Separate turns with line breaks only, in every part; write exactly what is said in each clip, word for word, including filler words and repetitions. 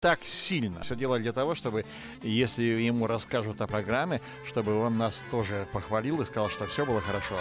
так сильно. Все дело для того, чтобы, если ему расскажут о программе, чтобы он нас тоже похвалил и сказал, что все было хорошо.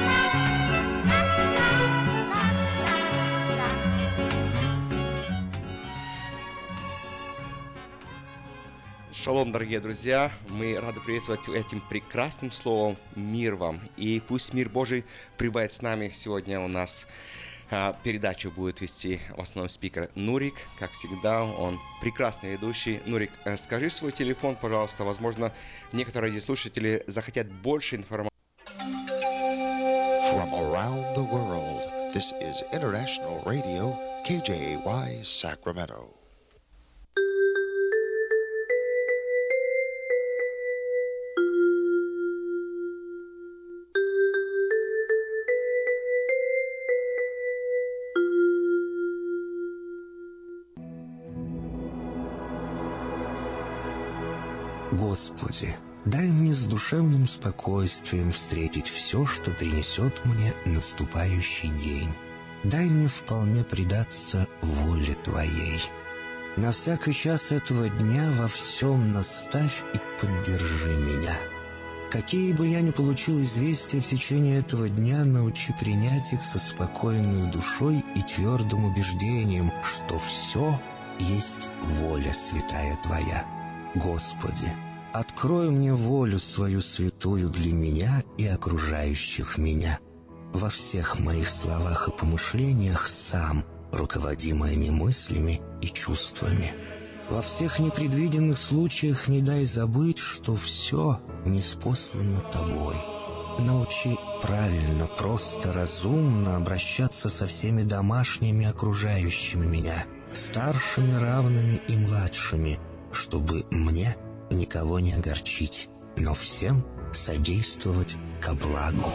Шалом, дорогие друзья! Мы рады приветствовать этим прекрасным словом «Мир вам». И пусть мир Божий пребывает с нами. Сегодня у нас а, передачу будет вести основной спикер Нурик. Как всегда, он прекрасный ведущий. Нурик, скажи свой телефон, пожалуйста. Возможно, некоторые радиослушатели захотят больше информации.
From around the world, this is International Radio, кей джей эй уай, Sacramento.
Господи, дай мне с душевным спокойствием встретить все, что принесет мне наступающий день. Дай мне вполне предаться воле Твоей. На всякий час этого дня во всем наставь и поддержи меня. Какие бы я ни получил известия в течение этого дня, научи принять их со спокойной душой и твердым убеждением, что все есть воля святая Твоя. Господи, открой мне волю свою святую для меня и окружающих меня. Во всех моих словах и помышлениях сам руководи моими мыслями и чувствами. Во всех непредвиденных случаях не дай забыть, что все ниспослано Тобой. Научи правильно, просто, разумно обращаться со всеми домашними окружающими меня, старшими, равными и младшими, чтобы мне никого не огорчить, но всем содействовать ко благу.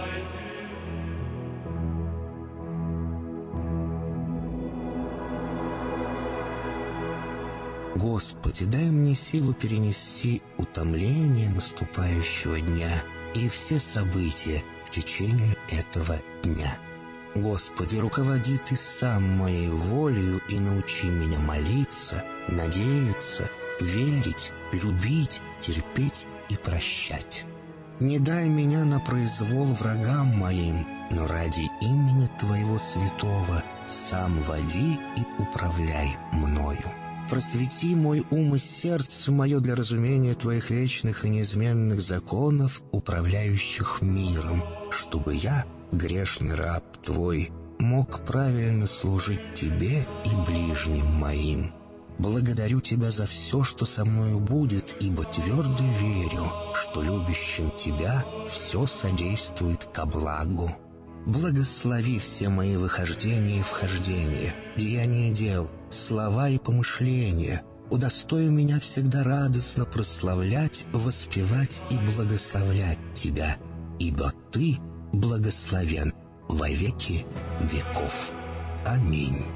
Господи, дай мне силу перенести утомление наступающего дня и все события в течение этого дня. Господи, руководи Ты сам моей волею и научи меня молиться, надеяться, верить, любить, терпеть и прощать. Не дай меня на произвол врагам моим, но ради имени Твоего святого сам води и управляй мною. Просвети мой ум и сердце мое для разумения Твоих вечных и неизменных законов, управляющих миром, чтобы я, грешный раб Твой, мог правильно служить Тебе и ближним моим. Благодарю Тебя за все, что со мною будет, ибо твердо верю, что любящим Тебя все содействует ко благу. Благослови все мои выхождения и вхождения, деяния дел, слова и помышления. Удостой меня всегда радостно прославлять, воспевать и благословлять Тебя, ибо Ты благословен во веки веков. Аминь.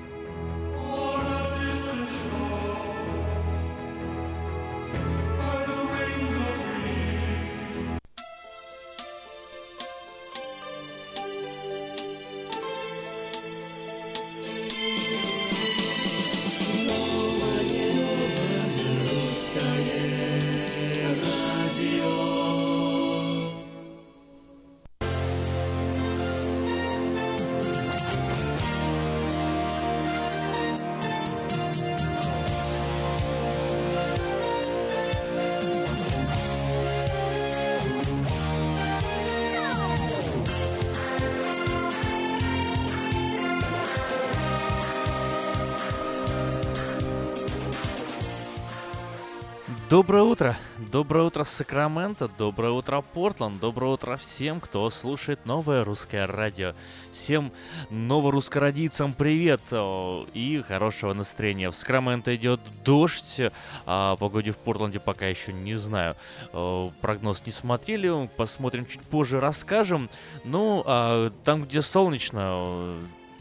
Доброе утро! Доброе утро, Сакраменто, доброе утро, Портланд, доброе утро всем, кто слушает Новое Русское Радио. Всем новорусскородийцам привет и хорошего настроения. В Сакраменто идет дождь, о погоде в Портленде пока еще не знаю. Прогноз не смотрели, посмотрим чуть позже, расскажем. Ну, а там, где солнечно,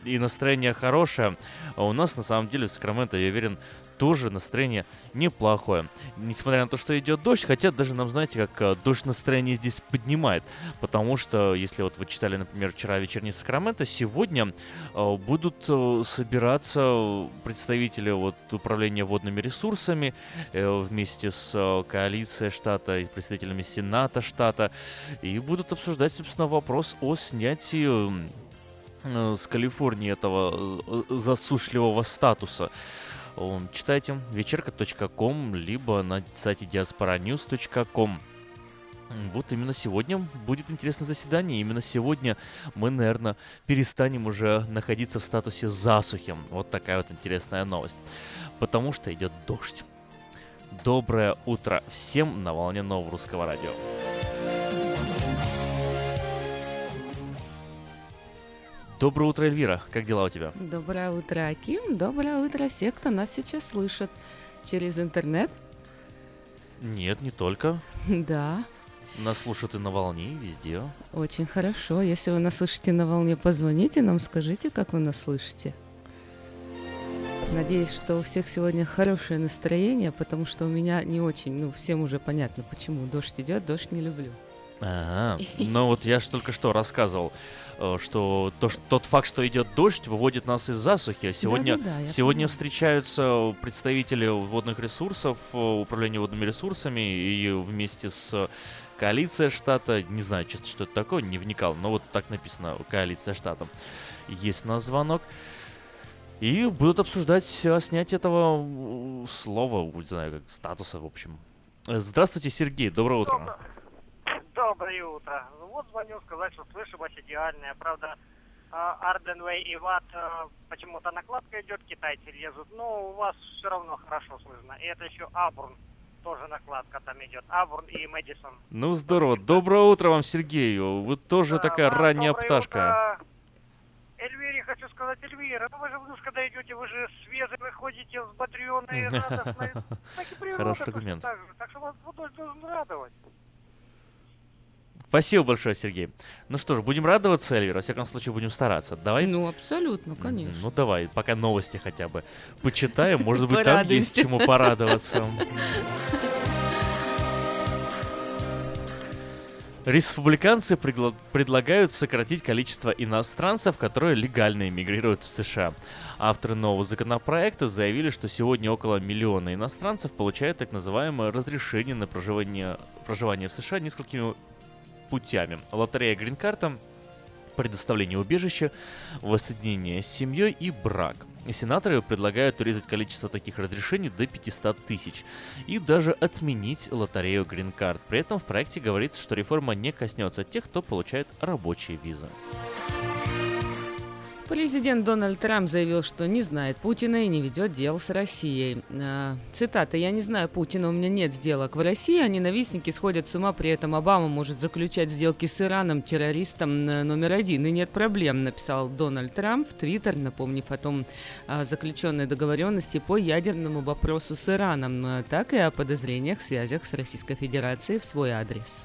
и настроение хорошее. А у нас, на самом деле, в Сакраменто, я уверен, тоже настроение неплохое. Несмотря на то, что идет дождь, хотя даже нам, знаете, как дождь настроение здесь поднимает. Потому что, если вот вы читали, например, вчера вечерний Сакраменто, сегодня э, будут э, собираться представители вот, управления водными ресурсами э, вместе с э, коалицией штата и представителями Сената штата. И будут обсуждать, собственно, вопрос о снятии э, с Калифорнии этого э, засушливого статуса. Читайте вечерка точка ком, либо на сайте диаспора ньюс точка ком. Вот именно сегодня будет интересное заседание. Именно сегодня мы, наверное, перестанем уже находиться в статусе засухи. Вот такая вот интересная новость. Потому что идет дождь. Доброе утро всем на волне Нового Русского Радио. Доброе утро, Эльвира. Как дела у тебя?
Доброе утро, Аким. Доброе утро всех, кто нас сейчас слышит. Через интернет?
Нет, не только.
Да.
Нас слушают и на волне, и везде.
Очень хорошо. Если вы нас слышите на волне, позвоните нам, скажите, как вы нас слышите. Надеюсь, что у всех сегодня хорошее настроение, потому что у меня не очень, ну, всем уже понятно, почему. Дождь идет, дождь не люблю.
Ага, ну вот я же только что рассказывал, что то, что тот факт, что идет дождь, выводит нас из засухи. Сегодня,
да, да, да,
сегодня
понимаю.
встречаются представители водных ресурсов, управления водными ресурсами, и вместе с коалицией штата, не знаю, честно, что это такое, не вникал, но вот так написано, коалиция штата. Есть у нас звонок. И будут обсуждать снятие этого слова, не знаю, как статуса, в общем. Здравствуйте, Сергей, доброе утро.
Доброе утро. Вот звоню сказать, что слышу вас идеальная. Правда, Арденвей и Ватт почему-то накладка идет, китайцы лезут. Но у вас все равно хорошо слышно. И это еще Абурн. Тоже накладка там идет. Абурн и Мэдисон.
Ну здорово. Доброе утро вам, Сергей. Вы тоже
Да,
такая
вам
ранняя
доброе
пташка.
утро. Эльвире хочу сказать, Эльвира, ну вы же в душ, когда идете, вы же свежие выходите, взбодренные, радостные. Так и природа
Хороший
точно
аргумент.
так же. Так что вас дождь должен радовать.
Спасибо большое, Сергей. Ну что ж, будем радоваться, Эльвира. Во всяком случае, будем стараться. Давай.
Ну, абсолютно, конечно.
Ну давай, пока новости хотя бы почитаем. Может быть, там есть чему порадоваться. Республиканцы пригла- предлагают сократить количество иностранцев, которые легально эмигрируют в США. Авторы нового законопроекта заявили, что сегодня около миллиона иностранцев получают так называемое разрешение на проживание, проживание в США несколькими путями. Лотерея грин-карта, предоставление убежища, воссоединение с семьей и брак. Сенаторы предлагают урезать количество таких разрешений до пятьсот тысяч и даже отменить лотерею грин-карт. При этом в проекте говорится, что реформа не коснется тех, кто получает рабочие визы.
Президент Дональд Трамп заявил, что не знает Путина и не ведет дел с Россией. А, цитата: «Я не знаю Путина, у меня нет сделок в России, а ненавистники сходят с ума, при этом Обама может заключать сделки с Ираном, террористом номер один, и нет проблем», написал Дональд Трамп в Твиттер, напомнив о том о заключенной договоренности по ядерному вопросу с Ираном, так и о подозрениях в связях с Российской Федерацией в свой адрес.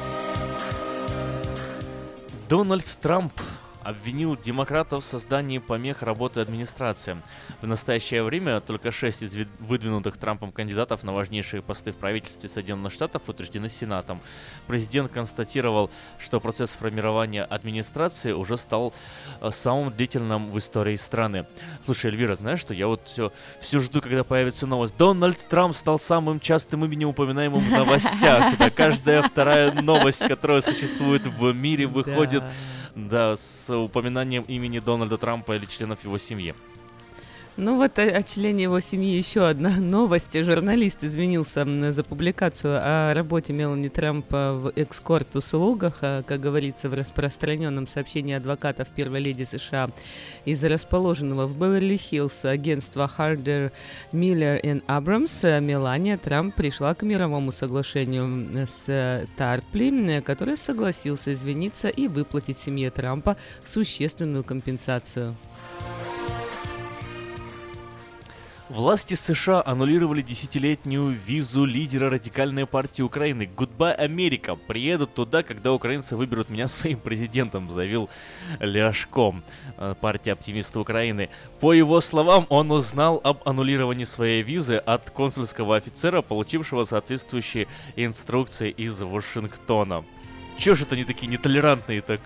Дональд Трамп обвинил демократов в создании помех работы администрации. В настоящее время только шесть из выдвинутых Трампом кандидатов на важнейшие посты в правительстве Соединенных Штатов утверждены Сенатом. Президент констатировал, что процесс формирования администрации уже стал самым длительным в истории страны. Слушай, Эльвира, знаешь что? Я вот все, все жду, когда появится новость. Дональд Трамп стал самым частым именем, упоминаемым в новостях. Когда каждая вторая новость, которая существует в мире, выходит... Да, с упоминанием имени Дональда Трампа или членов его семьи.
Ну вот о, о члене его семьи еще одна новость. Журналист извинился за публикацию о работе Мелани Трампа в эскорт-услугах, как говорится в распространенном сообщении адвокатов первой леди США. Из расположенного в Беверли-Хиллз агентства Harder, Miller and Abrams Мелания Трамп пришла к мировому соглашению с Тарпли, который согласился извиниться и выплатить семье Трампа существенную компенсацию.
Власти США аннулировали десятилетнюю визу лидера радикальной партии Украины. Goodbye, Америка. Приедут туда, когда украинцы выберут меня своим президентом, заявил Ляшко, партия оптимистов Украины. По его словам, он узнал об аннулировании своей визы от консульского офицера, получившего соответствующие инструкции из Вашингтона. Чего же это они такие нетолерантные, так...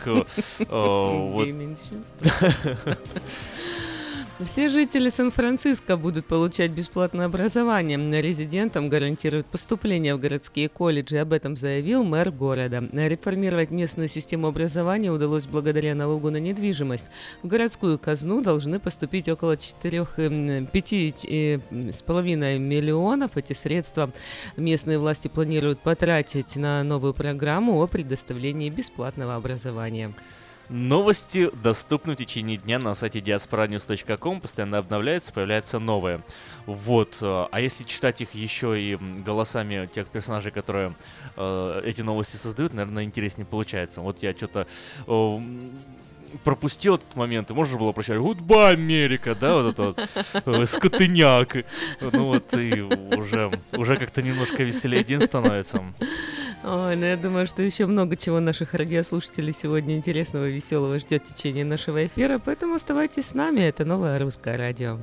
Все жители Сан-Франциско будут получать бесплатное образование. Резидентам гарантируют поступление в городские колледжи. Об этом заявил мэр города. Реформировать местную систему образования удалось благодаря налогу на недвижимость. В городскую казну должны поступить около пяти с половиной миллионов. Эти средства местные власти планируют потратить на новую программу о предоставлении бесплатного образования.
Новости доступны в течение дня на сайте диаспора ньюс точка ком, постоянно обновляются, появляются новые. Вот, а если читать их еще и голосами тех персонажей, которые э, эти новости создают, наверное, интереснее получается. Вот я что-то... Э, пропустил этот момент, и можно было прощать «Goodbye, Америка», да, вот это вот, скотыняк. Ну вот, и уже, уже как-то немножко веселее день становится.
Ой, ну я думаю, что еще много чего наших радиослушателей сегодня интересного и веселого ждет в течение нашего эфира, поэтому оставайтесь с нами, это Новое Русское Радио.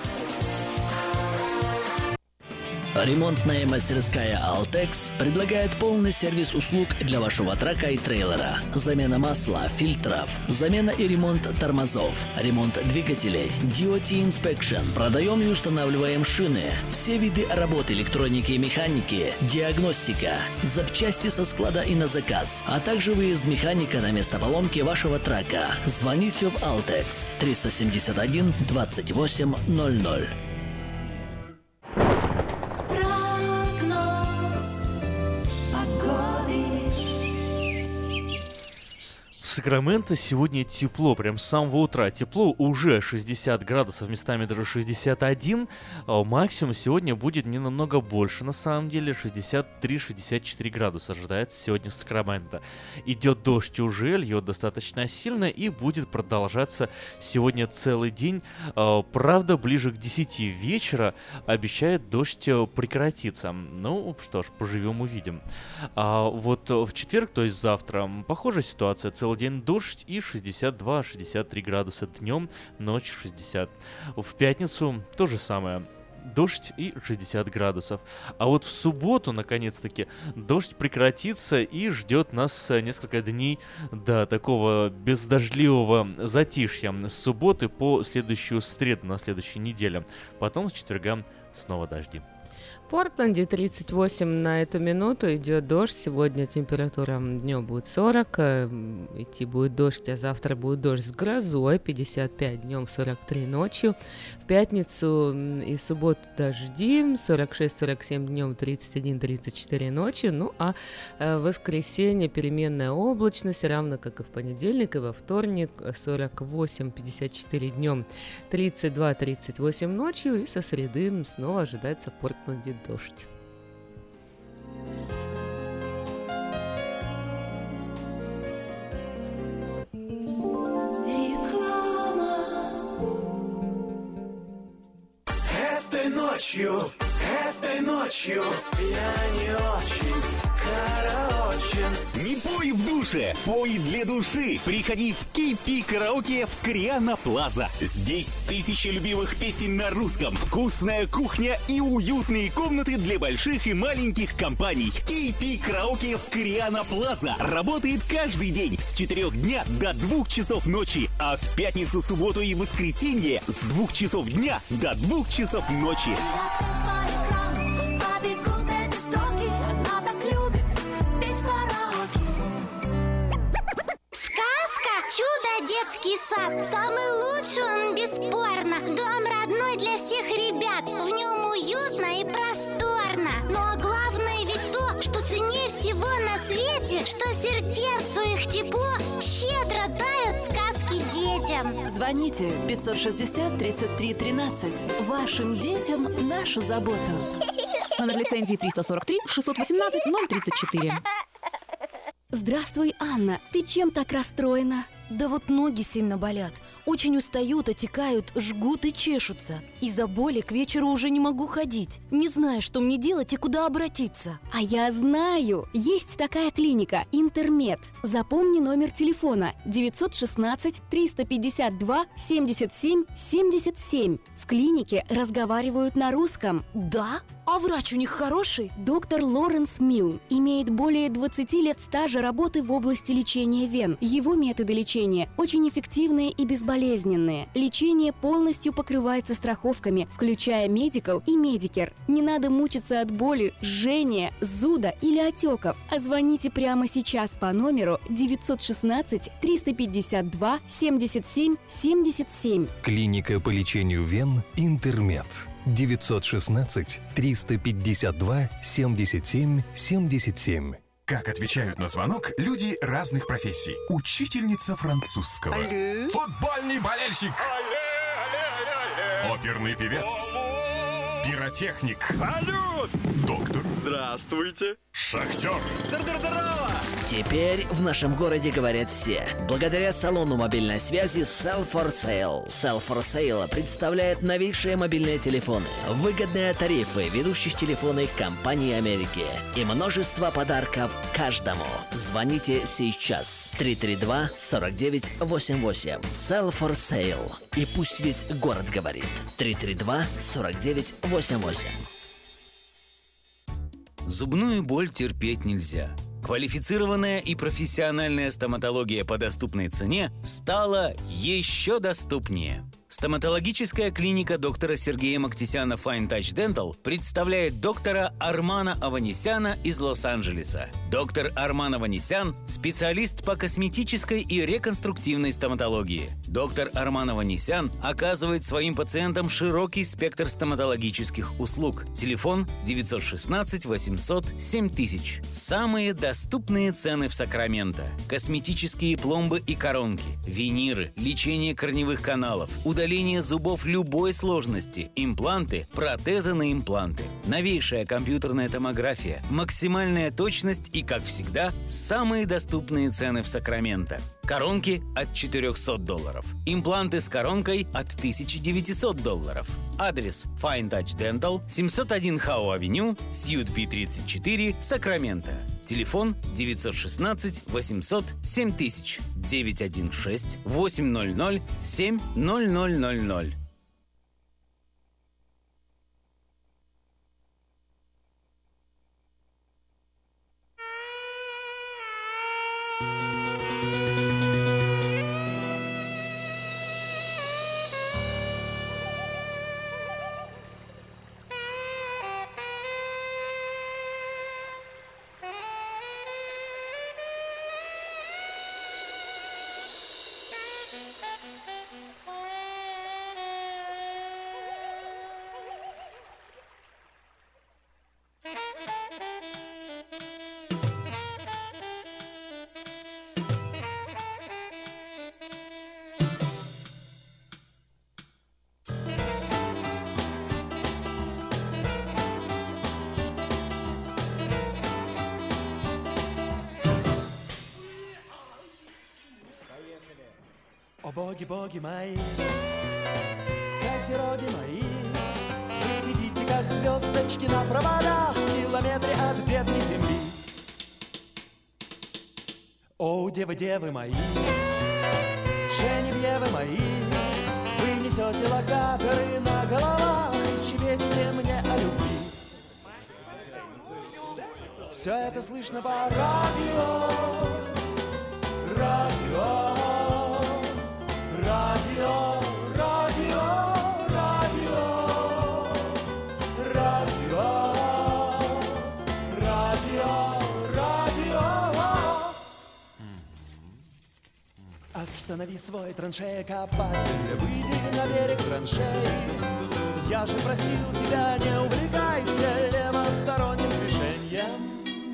Ремонтная мастерская «Алтекс» предлагает полный сервис услуг для вашего трака и трейлера. Замена масла, фильтров, замена и ремонт тормозов, ремонт двигателей, ди о ти Inspection. Продаем и устанавливаем шины, все виды работы электроники и механики, диагностика, запчасти со склада и на заказ, а также выезд механика на место поломки вашего трака. Звоните в «Алтекс» триста семьдесят один двадцать восемь ноль ноль.
В Сакраменто сегодня тепло, прям с самого утра. Тепло уже шестьдесят градусов, местами даже шестьдесят один. А максимум сегодня будет не намного больше, на самом деле, шестьдесят три - шестьдесят четыре градуса ожидается сегодня в Сакраменто. Идет дождь уже, льет достаточно сильно и будет продолжаться сегодня целый день. А, правда, ближе к десяти вечера обещает дождь прекратиться. Ну что ж, поживем увидим. А вот в четверг, то есть завтра, похожая ситуация, целый день дождь и шестьдесят два - шестьдесят три градуса днем, ночь шестьдесят. В пятницу то же самое. Дождь и шестьдесят градусов. А вот в субботу, наконец-таки, дождь прекратится и ждет нас несколько дней до такого бездождливого затишья. С субботы по следующую среду на следующей неделе. Потом с четверга снова дожди.
В Портленде тридцать восемь на эту минуту, идет дождь. Сегодня температура днем будет сорок, идти будет дождь, а завтра будет дождь с грозой, пятьдесят пять днем, сорок три ночью. В пятницу и субботу дожди, сорок шесть - сорок семь днем, тридцать один - тридцать четыре ночью. Ну а в воскресенье переменная облачность, равно как и в понедельник и во вторник, сорок восемь - пятьдесят четыре днем, тридцать два - тридцать восемь ночью. И со среды снова ожидается в Портленде дождь.
Этой ночью, этой ночью я не очень караочен.
Не пой в душе, пой для души. Приходи в кей пи Караоке в Криана Плаза. Здесь тысячи любимых песен на русском, вкусная кухня и уютные комнаты для больших и маленьких компаний. кей пи Караоке в Криана Плаза работает каждый день с четырёх дня до двух часов ночи, а в пятницу, субботу и воскресенье с двух часов дня до двух часов ночи.
Детский сад. Самый лучший он, бесспорно. Дом родной для всех ребят. В нем уютно и просторно. Но главное ведь то, что ценнее всего на свете, что сердцу их тепло щедро дарят сказки детям.
Звоните пятьсот шестьдесят тридцать три тринадцать. Вашим детям нашу заботу.
Номер лицензии триста сорок три шестьсот восемнадцать ноль тридцать четыре.
Здравствуй, Анна. Ты чем так расстроена?
Да вот ноги сильно болят.
Очень устают, отекают, жгут и чешутся. Из-за боли к вечеру уже не могу ходить. Не знаю, что мне делать и куда обратиться.
А я знаю! Есть такая клиника «Интермед». Запомни номер телефона девятьсот шестнадцать триста пятьдесят два семьдесят семь семьдесят семь. В клинике разговаривают на русском.
Да? А врач у них хороший?
Доктор Лоренс Милн имеет более двадцати лет стажа работы в области лечения вен. Его методы лечения очень эффективные и безболезненные. Лечение полностью покрывается страховками, включая Медикал и Медикер. Не надо мучиться от боли, жжения, зуда или отеков. А звоните прямо сейчас по номеру девятьсот шестнадцать триста пятьдесят два семьдесят семь семьдесят семь.
Клиника по лечению вен «Интермед». девятьсот шестнадцать триста пятьдесят два семьдесят семь семьдесят семь.
Как отвечают на звонок люди разных профессий. Учительница французского.
Алле.
Футбольный болельщик.
Алле, алле, алле.
Оперный певец.
Алло.
Пиротехник.
Салют.
Доктор.
Здравствуйте.
Шахтер.
Здорово.
Теперь в нашем городе говорят все. Благодаря салону мобильной связи Sell for Sale. Sell for Sale представляет новейшие мобильные телефоны, выгодные тарифы ведущих телефонных компаний Америки и множество подарков каждому. Звоните сейчас. три три два сорок девять восемьдесят восемь. Sell for Sale. И пусть весь город говорит. три три два сорок девять восемьдесят восемь.
Зубную боль терпеть нельзя. Квалифицированная и профессиональная стоматология по доступной цене стала еще доступнее. Стоматологическая клиника доктора Сергея Мактисяна Fine Touch Dental представляет доктора Армана Аванесяна из Лос-Анджелеса. Доктор Арман Аванесян – специалист по косметической и реконструктивной стоматологии. Доктор Арман Аванесян оказывает своим пациентам широкий спектр стоматологических услуг. Телефон девятьсот шестнадцать восемьсот семь тысяч. Самые доступные цены в Сакраменто. Косметические пломбы и коронки, виниры, лечение корневых каналов, удаление зубов любой сложности, импланты, протезы на импланты, новейшая компьютерная томография, максимальная точность и, как всегда, самые доступные цены в Сакраменто. Коронки от четырехсот долларов. Импланты с коронкой от тысяча девятьсот долларов. Адрес Fine Touch Dental, семьсот один Хау-авеню, Сьют Би тридцать четыре, Сакраменто. Телефон девятьсот шестнадцать восемьсот семь тысяч, девятьсот шестнадцать восемьсот семь ноль ноль ноль ноль.
О боги, боги мои, козероги мои, вы сидите, как звездочки на проводах в километре от бедной земли. О, девы, девы мои, Женевьевы мои, вы несете локаторы на головах и щебечете мне о любви. Все это слышно по радио, радио. Радио, радио, радио, радио, радио, радио. Останови свой траншея-копатель, выйди на берег траншеи. Я же просил тебя, не увлекайся левосторонним движением.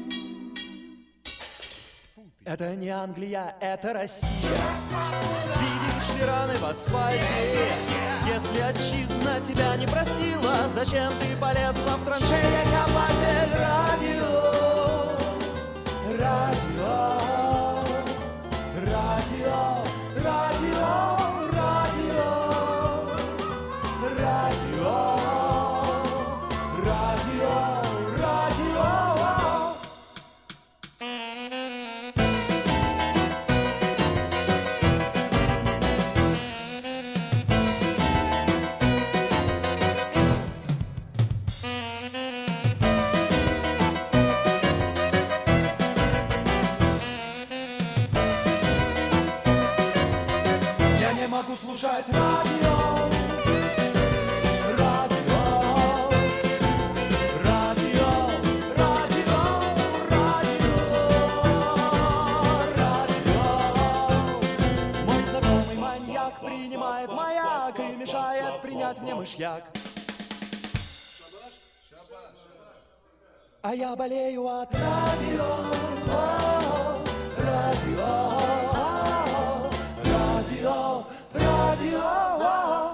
Это не Англия, это Россия. Видишь ли раны в асфальте? Если отчизна тебя не просила, зачем ты полезла в траншеи, копатель? Радио, радио, радио, радио, радио. мне мышьяк. А я болею от радио, радио, радио, радио.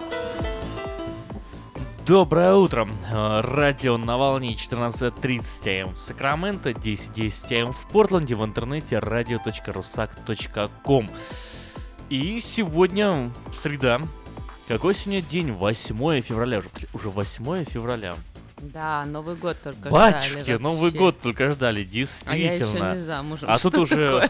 Доброе утро. Радио на волне четырнадцать тридцать АМ в Сакраменто, десять десять АМ в Портленде, в интернете радио точка русак точка ком. И сегодня среда. Какой сегодня день? восьмое февраля. Уже, уже восьмое февраля.
Да, Новый год только
Батюшки,
ждали. Батюшки,
Новый год только ждали, действительно.
А я еще не замужем.
А
Что
тут уже...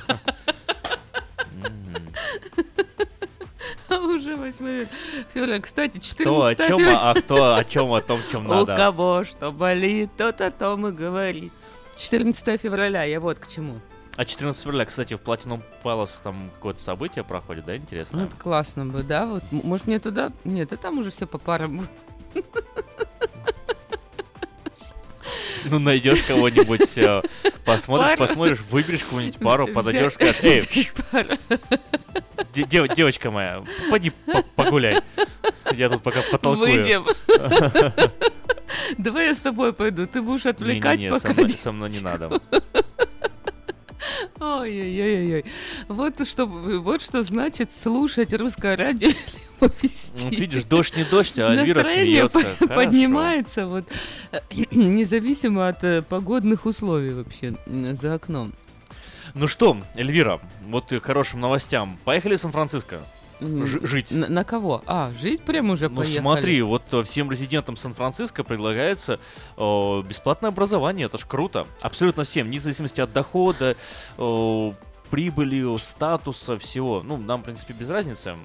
А уже восьмое февраля. Кстати, четырнадцатое
Кто о чем, а кто о чем, о том, чем надо.
У кого что болит, тот о том и говорит. четырнадцатое февраля, я вот к чему.
А четырнадцатое февраля, кстати, в Platinum Palace там какое-то событие проходит, да, интересно?
Ну, это классно бы, да? Вот, может, мне туда... Нет, и там уже все по парам будут.
Ну, найдешь кого-нибудь, посмотришь, Пара. посмотришь, выберешь какую-нибудь пару, подойдешь, скажешь, эй, дев, девочка моя, поди погуляй. Я тут пока потолкую.
Выйдем. Давай я с тобой пойду, ты будешь отвлекать,
не, не, не,
пока...
Со мной, со мной не надо.
Ой-ой-ой-ой. Вот что, вот что значит слушать русское радио или вести.
Вот видишь, дождь не дождь, а Эльвира смеется.
По- поднимается вот независимо от э, погодных условий вообще э, за окном.
Ну что, Эльвира, вот и к хорошим новостям. Поехали в Сан-Франциско. Ж- жить.
На, на кого? А, жить прям уже
ну,
поехали?
Ну смотри, вот всем резидентам Сан-Франциско предлагается э, бесплатное образование, это ж круто. Абсолютно всем, вне зависимости от дохода, э, прибыли, статуса, всего. Ну, нам, в принципе, без разницы.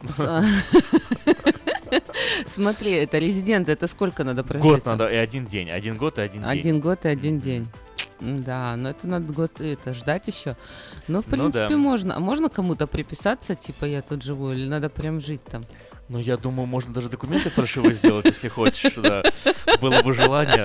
Смотри, это резидент, это сколько надо прожить?
Год надо и один день, один год и один день.
Один год и один день. Да, но это надо год это ждать еще. Но в принципе
ну, да.
можно. А можно кому-то приписаться, типа я тут живу, или надо прям жить там?
Ну, я думаю, можно даже документы фальшивые сделать, если хочешь, да. Было бы желание.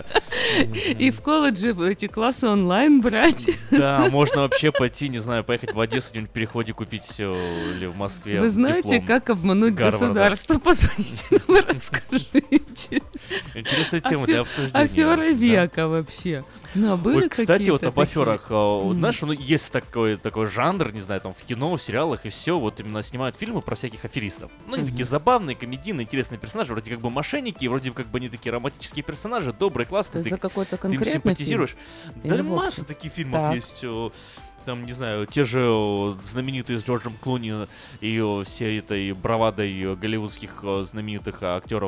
И в колледже эти классы онлайн брать.
Да, можно вообще пойти, не знаю, поехать в Одессу, где-нибудь в переходе купить или в Москве.
Вы знаете, как обмануть государство? Позвоните нам, расскажите.
Интересная тема для обсуждения.
Афера века вообще. Ну, а были
Ой, кстати, вот об
такие?
аферах. Mm. Знаешь, ну, есть такой, такой жанр, не знаю, там в кино, в сериалах и все, вот именно снимают фильмы про всяких аферистов. Ну, они mm-hmm. такие забавные, комедийные, интересные персонажи, вроде как бы мошенники, вроде как бы они такие романтические персонажи, добрые, классные.
Ты,
ты,
за какой-то
ты им симпатизируешь. Да, масса таких фильмов так. есть. Там, не знаю, те же знаменитые с Джорджем Клуни и всей этой бравадой голливудских знаменитых актеров,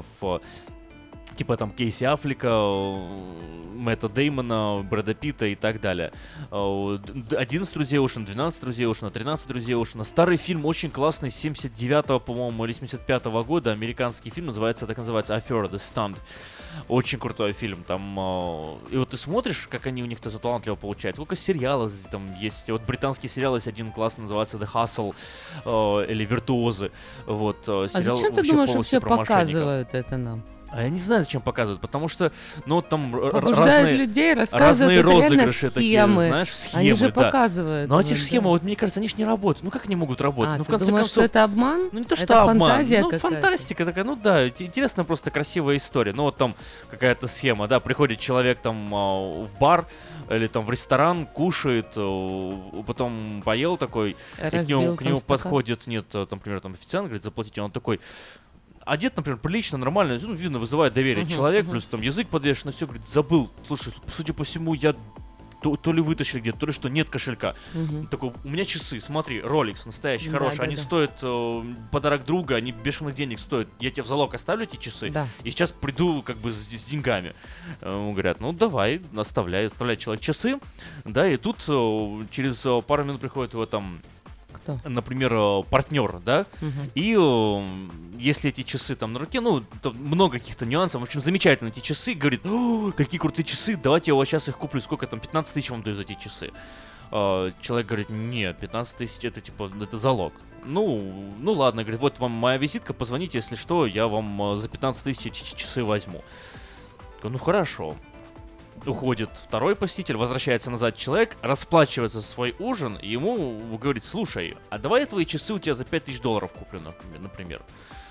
типа там Кейси Аффлека, Мэтта Деймона, Брэда Питта и так далее. одиннадцать друзей Оушена, двенадцать друзей Оушена, тринадцать друзей Оушена. Старый фильм очень классный, семьдесят девятого, по-моему, или семьдесят пятого года. Американский фильм, называется, так называется, Affair, The Stunt. Очень крутой фильм. Там, и вот ты смотришь, как они у них-то за талантливо получают. Сколько сериалов там есть. Вот британский сериал есть один классный, называется The Hustle, или Виртуозы. Вот,
а зачем ты думаешь, вообще показывают это нам?
А я не знаю, зачем показывают, потому что, ну, там
побуждают
разные,
людей, рассказывают,
разные
это
розыгрыши такие,
схемы.
знаешь, схемы,
они же
да.
показывают.
Но эти же
да.
схемы, вот мне кажется, они же не работают. Ну, как они могут работать?
А,
ну, в
ты
конце
думаешь,
концов,
что это обман?
Ну, не то, что
это
обман,
фантазия
ну,
какая-то?
фантастика такая, ну, да, интересная, просто красивая история. Ну, вот там какая-то схема, да, приходит человек там в бар или там в ресторан, кушает, потом поел такой, и к нему, к нему подходит, нет, там, например, там официант, говорит, заплатите, он такой... Одет, например, прилично, нормально, ну, видно, вызывает доверие uh-huh, человек, uh-huh. плюс там язык подвешен, все, говорит, забыл. Слушай, судя по всему, я то, то ли вытащили где-то, то ли что, нет кошелька. Uh-huh. Такой, у меня часы, смотри, Rolex, настоящий, да, хороший, да, они да. стоят, э, подарок друга, они бешеных денег стоят. Я тебе в залог оставлю эти часы, да. и сейчас приду как бы с, с деньгами. Э, говорят, ну давай, оставляй, оставляй человек часы, да, и тут э, через э, пару минут приходит его там... Кто? Например, партнер, да, uh-huh. и э, если эти часы там на руке, ну, много каких-то нюансов, в общем, замечательно эти часы, говорит, какие крутые часы, давайте я у вас сейчас их куплю, сколько там, пятнадцать тысяч вам даю за эти часы. Э, человек говорит, нет, пятнадцать тысяч это типа, это залог. Ну, ну ладно, говорит, вот вам моя визитка, позвоните, если что, я вам за пятнадцать тысяч эти часы возьму. Ну, хорошо. Уходит второй посетитель, возвращается назад человек, расплачивается за свой ужин, и ему говорит, слушай, а давай я твои часы у тебя за пять тысяч долларов куплю, например.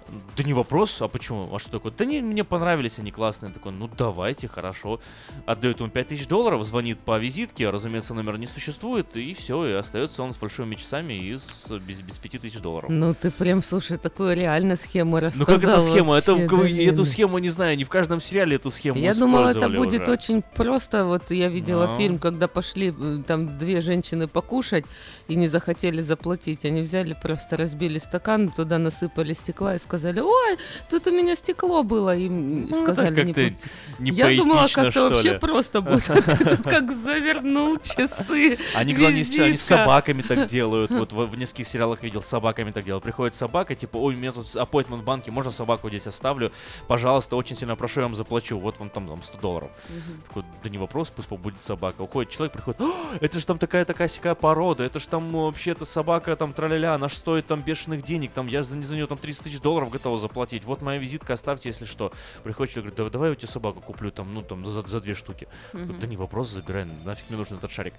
Да не вопрос, а почему? А что такое? Да не, мне понравились они классные. Такой, ну давайте, хорошо. Отдает ему пять тысяч долларов, звонит по визитке, разумеется, номер не существует, и все, и остается он с фальшивыми часами и с, без, без пяти тысяч долларов.
Ну ты прям, слушай, такую реально схему рассказал.
Ну как это схема? Это,
вообще,
в-
да,
эту схему, не знаю, не в каждом сериале эту схему
Я думала, это
использовали
будет
уже.
очень просто. Вот я видела
Ну.
фильм, когда пошли э, там две женщины покушать и не захотели заплатить. Они взяли, просто разбили стакан, туда насыпали стекла и сказали: ой, тут у меня стекло было. И м,
Ну,
сказали,
так
не
как-то
платить.
не
Я думала,
поэтично,
как-то
что
вообще
ли?
просто будет. А ты тут как завернул часы.
Они, главное, с- они с
визитка.
собаками так делают. Вот в, в нескольких сериалах видел, с собаками так делают. Приходит собака, типа, ой, у меня тут аппойтмент в банке, можно собаку здесь оставлю? Пожалуйста, очень сильно прошу, я вам заплачу. Вот вам там, там сто долларов. Такой, да не вопрос, пусть побудет собака. Уходит человек, приходит: «О, это же там такая-такая сякая порода, это же там вообще-то собака там траля-ля, она ж стоит там бешеных денег, там я за, за нее там тридцать тысяч долларов готова заплатить. Вот моя визитка, оставьте, если что». Приходит человек, говорит: да, давай я тебе собаку куплю там, ну там за, за две штуки.
Мгм.
Да не вопрос, забирай, нафиг мне нужен этот шарик.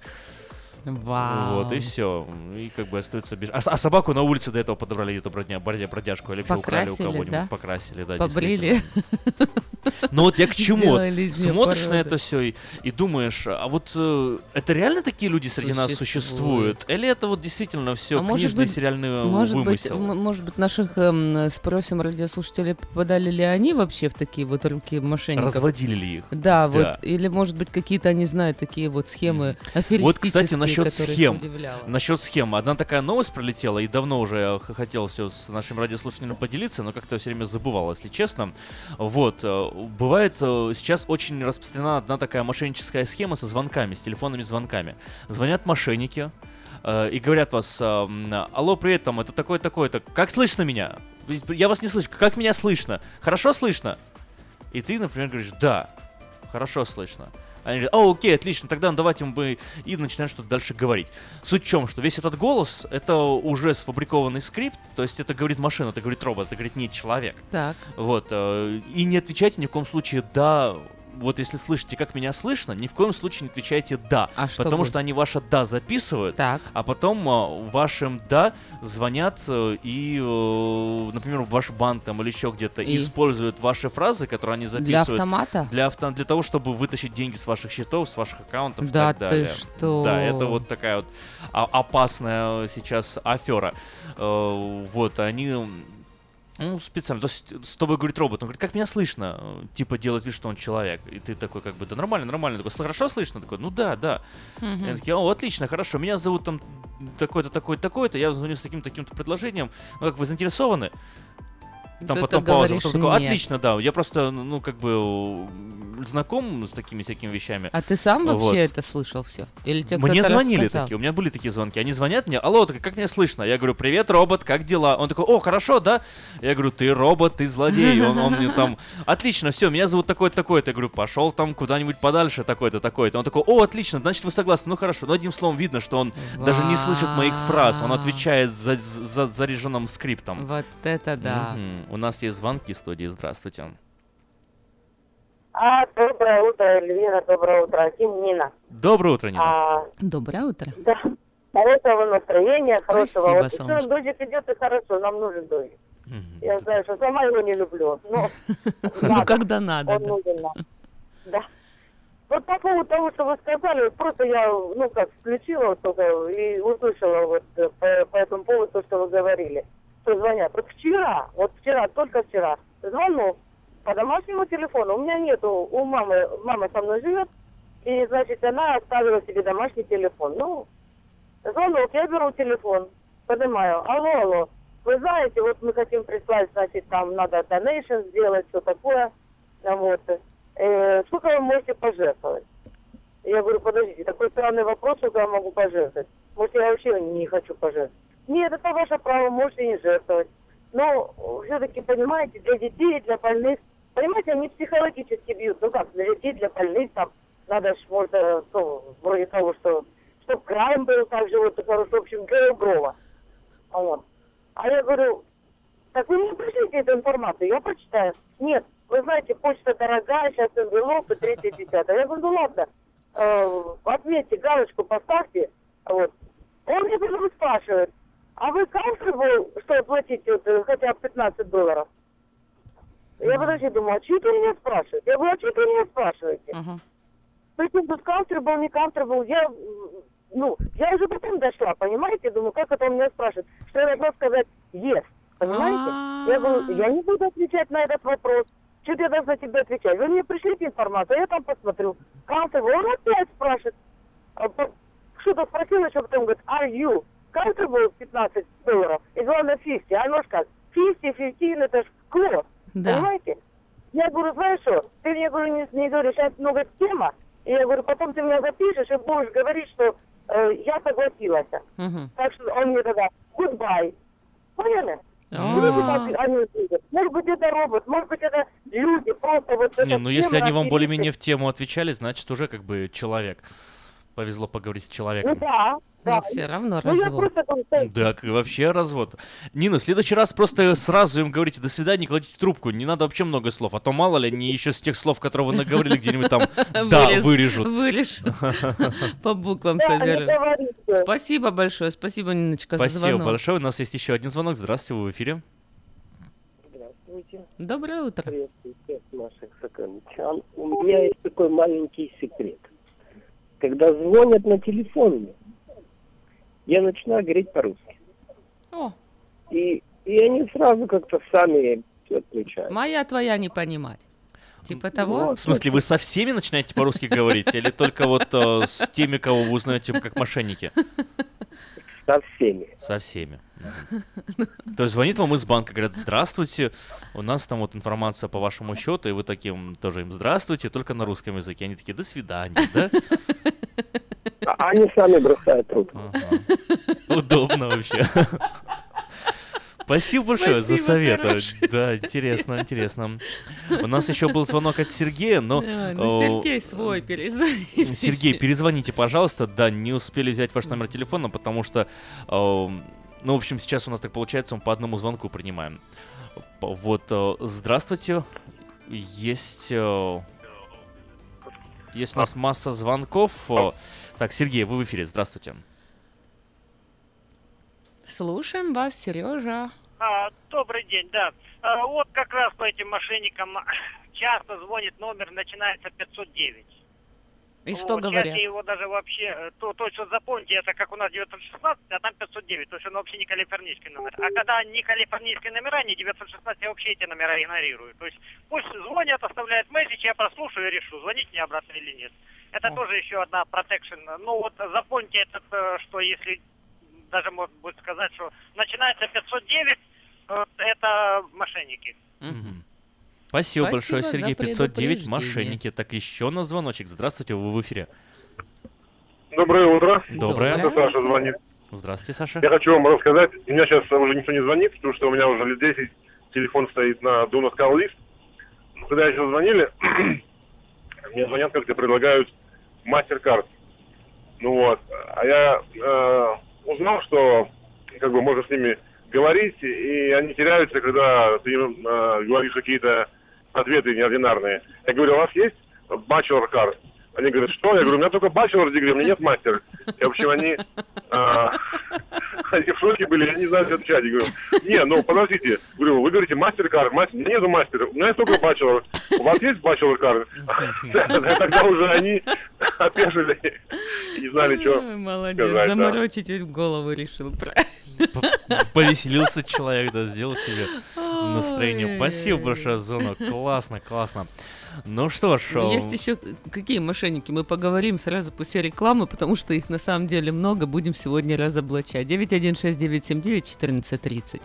Вау.
Вот, и все. И как бы остается без... А, с- а собаку на улице до этого подобрали где-то бродня, бродя, бродяжку, или вообще украли у
Покрасили,
кого-нибудь.
да?
Покрасили, да,
Побрили.
действительно. Ну вот я к чему?
Сделали из неё
Смотришь на
породу.
это все и, и думаешь, а вот э, это реально такие люди среди нас
Существуют.
существуют? Или это вот действительно все
А может
книжный
быть,
сериальный
может быть,
вымысел?
м- может быть, наших эм, спросим радиослушателей, попадали ли они вообще в такие вот руки мошенников?
Разводили ли их?
Да,
Да.
вот. Или, может быть, какие-то, они знают, такие вот схемы аферистические,
Вот, кстати, насчет
которые их
схем.
удивляло.
Насчет схем. Одна такая новость пролетела, и давно уже я х- хотел все с нашим радиослушателем поделиться, но как-то все время забывал, если честно. Вот. э, Бывает э, сейчас очень распространена одна такая мошенническая схема со звонками, с телефонными звонками. Звонят мошенники э, и говорят вас: э, м, алло, привет, там, это такое-такое-то. Как слышно меня? Я вас не слышу. Как меня слышно? Хорошо слышно? И ты, например, говоришь: да, хорошо слышно. Они говорят: о, окей, отлично, тогда ну, давайте мы... И начинаем что-то дальше говорить. Суть в чем, что весь этот голос — это уже сфабрикованный скрипт, то есть это говорит машина, это говорит робот, это говорит не человек.
Так.
Вот, э, и не отвечайте ни в коем случае «да». Вот если слышите, как меня слышно, ни в коем случае не отвечайте «да»,
А что
потому
будет?
что они ваше «да» записывают,
Так.
а потом э, вашим «да» звонят э, и, э, например, в ваш банк там или еще где-то, и
И?
используют ваши фразы, которые они
Для
записывают.
автомата?
Для, авто, для того, чтобы вытащить деньги с ваших счетов, с ваших аккаунтов
Да
и так
ты
далее.
что?
Да, это вот такая вот а- опасная сейчас афера. Э, вот, они... Ну, специально. То есть с тобой говорит робот, он говорит: как меня слышно? Э, Типа делает вид, что он человек. И ты такой как бы: да нормально, нормально. Такой: хорошо слышно? Такой: ну да, да.
Мгм.
И они такие: о, отлично, хорошо. Меня зовут там такой-то, такой-то, такой-то. Я звоню с таким-то, таким-то предложением. Ну, как вы заинтересованы? Там
Ты
потом
так
пауза,
говоришь:
потом такой:
«Нет».
отлично, да. Я просто, ну, как бы э, знаком с такими всякими вещами.
А ты сам вообще
Вот.
это слышал все? Или тебе
Мне
кто-то
звонили
рассказал?
такие, у меня были такие звонки. Они звонят мне: алло, так как меня слышно? Я говорю: привет, робот, как дела? Он такой: о, хорошо, да? Я говорю: ты робот, ты злодей. Он, он мне там: отлично, все, меня зовут такой-то, такой-то. Я говорю: пошел там куда-нибудь подальше, такой-то, такой-то. Он такой: о, отлично, значит вы согласны. Ну хорошо. Но одним словом видно, что он даже не слышит моих фраз. Он отвечает за, за заряженным скриптом.
Вот это да.
Мгм. У нас есть звонки в студии. Здравствуйте.
А, доброе утро, Эльвира, доброе утро, Аким, Нина.
Доброе утро, Нина.
А,
Доброе утро.
да, хорошего настроения, хорошего.
Спасибо,
Вот
солнышко.
всё, дождик идет, и хорошо, нам нужен дождик. Я знаю, что сама его не люблю, но
Ну, когда надо.
он
да.
нужен нам. Да. Вот по поводу того, что вы сказали, вот просто я, ну как, включила вот только и услышала вот э, по, по этому поводу то, что вы говорили. Что звонят. Вот вчера, вот вчера, только вчера, звонок по домашнему телефону. У меня нету, у мамы, мама со мной живет, и, значит, она оставила себе домашний телефон. Ну, звонок, я беру телефон, поднимаю: алло, алло, вы знаете, вот мы хотим прислать, значит, там надо донейшн сделать, все такое, вот. Э, сколько вы можете пожертвовать? Я говорю: подождите, такой странный вопрос, сколько я могу пожертвовать? Может, я вообще не хочу пожертвовать? Нет, это ваше право, можете не жертвовать. Но все-таки, понимаете, для детей, для больных, понимаете, они психологически бьют. Ну как, для детей, для больных, там, надо ж, может, э, ну, вроде того, что, чтобы крайм был, так же, вот, хорошо, в общем, для угрова. Вот. А я говорю: так вы мне пришлите эту информацию, я прочитаю. Нет, вы знаете, почта дорогая, сейчас envelope и третье, десятое. Я говорю: ну ладно, э, отметьте, галочку поставьте. Вот. Он мне потом спрашивает: а вы comfortable, что платите вот, хотя бы пятнадцать долларов? Я подожди, думаю, а что ты меня спрашиваете? Я говорю, а что ты меня спрашиваете?
Uh-huh.
Причем тут comfortable, не comfortable, я, ну, я уже потом дошла, понимаете? Думаю, как это он меня спрашивает? Что я должна сказать yes, понимаете? Я говорю, я не буду отвечать на этот вопрос. Что я должна тебе отвечать? Вы мне пришлите информацию, я там посмотрю. Comfortable, он опять спрашивает. Что-то спросил еще, потом говорит, are you comfortable пятнадцать долларов? И главное пятьдесят. А оно ж как, пятьдесят, пятнадцать, это ж класс. Да. Понимаете? Я говорю, знаешь что, ты мне, говорю, не, не говоришь, сейчас много тема, и я говорю, потом ты меня запишешь и будешь говорить, что э, я согласилась. Uh-huh. Так что он мне тогда, goodbye. Поняли? Uh-huh. Может быть, это робот, может быть, это люди, просто вот...
Не, ну если они вам более-менее в тему отвечали, значит уже как бы человек. Повезло поговорить с человеком.
Ну да.
Но да. все равно ну, развод.
Да, вообще развод. Нина, в следующий раз просто сразу им говорите «до свидания», кладите трубку. Не надо вообще много слов, а то мало ли они еще с тех слов, которые вы наговорили где-нибудь там, да, вырежут.
Вырежь. По буквам соберут. Спасибо большое, спасибо, Ниночка, за звонок.
Спасибо большое. У нас есть еще один звонок. Здравствуйте, вы в эфире.
Здравствуйте.
Доброе утро.
Приветствую всех наших сокольничан. У меня есть такой маленький секрет. Когда звонят на телефон, я начинаю говорить по-русски.
О.
И, и они сразу как-то сами все отключают.
Моя твоя не понимать. Типа того?
Ну, в смысле, вы со всеми начинаете по-русски говорить? Или только вот э, с теми, кого вы узнаете как мошенники?
Со всеми.
Со всеми. То есть звонит вам из банка, говорят, здравствуйте, у нас там вот информация по вашему счету, и вы таким тоже им здравствуйте, только на русском языке. Они такие, до свидания, да?
А они сами бросают трубку.
Ага. Удобно вообще. Спасибо большое Спасибо, за советы. Да, интересно, интересно. У нас еще был звонок от Сергея, но...
Да, ну, Сергей свой, перезвоните.
Сергей, перезвоните, пожалуйста. Да, не успели взять ваш номер телефона, потому что... Ну, в общем, сейчас у нас так получается, мы по одному звонку принимаем. Вот, здравствуйте. Есть... Есть у нас масса звонков. Так, Сергей, вы в эфире, здравствуйте.
Слушаем вас, Сережа.
А, добрый день, да. А, вот как раз по этим мошенникам часто звонит номер, начинается пятьсот девять.
И
вот,
что говорят?
Часто его даже вообще, то, то что запомните, это как у нас девятьсот шестнадцать, а там пятьсот девять, то есть он вообще не калифорнийский номер. А когда не калифорнийские номера, не девятьсот шестнадцать, я вообще эти номера игнорирую. То есть пусть звонят, оставляют месседж, я прослушаю и решу, звонить мне обратно или нет. Это О. тоже еще одна протекшн. Ну вот запомните этот, что если... Даже можно будет сказать, что начинается пятьсот девять, это мошенники.
Угу. Спасибо, Спасибо большое, Сергей. пятьсот девять, мошенники. Так, еще на звоночек. Здравствуйте, вы в эфире.
Доброе утро.
Доброе.
Это Саша звонит.
Здравствуйте, Саша.
Я хочу вам рассказать. У меня сейчас уже никто не звонит, потому что у меня уже лет десять телефон стоит на Do Not Call List. Когда еще звонили, мне звонят, как-то предлагают MasterCard. Ну вот. А я... Э, узнал, что как бы можно с ними говорить, и они теряются, когда ты им э, говоришь какие-то ответы неординарные. Я говорю, у вас есть bachelor card? Они говорят, что? Я говорю, у меня только bachelor degree, у меня нет мастера. И, в общем, они, э, они в шоке были, я не знаю, что отвечать. Я говорю, не, ну, подождите. Говорю, вы говорите мастер карт, мастер, нету мастера, у меня есть только bachelor. У вас есть bachelor card? Тогда уже они опешили и не знали, что
Молодец, заморочить в голову решил, правильно.
Повеселился человек, да, сделал себе настроение. Спасибо большое за звонок, классно, классно. Ну что ж...
Есть еще какие мошенники, мы поговорим сразу после рекламы, потому что их на самом деле много, будем сегодня разоблачать. девять один шесть девять семь девять четырнадцать тридцать.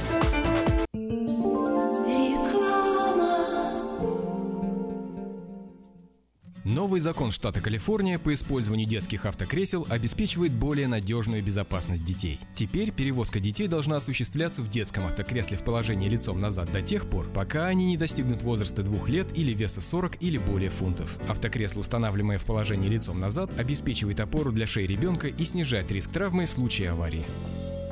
Новый закон штата Калифорния по использованию детских автокресел обеспечивает более надежную безопасность детей. Теперь перевозка детей должна осуществляться в детском автокресле в положении лицом назад до тех пор, пока они не достигнут возраста двух лет или веса сорок или более фунтов. Автокресло, устанавливаемое в положении лицом назад, обеспечивает опору для шеи ребенка и снижает риск травмы в случае аварии.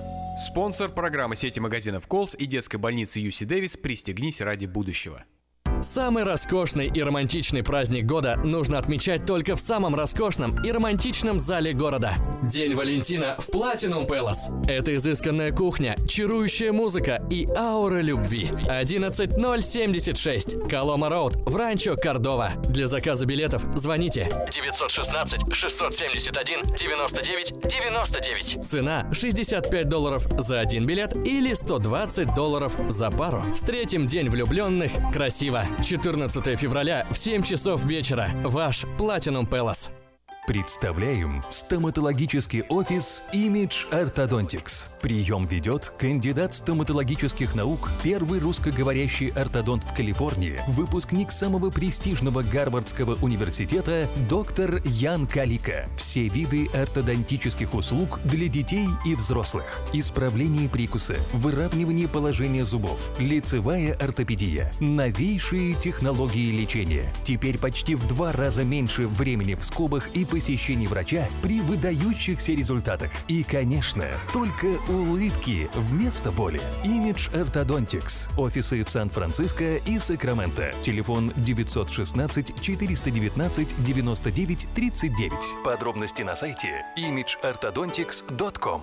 Спонсор программы сети магазинов Колс и детской больницы Ю Си Дэвис «Пристегнись ради будущего».
Самый роскошный и романтичный праздник года нужно отмечать только в самом роскошном и романтичном зале города. День Валентина в Platinum Palace. Это изысканная кухня, чарующая музыка и аура любви. одиннадцать ноль семьдесят шесть Колома Роуд в Ранчо Кордова. Для заказа билетов звоните девятьсот шестнадцать шестьсот семьдесят один девяносто девять девяносто девять. Цена шестьдесят пять долларов за один билет или сто двадцать долларов за пару. Встретим День влюбленных красиво. четырнадцатого февраля в семь часов вечера. Ваш Platinum Palace.
Представляем стоматологический офис Image Orthodontics. Прием ведет кандидат стоматологических наук, первый русскоговорящий ортодонт в Калифорнии, выпускник самого престижного Гарвардского университета доктор Ян Калика. Все виды ортодонтических услуг для детей и взрослых. Исправление прикуса, выравнивание положения зубов, лицевая ортопедия, новейшие технологии лечения. Теперь почти в два раза меньше времени в скобах и посещений врача при выдающихся результатах. И, конечно, только улыбки вместо боли. Image Orthodontics. Офисы в Сан-Франциско и Сакраменто. Телефон девятьсот шестнадцать четыреста девятнадцать девяносто девять тридцать девять. Подробности на сайте имидж ортодонтикс точка ком.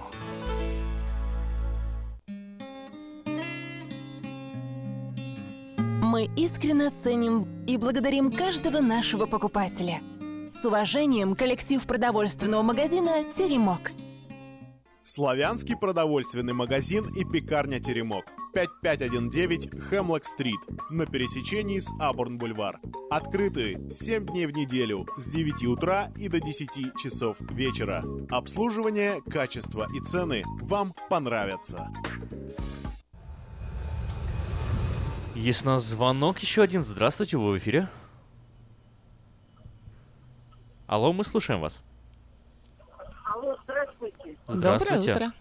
Мы искренне ценим и благодарим каждого нашего покупателя. С уважением, коллектив продовольственного магазина «Теремок».
Славянский продовольственный магазин и пекарня «Теремок». пять пять один девять Хемлок-стрит на пересечении с Абурн-бульвар. Открыты семь дней в неделю с девяти утра и до десяти часов вечера. Обслуживание, качество и цены вам понравятся.
Есть у нас звонок еще один. Здравствуйте, вы в эфире. Алло, мы слушаем вас.
Алло, здравствуйте.
Здравствуйте.
Доброе утро.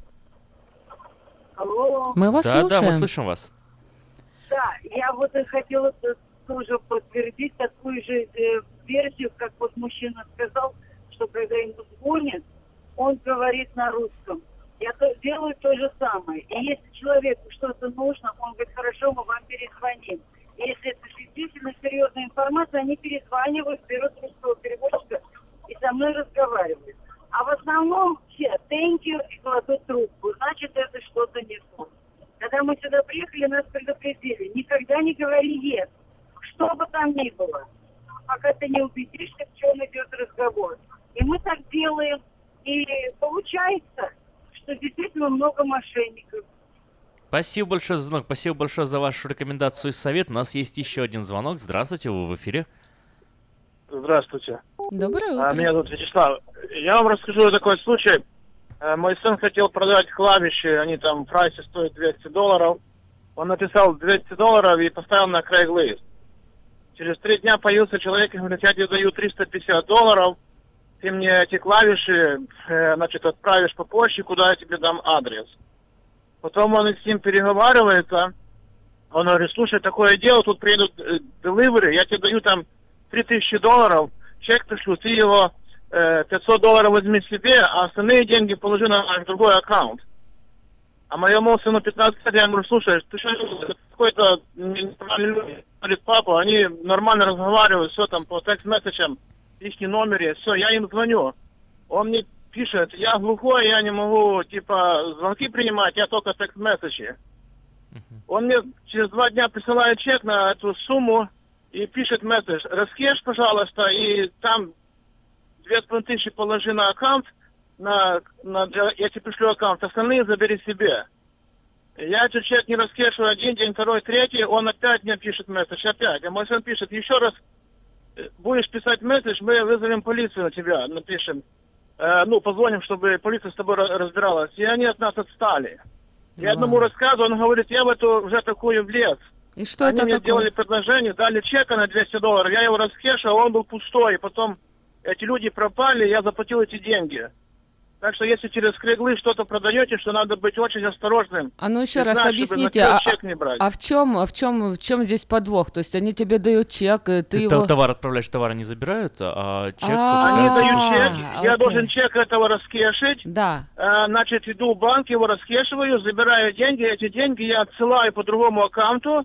Алло.
Мы вас
да,
слушаем.
Да, мы слышим вас.
Да, я вот и хотела тоже подтвердить такую же э, версию, как вот мужчина сказал, что когда ему звонят, он говорит на русском. Я то, делаю то же самое. И если человеку что-то нужно, он говорит, хорошо, мы вам перезвоним. И если это действительно серьезная информация, они перезванивают, берут русского переводчика и со мной разговаривают. А в основном все thank you и кладут трубку. Значит, это что-то не то. Когда мы сюда приехали, нас предупредили. Никогда не говори yes. Что бы там ни было. Пока ты не убедишься, в чем идет разговор. И мы так делаем. И получается, что действительно много мошенников.
Спасибо большое за звонок. Спасибо большое за вашу рекомендацию и совет. У нас есть еще один звонок. Здравствуйте, вы в эфире.
Здравствуйте.
Доброе утро.
А, меня зовут Вячеслав. Я вам расскажу такой случай. А, мой сын хотел продать клавиши, они там в прайсе стоят двести долларов. Он написал двести долларов и поставил на Craigslist. Через три дня появился человек и говорит, я тебе даю триста пятьдесят долларов, ты мне эти клавиши, э, значит, отправишь по почте, куда я тебе дам адрес. Потом он с ним переговаривается, он говорит, слушай, такое дело, тут приедут э, delivery, я тебе даю там три тысячи долларов, чек пришлю, ты его э, пятьсот долларов возьми себе, а остальные деньги положи на другой аккаунт. А моему сыну пятнадцать лет, я говорю, слушай, ты что, какой-то неправильный люди, говорит, папа, они нормально разговаривают, все там по текст-месседжам, их номере, все, я им звоню. Он мне пишет, я глухой, я не могу, типа, звонки принимать, я только текст-месседжи. Uh-huh. Он мне через два дня присылает чек на эту сумму и пишет месседж, раскеш, пожалуйста, и там две с половиной тысячи положи на аккаунт, на, на, я тебе пришлю аккаунт, остальные забери себе. Я этот чек не раскешиваю один день, второй, третий, он опять мне пишет месседж, опять. А мой сын пишет, еще раз будешь писать месседж, мы вызовем полицию на тебя, напишем. Э, ну, позвоним, чтобы полиция с тобой разбиралась. И они от нас отстали. И wow. одному рассказу, он говорит, я в эту уже такую влез.
И что
они
это
мне
такое?
сделали предложение, дали чека на двести долларов, я его раскешил, он был пустой. И потом эти люди пропали, я заплатил эти деньги. Так что если через Craigslist что-то продаете, что надо быть очень осторожным.
А ну еще
и
раз
знать,
объясните, а,
чек не брать.
а в чем, в чем, в чем здесь подвох? То есть они тебе дают чек, и ты,
ты
его...
товар отправляешь, товар не забирают, а чек...
Они дают чек, я
окей.
должен чек этого раскешить.
Да.
Значит, иду в банк, его раскешиваю, забираю деньги, эти деньги я отсылаю по другому аккаунту,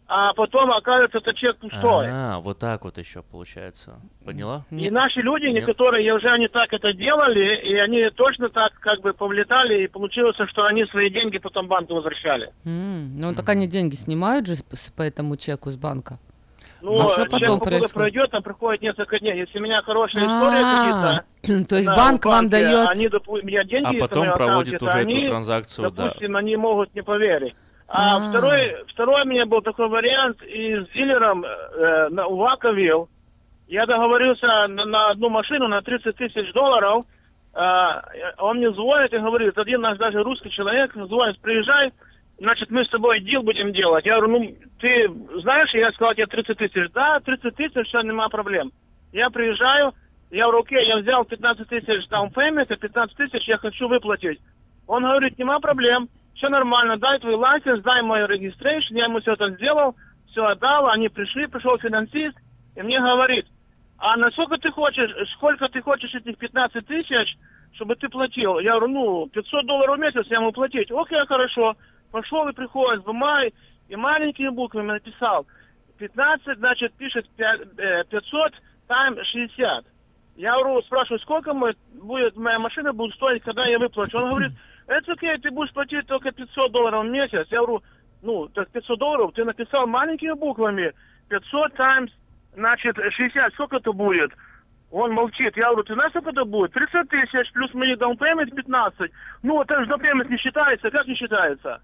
а потом, оказывается, этот чек пустой.
А, вот так вот еще получается. Поняла?
И наши люди,
Нет.
некоторые уже они так это делали, и они точно так как бы повлетали, и получилось, что они свои деньги потом банку возвращали.
М, Ну, так они деньги снимают же с- по этому чеку с банка.
Ну,
А что
чек
потом
покуда
происходит?
пройдет, там проходит несколько дней. Если у меня хорошая история
А,
какие-то,
то есть
да,
банк
в
вам
банке,
дает-
они, допу- у меня деньги
А
есть на
потом
моем
проводит
аккаунте,
уже
то
эту
они,
транзакцию, да.
допустим, они могут не поверить. А,
А.
второй, второй у меня был такой вариант, и с дилером э, на, у Ваковил я договорился на, на одну машину на тридцать тысяч долларов. А, он мне звонит и говорит, один наш даже русский человек звонит, приезжай, значит, мы с тобой дил будем делать. Я говорю, ну, ты знаешь, я сказал тебе тридцать тысяч. Да, тридцать тысяч, все, нема проблем. Я приезжаю, я в руке, я взял пятнадцать тысяч down payment, и пятнадцать тысяч я хочу выплатить. Он говорит, нема проблем, все нормально, дай твой лайсенс, дай мой registration, я ему все это сделал, все отдал, они пришли, пришел финансист, и мне говорит, а насколько ты хочешь, сколько ты хочешь этих пятнадцать тысяч, чтобы ты платил? Я говорю, ну, пятьсот долларов в месяц я ему платить. Окей, хорошо. Пошел и приходит с бумагой, и маленькими буквами написал, пятнадцать, значит, пишет пятьсот тайм шестьдесят. Я говорю, спрашиваю, сколько мы, будет, моя машина будет стоить, когда я выплачу? Он говорит, это окей, ты будешь платить только пятьсот долларов в месяц. Я говорю, ну, так пятьсот долларов, ты написал маленькими буквами, пятьсот таймс, значит, шестьдесят, сколько это будет? Он молчит. Я говорю, ты знаешь, сколько это будет? тридцать тысяч, плюс мои даунпеймент пятнадцать. Ну, это же даунпеймент не считается. Как не считается?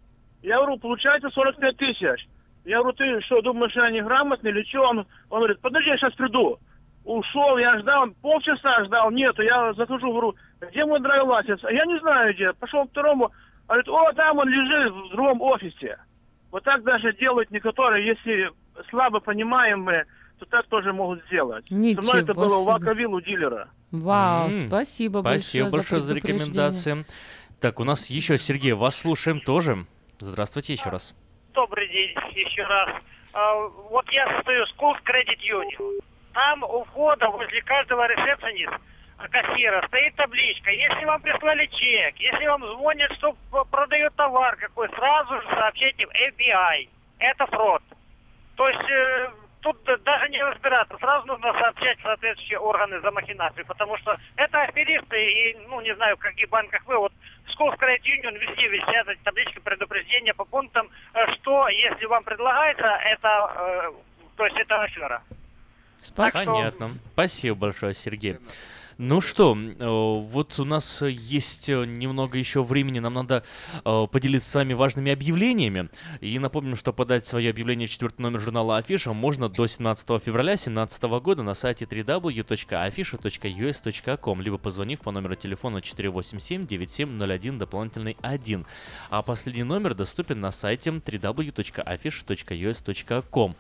Я говорю, получается сорок пять тысяч. Я говорю, ты что, думаешь, я неграмотный или что? Он, он говорит, подожди, я сейчас приду. Ушел, я ждал, полчаса ждал, нету. Я захожу, говорю, где мой драйв лайсенс? А я не знаю где. Пошел к второму, говорит, о, там он лежит в другом офисе. Вот так даже делают некоторые, если слабо понимаемые, то так тоже могут сделать.
Ничего
Со мной это было у
себе.
Ваковил, у дилера.
Вау,
М,
спасибо,
Спасибо большое за
предупреждение.
рекомендации. Так, у нас еще Сергей, вас слушаем тоже. Здравствуйте еще раз.
Добрый день еще раз. А, вот я стою в Schools Credit Union. Там у входа возле каждого ресепшениста, кассира стоит табличка. Если вам прислали чек, если вам звонят, что п- продают товар какой, сразу же сообщайте в эф би ай. Это фрод. То есть э, тут даже не разбираться. Сразу нужно сообщать в соответствующие органы за махинацию, потому что это аферисты, и, ну, не знаю, в каких банках вы, вот в Schools Credit Union везде висят эти таблички предупреждения по пунктам, э, что, если вам предлагается, это, э, то есть это афера.
Спасибо.
Понятно. Спасибо большое, Сергей. Ну что, э, вот у нас э, есть э, немного еще времени, нам надо э, поделиться с вами важными объявлениями. И напомним, что подать свое объявление в четвертый номер журнала Афиша можно до семнадцатого февраля две тысячи семнадцатого года на сайте дабл ю дабл ю дабл ю точка афиша точка ю эс точка ком, либо позвонив по номеру телефона четыре восемь семь девять семь ноль один дополнительный один. А последний номер доступен на сайте дабл ю дабл ю дабл ю точка афиша точка ю эс точка ком.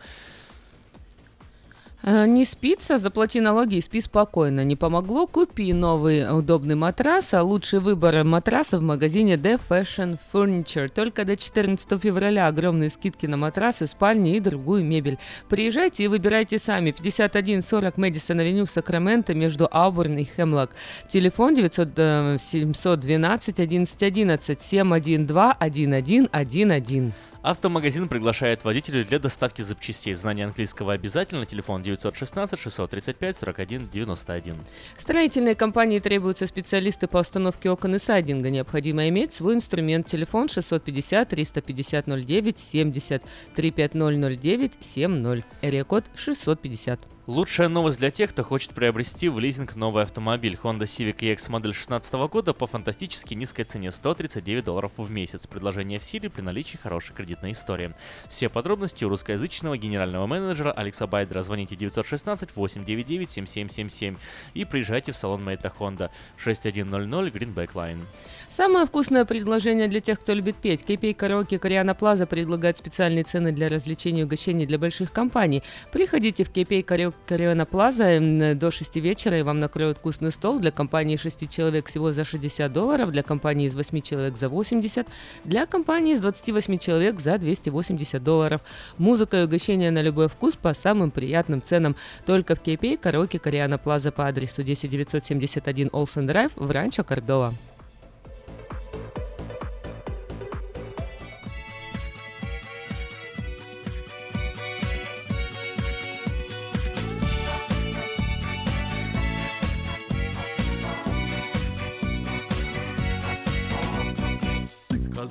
Э, Не спится, заплати налоги и спи спокойно. Не помогло? Купи новый удобный матрас, а лучший выбор матраса в магазине The Fashion Furniture. Только до четырнадцатого февраля огромные скидки на матрасы, спальни и другую мебель. Приезжайте и выбирайте сами. пятьдесят один сорок Мэдисон-авеню, Сакраменто, между Аубурн и Хемлок. Телефон девятьсот семьсот двенадцать одиннадцать одиннадцать семь один два один один один один.
Автомагазин приглашает водителей для доставки запчастей. Знание английского обязательно. Телефон девятьсот шестнадцать шестьсот тридцать пять сорок один девяносто один.
Строительной компании требуются специалисты по установке окон и сайдинга. Необходимо иметь свой инструмент. Телефон шестьсот пятьдесят триста пятьдесят ноль девять семьдесят три пять ноль ноль девять семь ноль. Эрия-код шестьсот пятьдесят.
Лучшая новость для тех, кто хочет приобрести в лизинг новый автомобиль. Honda Civic и экс модель шестнадцатого года по фантастически низкой цене сто тридцать девять долларов в месяц. Предложение в силе при наличии хорошей кредитной истории. Все подробности у русскоязычного генерального менеджера Алекса Байдера. Звоните девятьсот шестнадцать восемьсот девяносто девять семь семь семь семь и приезжайте в салон Мэйта Honda шесть один ноль ноль Greenback Line.
Самое вкусное предложение для тех, кто любит петь. кей пи эй Караоке Кориана Плаза предлагает специальные цены для развлечений и угощений для больших компаний. Приходите в кей пи эй Караоке Кориана Плаза до шести вечера, и вам накроют вкусный стол. Для компании шести человек всего за шестьдесят долларов, для компании из восьми человек за восемьдесят, для компании из двадцати восьми человек за двести восемьдесят долларов. Музыка и угощения на любой вкус по самым приятным ценам. Только в кей пи эй Караоке Кориана Плаза по адресу десять девятьсот семьдесят один Олсен Драйв в Ранчо Кордова.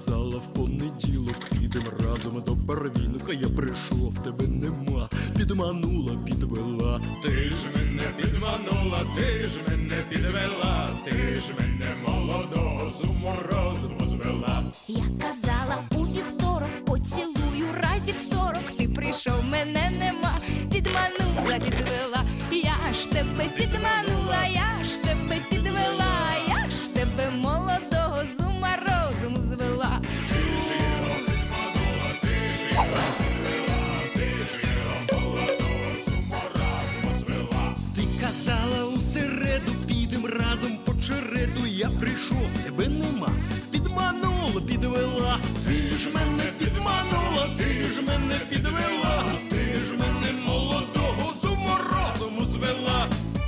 казала в понеділок, підем разом до барвінка. Я прийшов, тебе нема, підманула, підвела.
Ти ж мене підманула, ти ж мене підвела, ти ж мене молодого з морозу звела.
Я казала у вівторок, поцілую разів сорок. Ти прийшов, мене нема, підманула, підвела. Я ж тебе підманула, я ж тебе підвела, я ж тебе молодого з морозом звела.
Ти ж його підманула, ти ж його підвела, ти ж його молодого з морозом звела.
Ти казала у середу, підем разом по череду. Я прийшов, тебе нема, підманула, підвела. Ти ж мене підманула, ти ж мене підвела, ти ж мене молодого з морозом звела.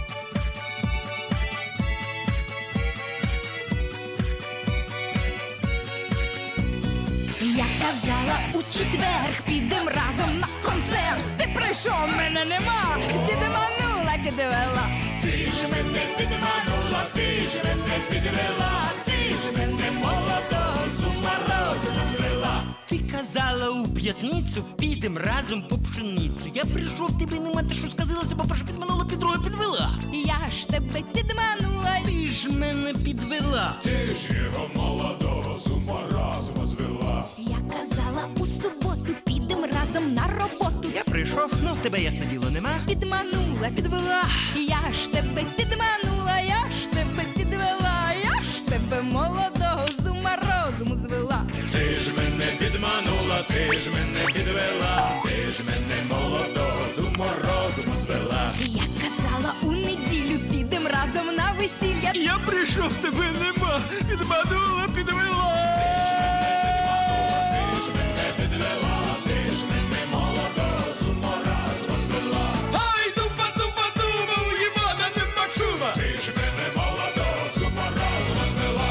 Я казала у четверг, підем разом на концерт. Ти прийшов, мене нема, підманула, підвела.
Ти ж мене підманула, ти ж мене підвела, ти ж мене молодого з морозу звела.
Ти казала у п'ятницю, підем разом по пшеницю. Я прийшов, тебе нема, ти що сказилася, по-перше, підманула, підруге підвела.
Я ж тебе підманула,
ти ж мене підвела.
Ти ж його молодого з морозу звела.
Я казала у суботу, підем разом на роботу.
Я прийшов, ну тебе ясне діло нема,
підманула, підвела. Я ж тебе підманула, я ж тебе підвела, я ж тебе молодого з морозом звела.
Ти ж мене підманула, ти ж мене підвела, ти ж мене молодого з морозом звела.
Я казала у неділю, підем разом на весілля.
Я прийшов, тебе нема, підманула, підвела.
Ти ж мене підвела, ти ж мене молодого з морозом звела.
Ай, дупа, дупа, дума, уїба, нема чума.
Ти ж мене молодого з морозом звела.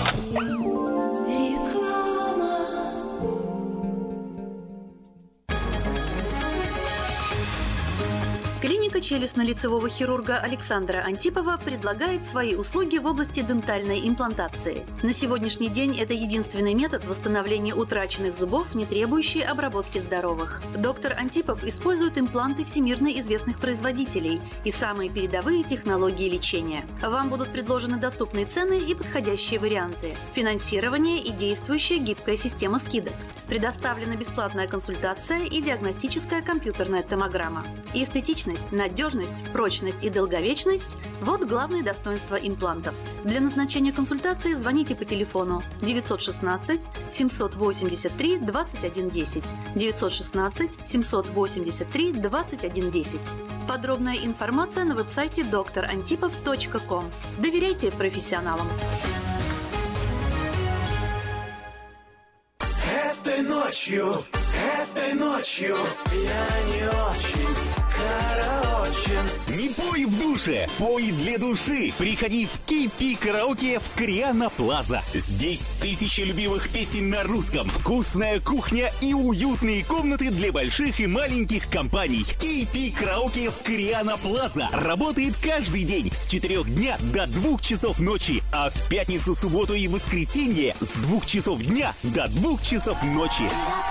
Клиника челюстно-лицевого хирурга Александра Антипова предлагает свои услуги в области дентальной имплантации. На сегодняшний день это единственный метод восстановления утраченных зубов, не требующий обработки здоровых. Доктор Антипов использует импланты всемирно известных производителей и самые передовые технологии лечения. Вам будут предложены доступные цены и подходящие варианты. Финансирование и действующая гибкая система скидок. Предоставлена бесплатная консультация и диагностическая компьютерная томограмма. Эстетичность, надежность, прочность и долговечность – вот главные достоинства имплантов. Для назначения консультации звоните по телефону девятьсот шестнадцать семьсот восемьдесят три двадцать один десять, девятьсот шестнадцать семьсот восемьдесят три двадцать один десять. Подробная информация на веб-сайте доктор антипов точка ком. Доверяйте профессионалам.
Этой ночью, этой ночью я не очень караочен.
Не пой в душе, пой для души. Приходи в кей пи Караоке в Криана Плаза. Здесь тысячи любимых песен на русском, вкусная кухня и уютные комнаты для больших и маленьких компаний. кей пи Караоке в Криана Плаза работает каждый день с четырёх дня до двух часов ночи, а в пятницу, субботу и воскресенье с двух часов дня до двух часов ночи.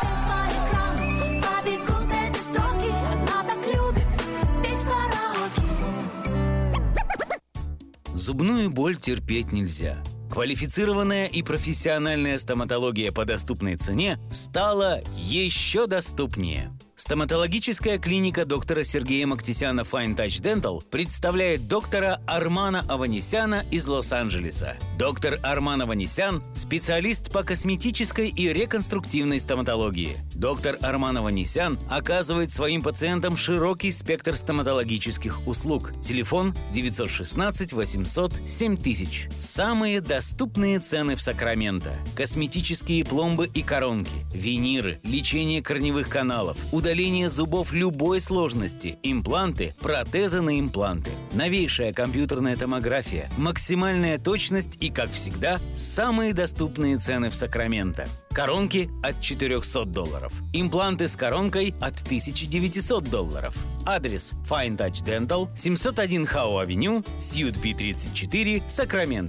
Зубную боль терпеть нельзя. Квалифицированная и профессиональная стоматология по доступной цене стала еще доступнее. Стоматологическая клиника доктора Сергея Мактисяна Fine Touch Dental представляет доктора Армана Аванесяна из Лос-Анджелеса. Доктор Арман Аванесян – специалист по косметической и реконструктивной стоматологии. Доктор Арман Аванесян оказывает своим пациентам широкий спектр стоматологических услуг. Телефон девятьсот шестнадцать восемьсот семь тысяч. Самые доступные цены в Сакраменто. Косметические пломбы и коронки, виниры, лечение корневых каналов, удаление зубов любой сложности, импланты, протезы на импланты, новейшая компьютерная томография, максимальная точность и, как всегда, самые доступные цены в Сакраменто. Коронки от четырехсот долларов. Импланты с коронкой от тысяча девятьсот долларов. Адрес Fine Touch Dental, семьсот один Хау Авеню, Сьют Би тридцать четыре, Сакраменто.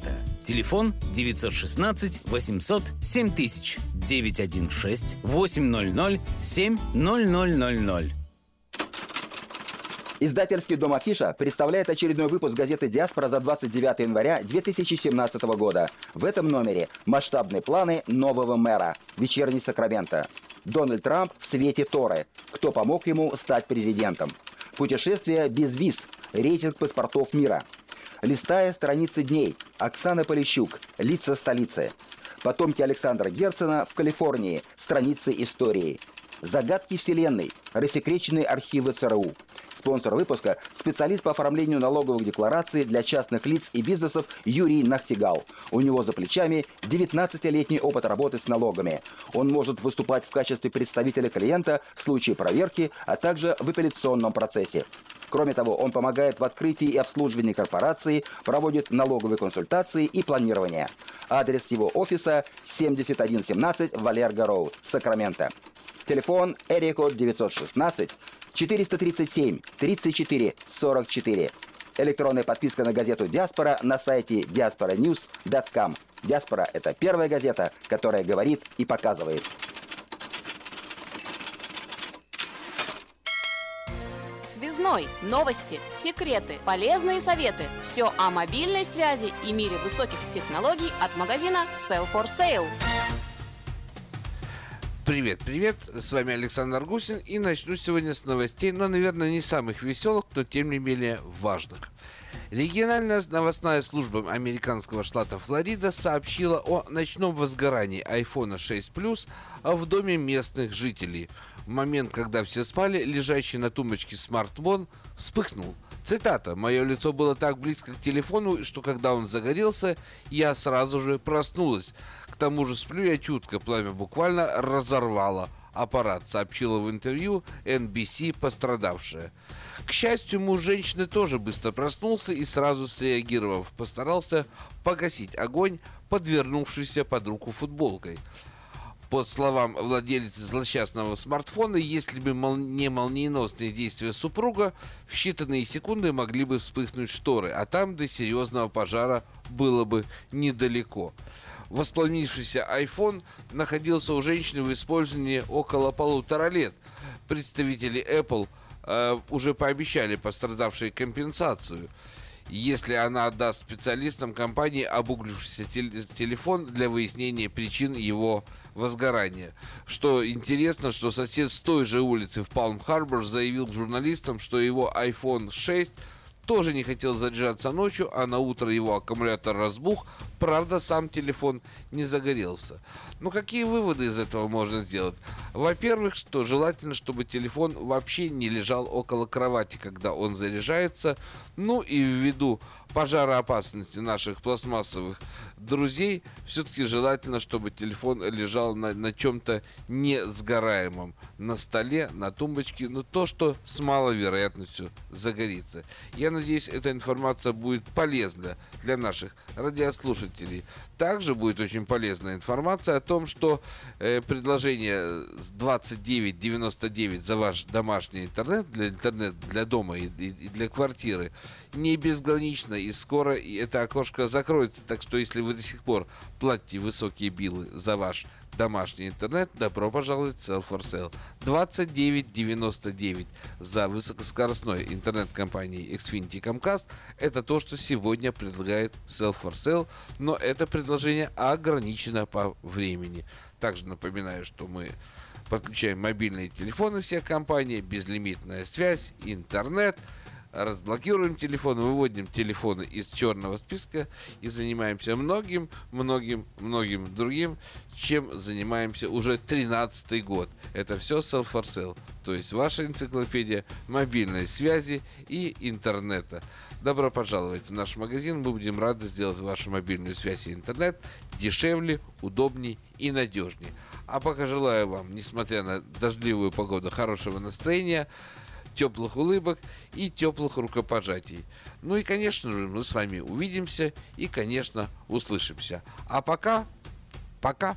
Телефон девятьсот шестнадцать восемьсот семь тысяч, девятьсот шестнадцать восемьсот семь ноль ноль ноль ноль.
Издательский дом «Афиша» представляет очередной выпуск газеты «Диаспора» за двадцать девятое января две тысячи семнадцатого года. В этом номере масштабные планы нового мэра. Вечерний Сакраменто. Дональд Трамп в свете Торы. Кто помог ему стать президентом? Путешествие без виз. Рейтинг паспортов мира. Листая страницы дней. Оксана Полищук. Лица столицы. Потомки Александра Герцена в Калифорнии. Страницы истории. Загадки Вселенной. Рассекреченные архивы ЦРУ. Спонсор выпуска – специалист по оформлению налоговых деклараций для частных лиц и бизнесов Юрий Нахтигал. У него за плечами девятнадцатилетний опыт работы с налогами. Он может выступать в качестве представителя клиента в случае проверки, а также в апелляционном процессе. Кроме того, он помогает в открытии и обслуживании корпорации, проводит налоговые консультации и планирование. Адрес его офиса – семьдесят один семнадцать Валерго Роуд, Сакраменто. Телефон эрикод девятьсот шестнадцать четыреста тридцать семь тридцать четыре сорок четыре. Электронная подписка на газету «Диаспора» на сайте диаспора ньюс точка ком. «Диаспора» — это первая газета, которая говорит и показывает.
Связной. Новости, секреты, полезные советы. Все о мобильной связи и мире высоких технологий от магазина Sell for Sale.
Привет, привет, с вами Александр Гусин, и начну сегодня с новостей, но, наверное, не самых веселых, но тем не менее важных. Региональная новостная служба американского штата Флорида сообщила о ночном возгорании айфон шесть плюс в доме местных жителей. В момент, когда все спали, лежащий на тумбочке смартфон вспыхнул. Цитата: «Мое лицо было так близко к телефону, что когда он загорелся, я сразу же проснулась. К тому же сплю я чутко, пламя буквально разорвало аппарат», сообщила в интервью эн би си пострадавшая. К счастью, муж женщины тоже быстро проснулся и, сразу среагировав, постарался погасить огонь, подвернувшийся под руку футболкой. По словам владелицы злосчастного смартфона, если бы мол- не молниеносные действия супруга, в считанные секунды могли бы вспыхнуть шторы, а там до серьезного пожара было бы недалеко. Воспламенившийся iPhone находился у женщины в использовании около полутора лет. Представители Apple э, уже пообещали пострадавшей компенсацию, если она отдаст специалистам компании обуглившийся тел- телефон для выяснения причин его возгорания. Что интересно, что сосед с той же улицы в Палм-Харбор заявил журналистам, что его айфон шесть тоже не хотел заряжаться ночью, а на утро его аккумулятор разбух, правда, сам телефон не загорелся. Но какие выводы из этого можно сделать? Во-первых, что желательно, чтобы телефон вообще не лежал около кровати, когда он заряжается. Ну и ввиду пожароопасности наших пластмассовых друзей, все-таки желательно, чтобы телефон лежал на, на чем-то несгораемом. На столе, на тумбочке, но то, что с малой вероятностью загорится. Я надеюсь, эта информация будет полезна для наших радиослушателей. Также будет очень полезная информация о том, что э, предложение двадцать девять девяносто девять за ваш домашний интернет, для интернет для дома и, и, и для квартиры, не безгранично, и скоро это окошко закроется. Так что, если вы до сих пор платите высокие биллы за ваш домашний интернет, добро пожаловать в Sell for Sale. двадцать девять девяносто девять за высокоскоростной интернет компании Xfinity Comcast. Это то, что сегодня предлагает Sell for Sale, но это предложение ограничено по времени. Также напоминаю, что мы подключаем мобильные телефоны всех компаний, безлимитная связь, интернет. Разблокируем телефон, выводим телефоны из черного списка и занимаемся многим, многим, многим другим, чем занимаемся уже тринадцатый год. Это все Sell for Sale, то есть ваша энциклопедия мобильной связи и интернета. Добро пожаловать в наш магазин, мы будем рады сделать вашу мобильную связь и интернет дешевле, удобнее и надежнее. А пока желаю вам, несмотря на дождливую погоду, хорошего настроения, теплых улыбок и теплых рукопожатий. Ну и, конечно же, мы с вами увидимся и, конечно, услышимся. А пока, пока.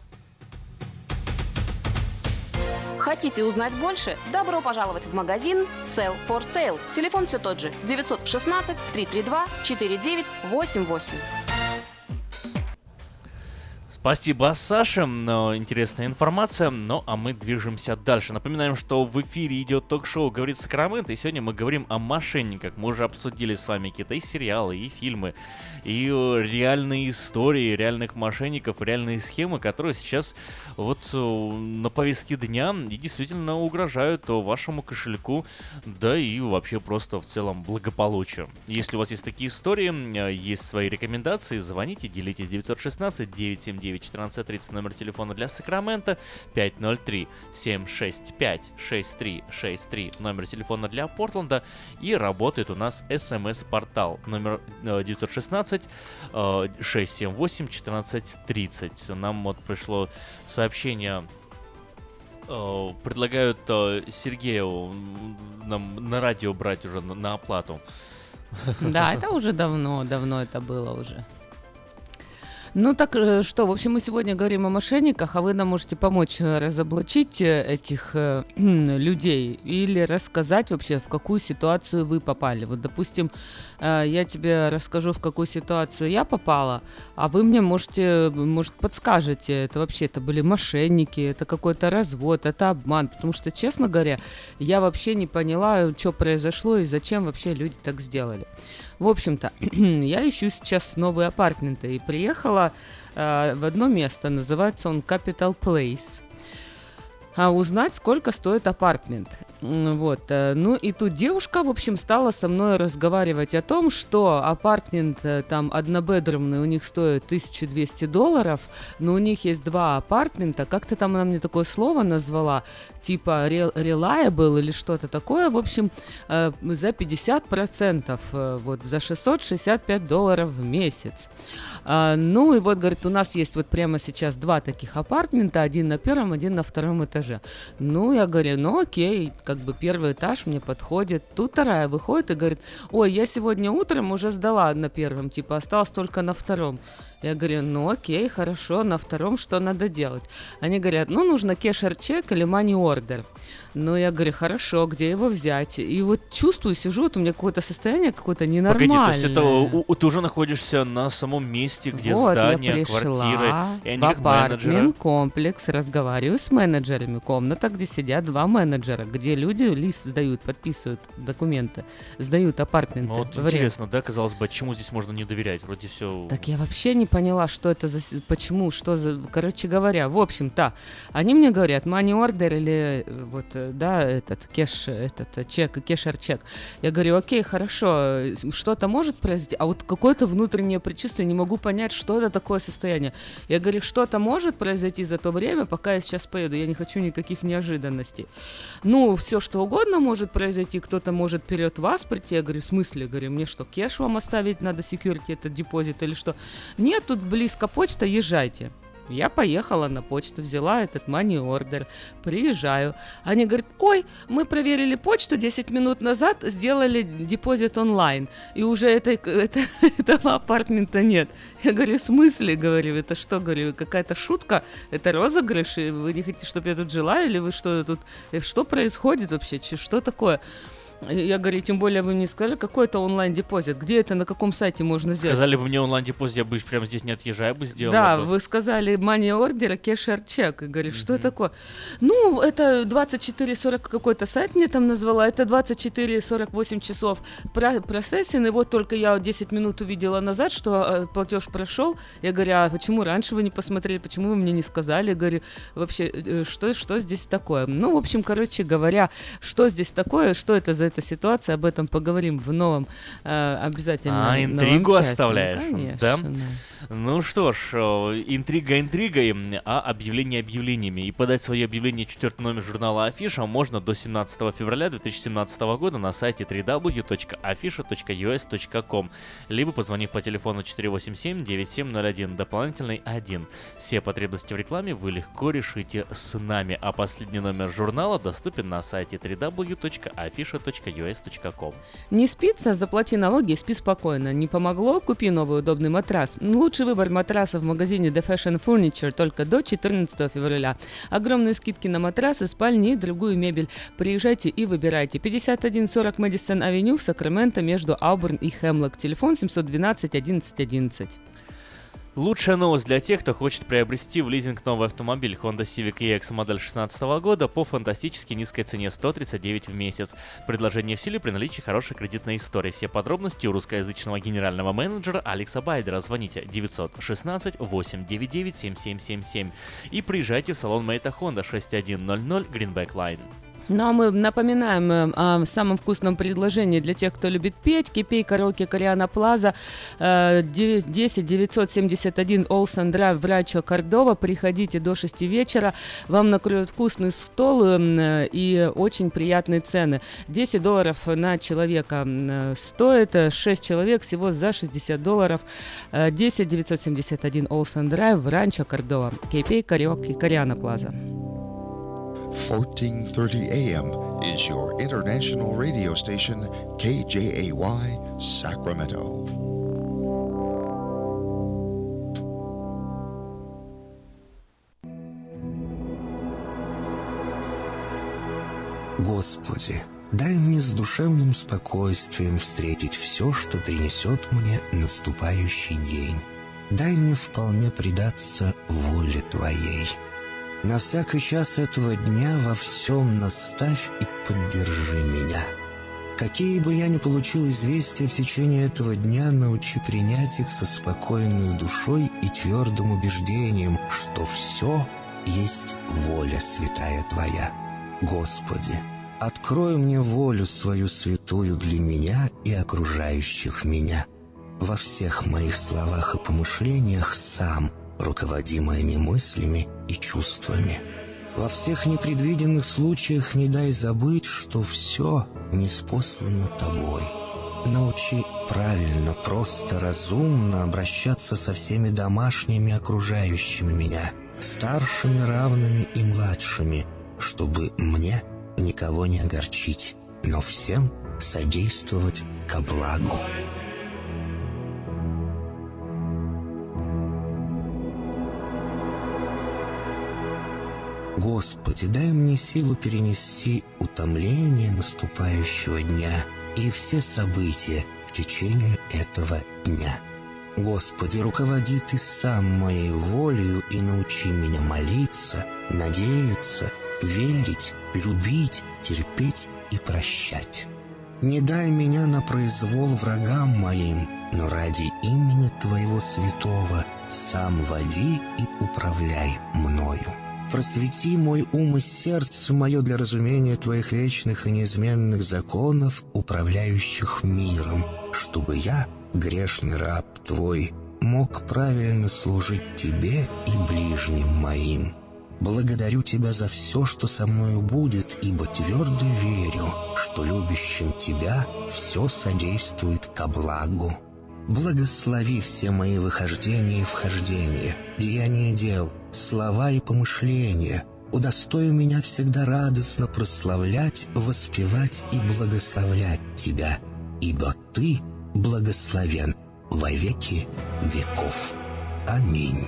Хотите узнать больше? Добро пожаловать в магазин Sell for Sale. Телефон все тот же: девятьсот шестнадцать триста тридцать два четыре девять восемь восемь.
Спасибо, Саша. Интересная информация. Ну, а мы движемся дальше. Напоминаем, что в эфире идет ток-шоу «Говорит Сакраменто», и сегодня мы говорим о мошенниках. Мы уже обсудили с вами какие-то и сериалы, и фильмы, и реальные истории реальных мошенников, реальные схемы, которые сейчас вот на повестке дня и действительно угрожают вашему кошельку, да и вообще просто в целом благополучию. Если у вас есть такие истории, есть свои рекомендации, звоните, делитесь. Девятьсот шестнадцать девятьсот семьдесят девять четырнадцать тридцать, номер телефона для Сакрамента, пять ноль три семь шесть пять шесть три шесть три, номер телефона для Портленда, и работает у нас смс-портал, номер девятьсот шестнадцать шестьсот семьдесят восемь четырнадцать тридцать. Нам вот пришло сообщение, предлагают Сергею нам на радио брать уже на, на оплату.
Да, это уже давно, давно это было уже. Ну так что, в общем, мы сегодня говорим о мошенниках, а вы нам можете помочь разоблачить этих э, людей или рассказать вообще, в какую ситуацию вы попали. Вот, допустим, э, я тебе расскажу, в какую ситуацию я попала, а вы мне можете, может, подскажете, это вообще, это были мошенники, это какой-то развод, это обман, потому что, честно говоря, я вообще не поняла, что произошло и зачем вообще люди так сделали. В общем-то, я ищу сейчас новые апартменты и приехала э, в одно место, называется он Capital Place, а узнать, сколько стоит апартмент. Вот. Ну и тут девушка, в общем, стала со мной разговаривать о том, что апартмент там однобедрумный у них стоит тысяча двести долларов, но у них есть два апартмента, как-то там она мне такое слово назвала, типа reliable или что-то такое, в общем, за пятьдесят процентов, вот, за шестьсот шестьдесят пять долларов в месяц. Ну и вот, говорит, у нас есть вот прямо сейчас два таких апартмента, один на первом, один на втором этаже. Ну, я говорю, ну окей, как бы первый этаж мне подходит. Тут вторая выходит и говорит, ой, я сегодня утром уже сдала на первом, типа осталось только на втором. Я говорю, ну окей, хорошо, на втором что надо делать? Они говорят, ну нужно кэшер-чек или money-order. Ну я говорю, хорошо, где его взять? И вот чувствую, сижу, вот у меня какое-то состояние какое-то ненормальное.
Погоди, то есть это у, у, ты уже находишься на самом месте, где
вот,
здание,
я пришла
квартиры, и они
в
как менеджеры.
апартмент-комплекс, разговариваю с менеджерами. Комната, где сидят два менеджера, где люди лист сдают, подписывают документы, сдают апартменты.
Вот интересно, да, казалось бы, чему здесь можно не доверять? Вроде все...
Так я вообще не поняла, что это за... Почему, что за... Короче говоря, в общем-то, они мне говорят, money order или вот, да, этот кэш, этот чек, кэшер-чек. Я говорю, окей, хорошо, что-то может произойти, а вот какое-то внутреннее предчувствие, не могу понять, что это такое состояние. Я говорю, что-то может произойти за то время, пока я сейчас поеду, я не хочу никаких неожиданностей. Ну, все что угодно может произойти, кто-то может вперед вас прийти. Я говорю, в смысле? Я говорю, мне что, кэш вам оставить надо, security, этот депозит или что? Нет, тут близко почта, езжайте. Я поехала на почту, взяла этот money order, приезжаю. Они говорят, ой, мы проверили почту десять минут назад, сделали депозит онлайн, и уже этой, это, этого апартмента нет. Я говорю, в смысле, говорю, это что, говорю, какая-то шутка, это розыгрыш, и вы не хотите, чтобы я тут жила, или вы что тут, что происходит вообще, что такое? Я говорю, тем более вы мне сказали, какой это онлайн-депозит, где это, на каком сайте можно сделать?
Сказали бы мне онлайн-депозит, я бы прямо здесь не отъезжая бы сделал.
Да,
бы.
Вы сказали money order, кэшер-чек. Я говорю, что mm-hmm. такое? Ну, это двадцать четыре сорок какой-то сайт мне там назвала, это двадцать четыре сорок восемь часов процессинг, и вот только я десять минут увидела назад, что платеж прошел. Я говорю, а почему раньше вы не посмотрели, почему вы мне не сказали? Я говорю, вообще, что, что здесь такое? Ну, в общем, короче говоря, что здесь такое, что это за эта ситуация, об этом поговорим в новом э, обязательно.
А, интригу
новом
оставляешь,
часе. Конечно,
да?
да.
Ну что ж, интрига интригой, а объявление объявлениями. И подать свое объявление в четвертый номер журнала Афиша можно до семнадцатого февраля две тысячи семнадцатого года на сайте дабл ю дабл ю дабл ю точка афиша точка ю эс точка ком, либо позвонив по телефону четыре восемь семь девять семь ноль один, дополнительный один. Все потребности в рекламе вы легко решите с нами, а последний номер журнала доступен на сайте дабл ю дабл ю дабл ю точка афиша точка ю эс точка ком.
Не спится? Заплати налоги, спи спокойно. Не помогло? Купи новый удобный матрас. Лучший выбор матрасов в магазине The Fashion Furniture только до четырнадцатого февраля. Огромные скидки на матрасы, спальни и другую мебель. Приезжайте и выбирайте. пятьдесят один сорок Мэдисон Авеню в Сакраменто между Аубурн и Хемлок. Телефон семь один два одиннадцать одиннадцать.
Лучшая новость для тех, кто хочет приобрести в лизинг новый автомобиль Honda Civic и экс модель шестнадцатого года по фантастически низкой цене сто тридцать девять в месяц. Предложение в силе при наличии хорошей кредитной истории. Все подробности у русскоязычного генерального менеджера Алекса Байдера. Звоните девятьсот шестнадцать восемьсот девяносто девять семь семь семь семь и приезжайте в салон Мэйта Honda шесть один ноль ноль Greenback Line.
Ну а мы напоминаем э, о самом вкусном предложении для тех, кто любит петь. Кипей караоке Кориана Плаза, э, десять девятьсот семьдесят один Олсен Драйв в Рачо Кордова. Приходите до шести вечера, вам накроют вкусный стол э, и очень приятные цены. десять долларов на человека э, стоит, шесть человек всего за шестьдесят долларов. Э, десять девятьсот семьдесят один Олсен Драйв в Рачо Кордова. Кипей караоке Кориана Плаза.
fourteen thirty A M is your international radio station, K J A Y, Sacramento.
Господи, дай мне с душевным спокойствием встретить все, что принесет мне наступающий день. Дай мне вполне предаться воле Твоей. На всякий час этого дня во всем наставь и поддержи меня. Какие бы я ни получил известия в течение этого дня, научи принять их со спокойной душой и твердым убеждением, что все есть воля святая Твоя. Господи, открой мне волю свою святую для меня и окружающих меня. Во всех моих словах и помышлениях сам руководи моими мыслями и чувствами. Во всех непредвиденных случаях не дай забыть, что все ниспослано Тобой. Научи правильно, просто, разумно обращаться со всеми домашними окружающими меня, старшими, равными и младшими, чтобы мне никого не огорчить, но всем содействовать ко благу. Господи, дай мне силу перенести утомление наступающего дня и все события в течение этого дня. Господи, руководи Ты сам моей волею и научи меня молиться, надеяться, верить, любить, терпеть и прощать. Не дай меня на произвол врагам моим, но ради имени Твоего святого сам води и управляй мною. Просвети мой ум и сердце мое для разумения Твоих вечных и неизменных законов, управляющих миром, чтобы я, грешный раб Твой, мог правильно служить Тебе и ближним моим. Благодарю Тебя за все, что со мною будет, ибо твердо верю, что любящим Тебя все содействует ко благу. Благослови все мои выхождения и вхождения, деяния дел, слова и помышления. Удостой меня всегда радостно прославлять, воспевать и благословлять Тебя, ибо Ты благословен во веки веков. Аминь.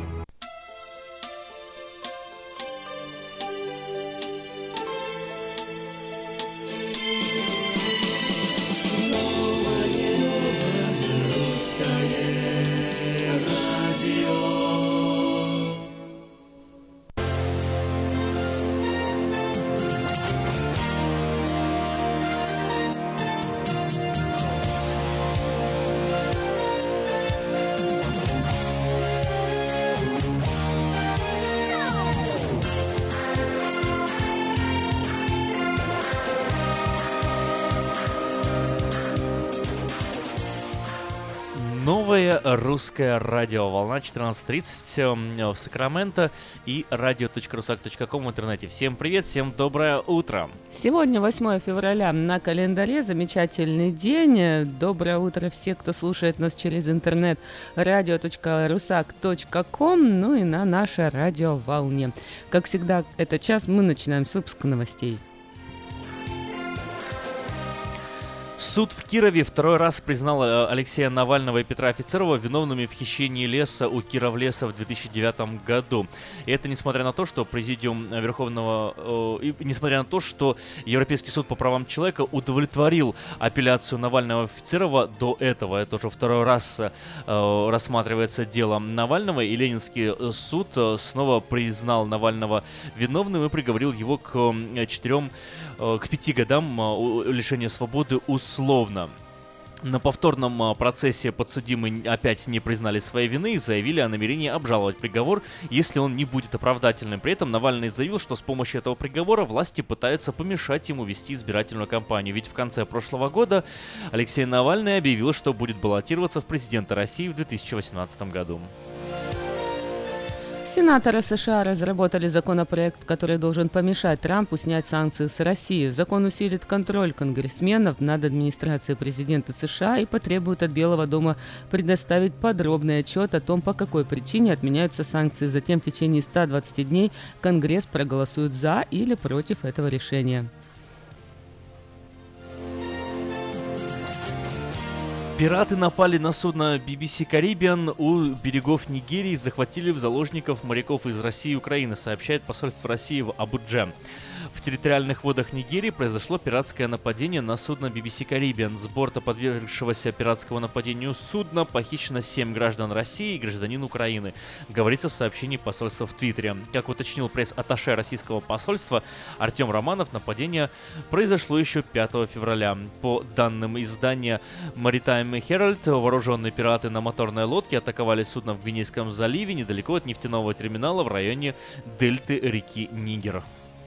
Новое русское радио, волна четырнадцать тридцать в Сакраменто и радио точка русак точка ком в интернете. Всем привет, всем доброе утро.
Сегодня восьмое февраля на календаре, замечательный день. Доброе утро все, кто слушает нас через интернет, радио точка русак точка ком, ну и на нашей радиоволне. Как всегда, этот час мы начинаем с выпуска новостей.
Суд в Кирове второй раз признал Алексея Навального и Петра Офицерова виновными в хищении леса у Кировлеса в две тысячи девятом году. И это несмотря на то, что Президиум Верховного... Э, несмотря на то, что Европейский суд по правам человека удовлетворил апелляцию Навального и Офицерова до этого. Это уже второй раз э, рассматривается дело Навального, и Ленинский суд снова признал Навального виновным и приговорил его к четырем, э, к пяти годам э, лишения свободы условно. На повторном процессе подсудимые опять не признали своей вины и заявили о намерении обжаловать приговор, если он не будет оправдательным. При этом Навальный заявил, что с помощью этого приговора власти пытаются помешать ему вести избирательную кампанию. Ведь в конце прошлого года Алексей Навальный объявил, что будет баллотироваться в президенты России в две тысячи восемнадцатом году.
Сенаторы США разработали законопроект, который должен помешать Трампу снять санкции с России. Закон усилит контроль конгрессменов над администрацией президента США и потребует от Белого дома предоставить подробный отчет о том, по какой причине отменяются санкции. Затем в течение ста двадцати дней Конгресс проголосует за или против этого решения.
Пираты напали на судно би би си Caribbean у берегов Нигерии и захватили в заложников моряков из России и Украины, сообщает посольство России в Абудже. В территориальных водах Нигерии произошло пиратское нападение на судно би би си Caribbean. С борта подвергшегося пиратскому нападению судна похищено семь граждан России и гражданин Украины, говорится в сообщении посольства в Твиттере. Как уточнил пресс-атташе российского посольства Артем Романов, нападение произошло еще пятого февраля. По данным издания Maritime Herald, вооруженные пираты на моторной лодке атаковали судно в Гвинейском заливе недалеко от нефтяного терминала в районе дельты реки Нигер.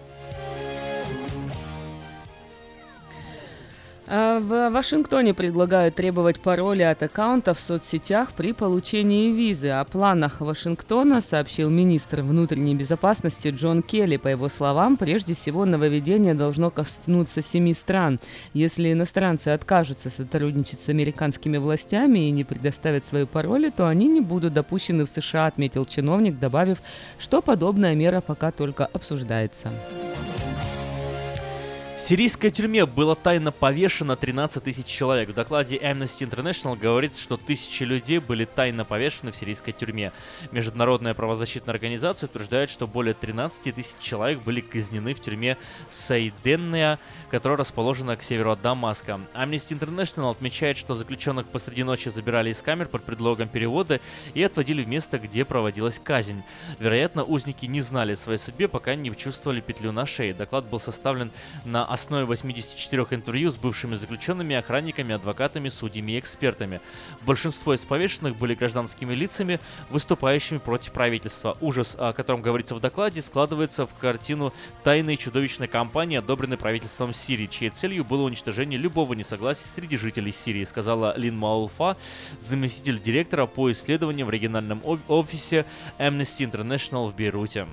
В Вашингтоне предлагают требовать пароли от аккаунтов в соцсетях при получении визы. О планах Вашингтона сообщил министр внутренней безопасности Джон Келли. По его словам, прежде всего нововведение должно коснуться семи стран. Если иностранцы откажутся сотрудничать с американскими властями и не предоставят свои пароли, то они не будут допущены в США, отметил чиновник, добавив, что подобная мера пока только обсуждается.
В сирийской тюрьме было тайно повешено тринадцать тысяч человек. В докладе Amnesty International говорится, что тысячи людей были тайно повешены в сирийской тюрьме. Международная правозащитная организация утверждает, что более тринадцать тысяч человек были казнены в тюрьме Сайденная, которая расположена к северу от Дамаска. Amnesty International отмечает, что заключенных посреди ночи забирали из камер под предлогом перевода и отводили в место, где проводилась казнь. Вероятно, узники не знали о своей судьбе, пока не чувствовали петлю на шее. Доклад был составлен на основе восьмидесяти четырёх интервью с бывшими заключенными, охранниками, адвокатами, судьями и экспертами. Большинство из повешенных были гражданскими лицами, выступающими против правительства. Ужас, о котором говорится в докладе, складывается в картину тайной чудовищной кампании, одобренной правительством Сирии, чьей целью было уничтожение любого несогласия среди жителей Сирии, сказала Лин Маулфа, заместитель директора по исследованиям в региональном офисе Amnesty International в Бейруте.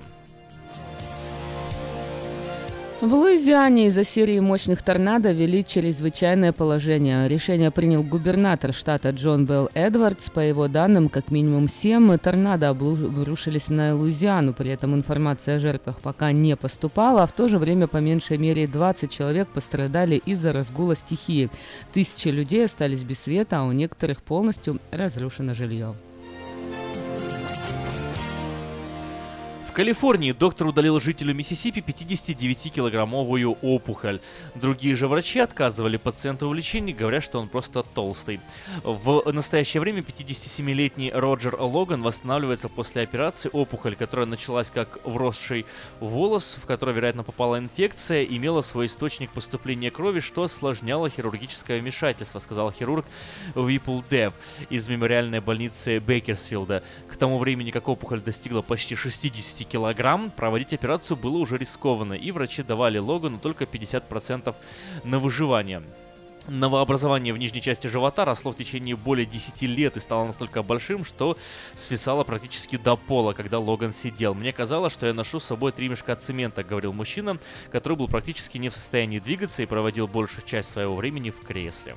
В Луизиане из-за серии мощных торнадо ввели чрезвычайное положение. Решение принял губернатор штата Джон Белл Эдвардс. По его данным, как минимум семь торнадо обрушились на Луизиану. При этом информация о жертвах пока не поступала, а в то же время по меньшей мере двадцать человек пострадали из-за разгула стихии. Тысячи людей остались без света, а у некоторых полностью разрушено жилье.
В Калифорнии доктор удалил жителю Миссисипи пятидесятидевятикилограммовую опухоль. Другие же врачи отказывали пациенту в лечении, говоря, что он просто толстый. В настоящее время пятидесятисемилетний Роджер Логан восстанавливается после операции. Опухоль, которая началась как вросший волос, в который, вероятно, попала инфекция, имела свой источник поступления крови, что осложняло хирургическое вмешательство, сказал хирург Випул Дев из мемориальной больницы Бейкерсфилда. К тому времени, как опухоль достигла почти шестидесяти килограмм, проводить операцию было уже рискованно, и врачи давали Логану только пятьдесят процентов на выживание. Новообразование в нижней части живота росло в течение более десяти лет и стало настолько большим, что свисало практически до пола, когда Логан сидел. «Мне казалось, что я ношу с собой три мешка цемента», — говорил мужчина, который был практически не в состоянии двигаться и проводил большую часть своего времени в кресле.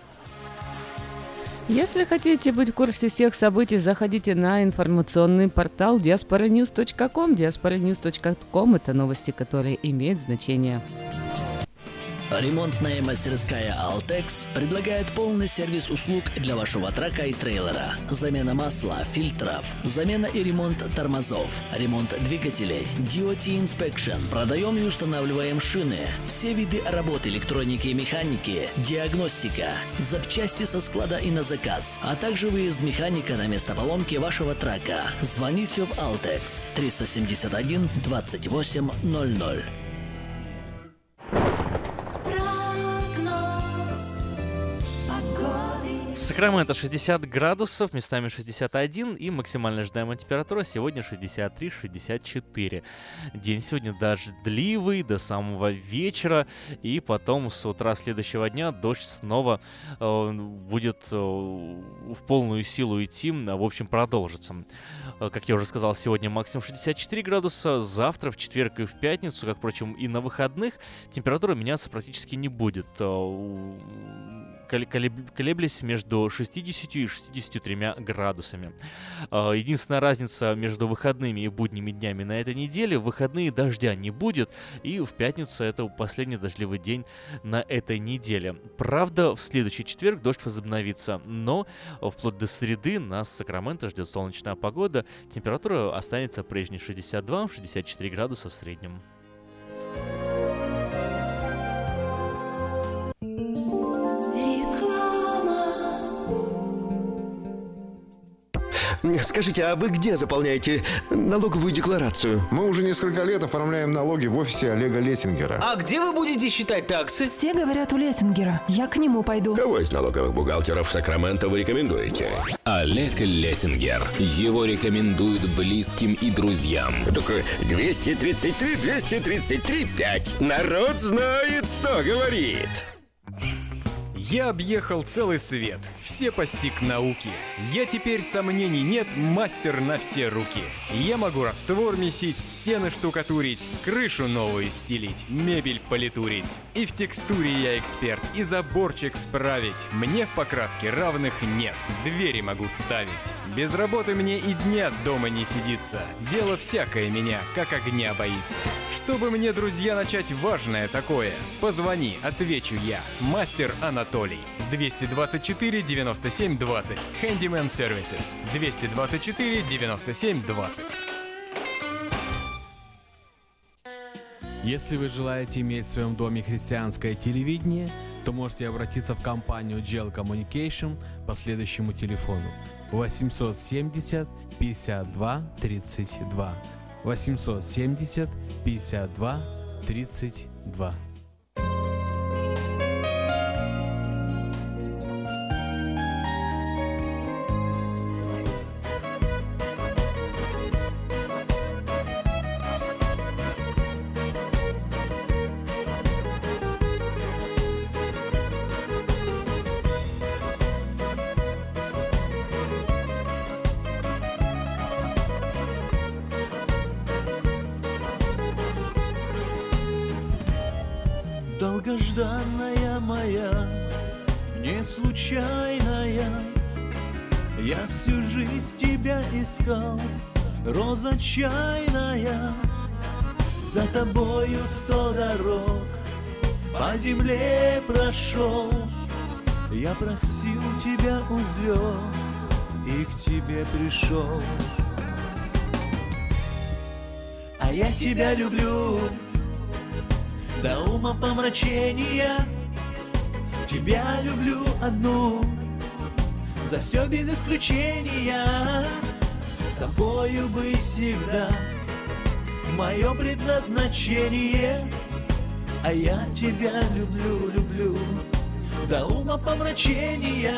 Если хотите быть в курсе всех событий, заходите на информационный портал диаспора ньюс точка ком. диаспора ньюс точка ком — это новости, которые имеют значение.
Ремонтная мастерская «Алтекс» предлагает полный сервис услуг для вашего трака и трейлера. Замена масла, фильтров, замена и ремонт тормозов, ремонт двигателей, ди о ти Inspection. Продаем и устанавливаем шины, все виды работ электроники и механики, диагностика, запчасти со склада и на заказ, а также выезд механика на место поломки вашего трака. Звоните в «Алтекс» триста семьдесят один двадцать восемь ноль ноль.
Сакраменто шестьдесят градусов, местами шестьдесят один, и максимальная ожидаемая температура сегодня шестьдесат три - шестьдесят четыре. День сегодня дождливый до самого вечера, и потом с утра следующего дня дождь снова э, будет э, в полную силу идти, в общем, продолжится. Как я уже сказал, сегодня максимум шестьдесят четыре градуса, завтра, в четверг и в пятницу, как, впрочем, и на выходных, температура меняться практически не будет. Колеблись между шестьдесятью и шестьдесятью тремя градусами. Единственная разница между выходными и будними днями на этой неделе: в выходные дождя не будет, и в пятницу это последний дождливый день на этой неделе. Правда, в следующий четверг дождь возобновится, но вплоть до среды нас в Сакраменто ждет солнечная погода. Температура останется прежней — шестьдесят два - шестьдесят четыре градуса в среднем.
Скажите, а вы где заполняете налоговую декларацию?
Мы уже несколько лет оформляем налоги в офисе Олега Лессингера.
А где вы будете считать таксы?
Все говорят у Лессингера. Я к нему пойду.
Кого из налоговых бухгалтеров Сакраменто вы рекомендуете?
Олег Лессингер. Его рекомендуют близким и друзьям.
Так двести тридцать три двести тридцать три пять. Народ знает, что говорит.
Я объехал целый свет, все постиг науки. Я теперь, сомнений нет, мастер на все руки. Я могу раствор месить, стены штукатурить, крышу новую стелить, мебель политурить. И в текстуре я эксперт, и заборчик справить. Мне в покраске равных нет, двери могу ставить. Без работы мне и дня дома не сидится. Дело всякое меня, как огня боится. Чтобы мне, друзья, начать важное такое, позвони, отвечу я. Мастер Анатолий. двести двадцать четыре девяносто семь двадцать. Handyman Services. двести двадцать четыре девяносто семь двадцать.
Если вы желаете иметь в своем доме христианское телевидение, то можете обратиться в компанию джи эл Communication по следующему телефону: восемьсот семьдесят пятьдесят два тридцать два. восемьсот семьдесят пятьдесят два тридцать два.
Долгожданная моя, не случайная, я всю жизнь тебя искал, роза чайная. За тобою сто дорог по земле прошел, я просил тебя у звезд и к тебе пришел. А я тебя люблю до ума помрачения, тебя люблю одну, за все без исключения. С тобою быть всегда мое предназначение, а я тебя люблю, люблю до ума помрачения.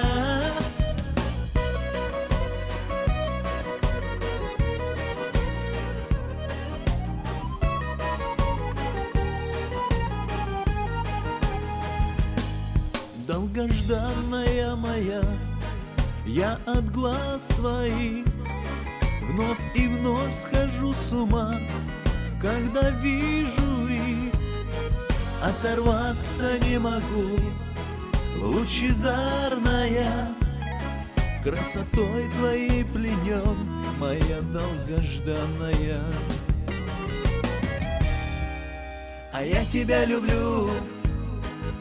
Долгожданная моя, я от глаз твоих вновь и вновь схожу с ума, когда вижу их, оторваться не могу. Лучезарная, красотой твоей пленен, моя долгожданная. А я тебя люблю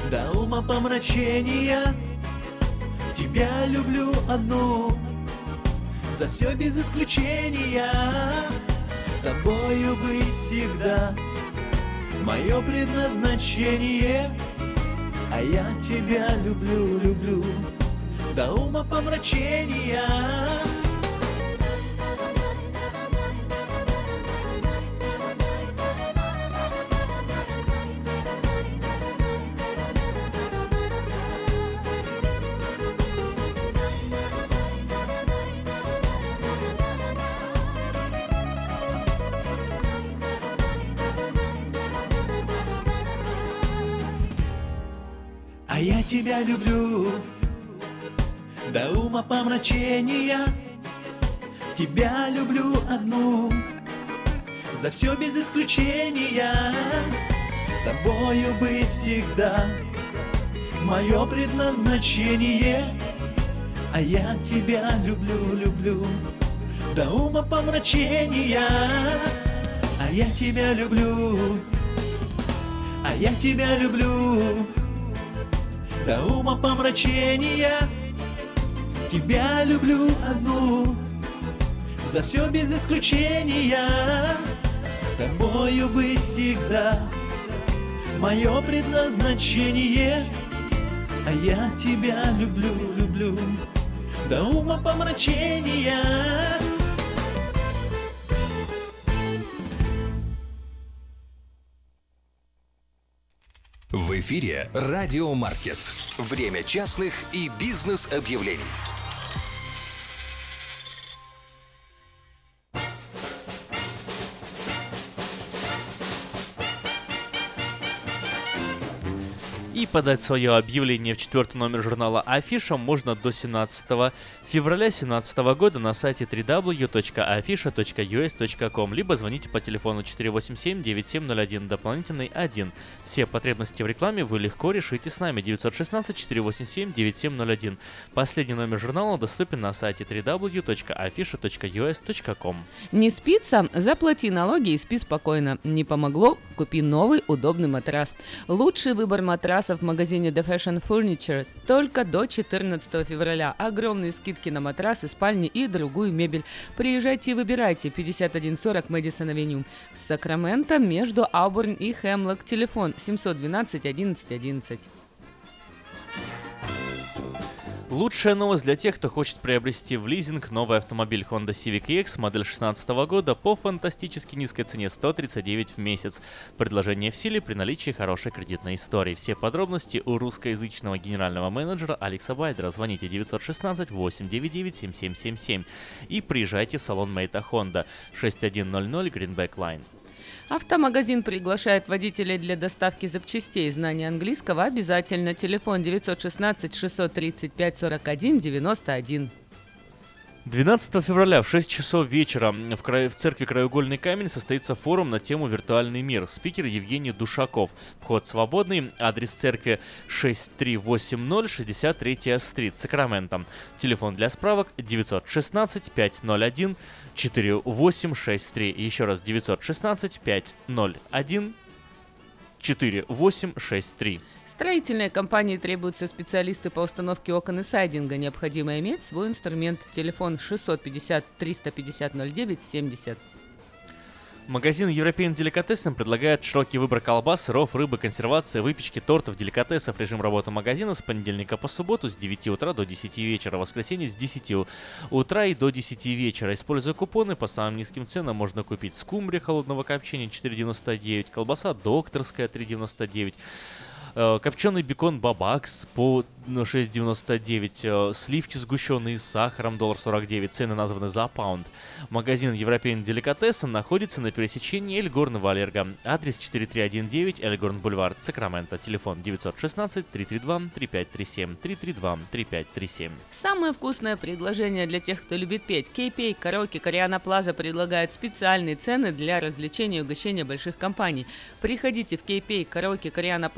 до ума помрачения. Тебя люблю одну, за все без исключения. С тобою быть всегда мое предназначение. А я тебя люблю, люблю до ума помрачения. А я тебя люблю до ума помрачения. Тебя люблю одну, за все без исключения. С тобою быть всегда мое предназначение. А я тебя люблю, люблю до ума помрачения. А я тебя люблю, а я тебя люблю до ума помрачения. Тебя люблю одну, за все без исключения. С тобою быть всегда мое предназначение. А я тебя люблю, люблю до ума помрачения.
В эфире Радио Маркет. Время частных и бизнес-объявлений.
И подать свое объявление в четвертый номер журнала Афиша можно до семнадцатого февраля две тысячи семнадцатого года на сайте дабл ю дабл ю дабл ю точка афиша точка ю эс точка ком, либо звоните по телефону четыре восемь семь девять семь ноль один, дополнительный один. Все потребности в рекламе вы легко решите с нами. девятьсот шестнадцать четыреста восемьдесят семь девять семь ноль один. Последний номер журнала доступен на сайте дабл ю дабл ю дабл ю точка афиша точка ю эс точка ком.
Не спится? Заплати налоги и спи спокойно. Не помогло? Купи новый удобный матрас. Лучший выбор матрасов в магазине The Fashion Furniture только до четырнадцатого февраля. Огромные скидки на матрасы, спальни и другую мебель. Приезжайте и выбирайте. пятьдесят один сорок Мэдисон Авеню. В Сакраменто между Аубурн и Хемлок. Телефон семьсот двенадцать одиннадцать одиннадцать.
Лучшая новость для тех, кто хочет приобрести в лизинг новый автомобиль Honda Civic и экс модель шестнадцатого года по фантастически низкой цене сто тридцать девять в месяц. Предложение в силе при наличии хорошей кредитной истории. Все подробности у русскоязычного генерального менеджера Алекса Байдера. Звоните девятьсот шестнадцать восемь девять девять семь семь семь семь и приезжайте в салон Мэйта Honda шесть тысяч сто Greenback Line.
Автомагазин приглашает водителей для доставки запчастей. Знание английского обязательно. Телефон девятьсот шестнадцать шестьсот тридцать пять сорок один девяносто один.
двенадцатого февраля в шесть часов вечера в, край... в церкви Краеугольный камень состоится форум на тему «Виртуальный мир». Спикер Евгений Душаков. Вход свободный. Адрес церкви шесть три восемь ноль шестьдесят третья стрит, Сакраменто. Телефон для справок девятьсот шестнадцать пятьсот один четыре восемь шесть три. Еще раз девятьсот шестнадцать пятьсот один четыре восемь шесть три.
Строительные компании требуются специалисты по установке окон и сайдинга. Необходимо иметь свой инструмент. Телефон шестьсот пятьдесят триста пятьдесят ноль девять семьдесят.
Магазин European Delicatessen предлагает широкий выбор колбас, сыров, рыбы, консервации, выпечки, тортов, деликатесов. Режим работы магазина с понедельника по субботу с девяти утра до десяти вечера, воскресенье с десяти утра и до десяти вечера. Используя купоны, по самым низким ценам можно купить скумбрия холодного копчения четыре девяносто девять, колбаса докторская три девяносто девять, копченый бекон Бабакс по шесть девяносто девять, сливки сгущенные с сахаром один сорок девять, цены названы за паунд. Магазин European Delicatessen находится на пересечении Эльгорн Валерго. Адрес четыре три один девять Эльгорн Бульвар, Сакраменто. Телефон девятьсот шестнадцать триста тридцать два тридцать пять тридцать семь, триста тридцать два тридцать пять тридцать семь.
Самое вкусное предложение для тех, кто любит петь. кей пи эй Караоке Кориана Плаза предлагает специальные цены для развлечения и угощения больших компаний. Приходите в кей пи эй Караоке Кориана Плаза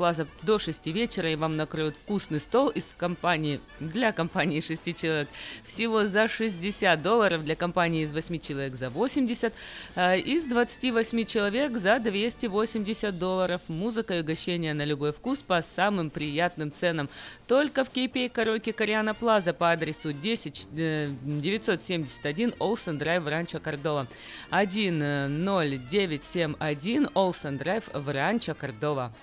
до шести вечера, и вам накроют вкусный стол из компании, для компании шести человек всего за шестьдесят долларов, для компании из восьми человек за восемьдесят, а из двадцати восьми человек за двести восемьдесят долларов. Музыка и угощение на любой вкус по самым приятным ценам. Только в кей пи эй Караоке Кориана Плаза по адресу десять девятьсот семьдесят один Олсен Драйв, Ранчо Кордова. один ноль девять семь один Олсен Драйв в Ранчо Кордова.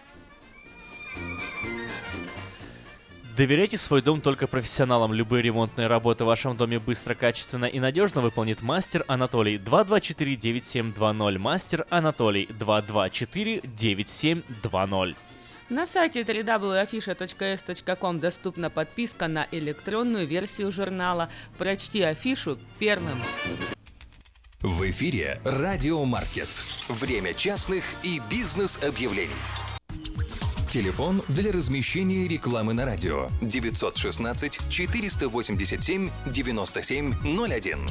Доверяйте свой дом только профессионалам. Любые ремонтные работы в вашем доме быстро, качественно и надежно выполнит мастер Анатолий. два два четыре девять семь два ноль. Мастер Анатолий. два два четыре девять семь два ноль.
На сайте дабл ю дабл ю дабл ю точка афиша точка эс точка ком доступна подписка на электронную версию журнала. Прочти афишу первым.
В эфире Радиомаркет. Время частных и бизнес-объявлений. Телефон для размещения рекламы на радио девятьсот шестнадцать четыреста восемьдесят семь девяносто семь ноль один.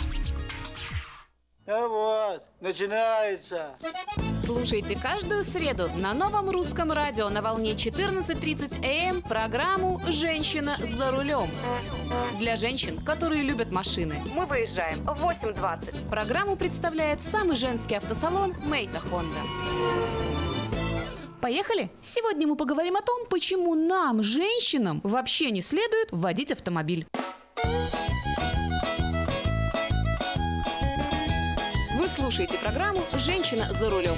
А вот, начинается.
Слушайте каждую среду на новом русском радио на волне четырнадцать тридцать эй эм программу «Женщина за рулем». Для женщин, которые любят машины. Мы выезжаем в восемь двадцать. Программу представляет самый женский автосалон «Мейта Хонда». Поехали! Сегодня мы поговорим о том, почему нам, женщинам, вообще не следует водить автомобиль. Вы слушаете программу «Женщина за рулем».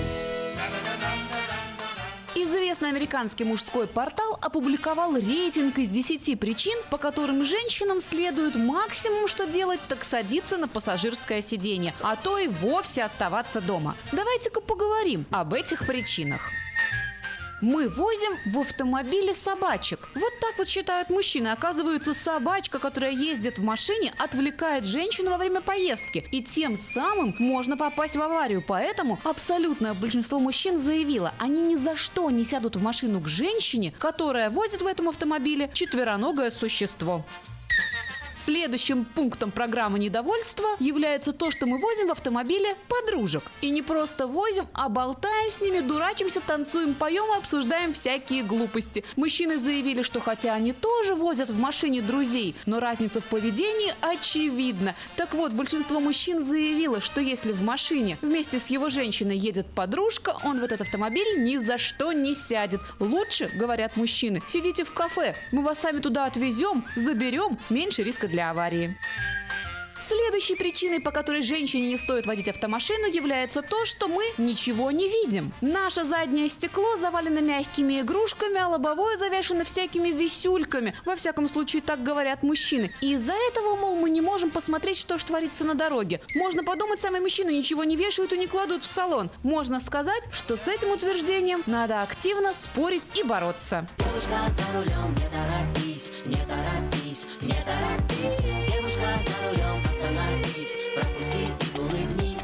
Известный американский мужской портал опубликовал рейтинг из десяти причин, по которым женщинам следует максимум, что делать, так садиться на пассажирское сиденье, а то и вовсе оставаться дома. Давайте-ка поговорим об этих причинах. Мы возим в автомобиле собачек. Вот так вот считают мужчины. Оказывается, собачка, которая ездит в машине, отвлекает женщину во время поездки. И тем самым можно попасть в аварию. Поэтому абсолютное большинство мужчин заявило, они ни за что не сядут в машину к женщине, которая возит в этом автомобиле четвероногое существо. Следующим пунктом программы недовольства является то, что мы возим в автомобиле подружек. И не просто возим, а болтаем с ними, дурачимся, танцуем, поем и обсуждаем всякие глупости. Мужчины заявили, что хотя они тоже возят в машине друзей, но разница в поведении очевидна. Так вот, большинство мужчин заявило, что если в машине вместе с его женщиной едет подружка, он в этот автомобиль ни за что не сядет. Лучше, говорят мужчины, сидите в кафе, мы вас сами туда отвезем, заберем, меньше риска для для аварии. Следующей причиной, по которой женщине не стоит водить автомашину, является то, что мы ничего не видим. Наше заднее стекло завалено мягкими игрушками, а лобовое завешено всякими висюльками. Во всяком случае, так говорят мужчины. И из-за этого, мол, мы не можем посмотреть, что же творится на дороге. Можно подумать, сами мужчины ничего не вешают и не кладут в салон. Можно сказать, что с этим утверждением надо активно спорить и бороться.
Девушка за рулем, не торопись, не торопись, не торопись. Девушка за рулем, остановись, пропусти и улыбнись.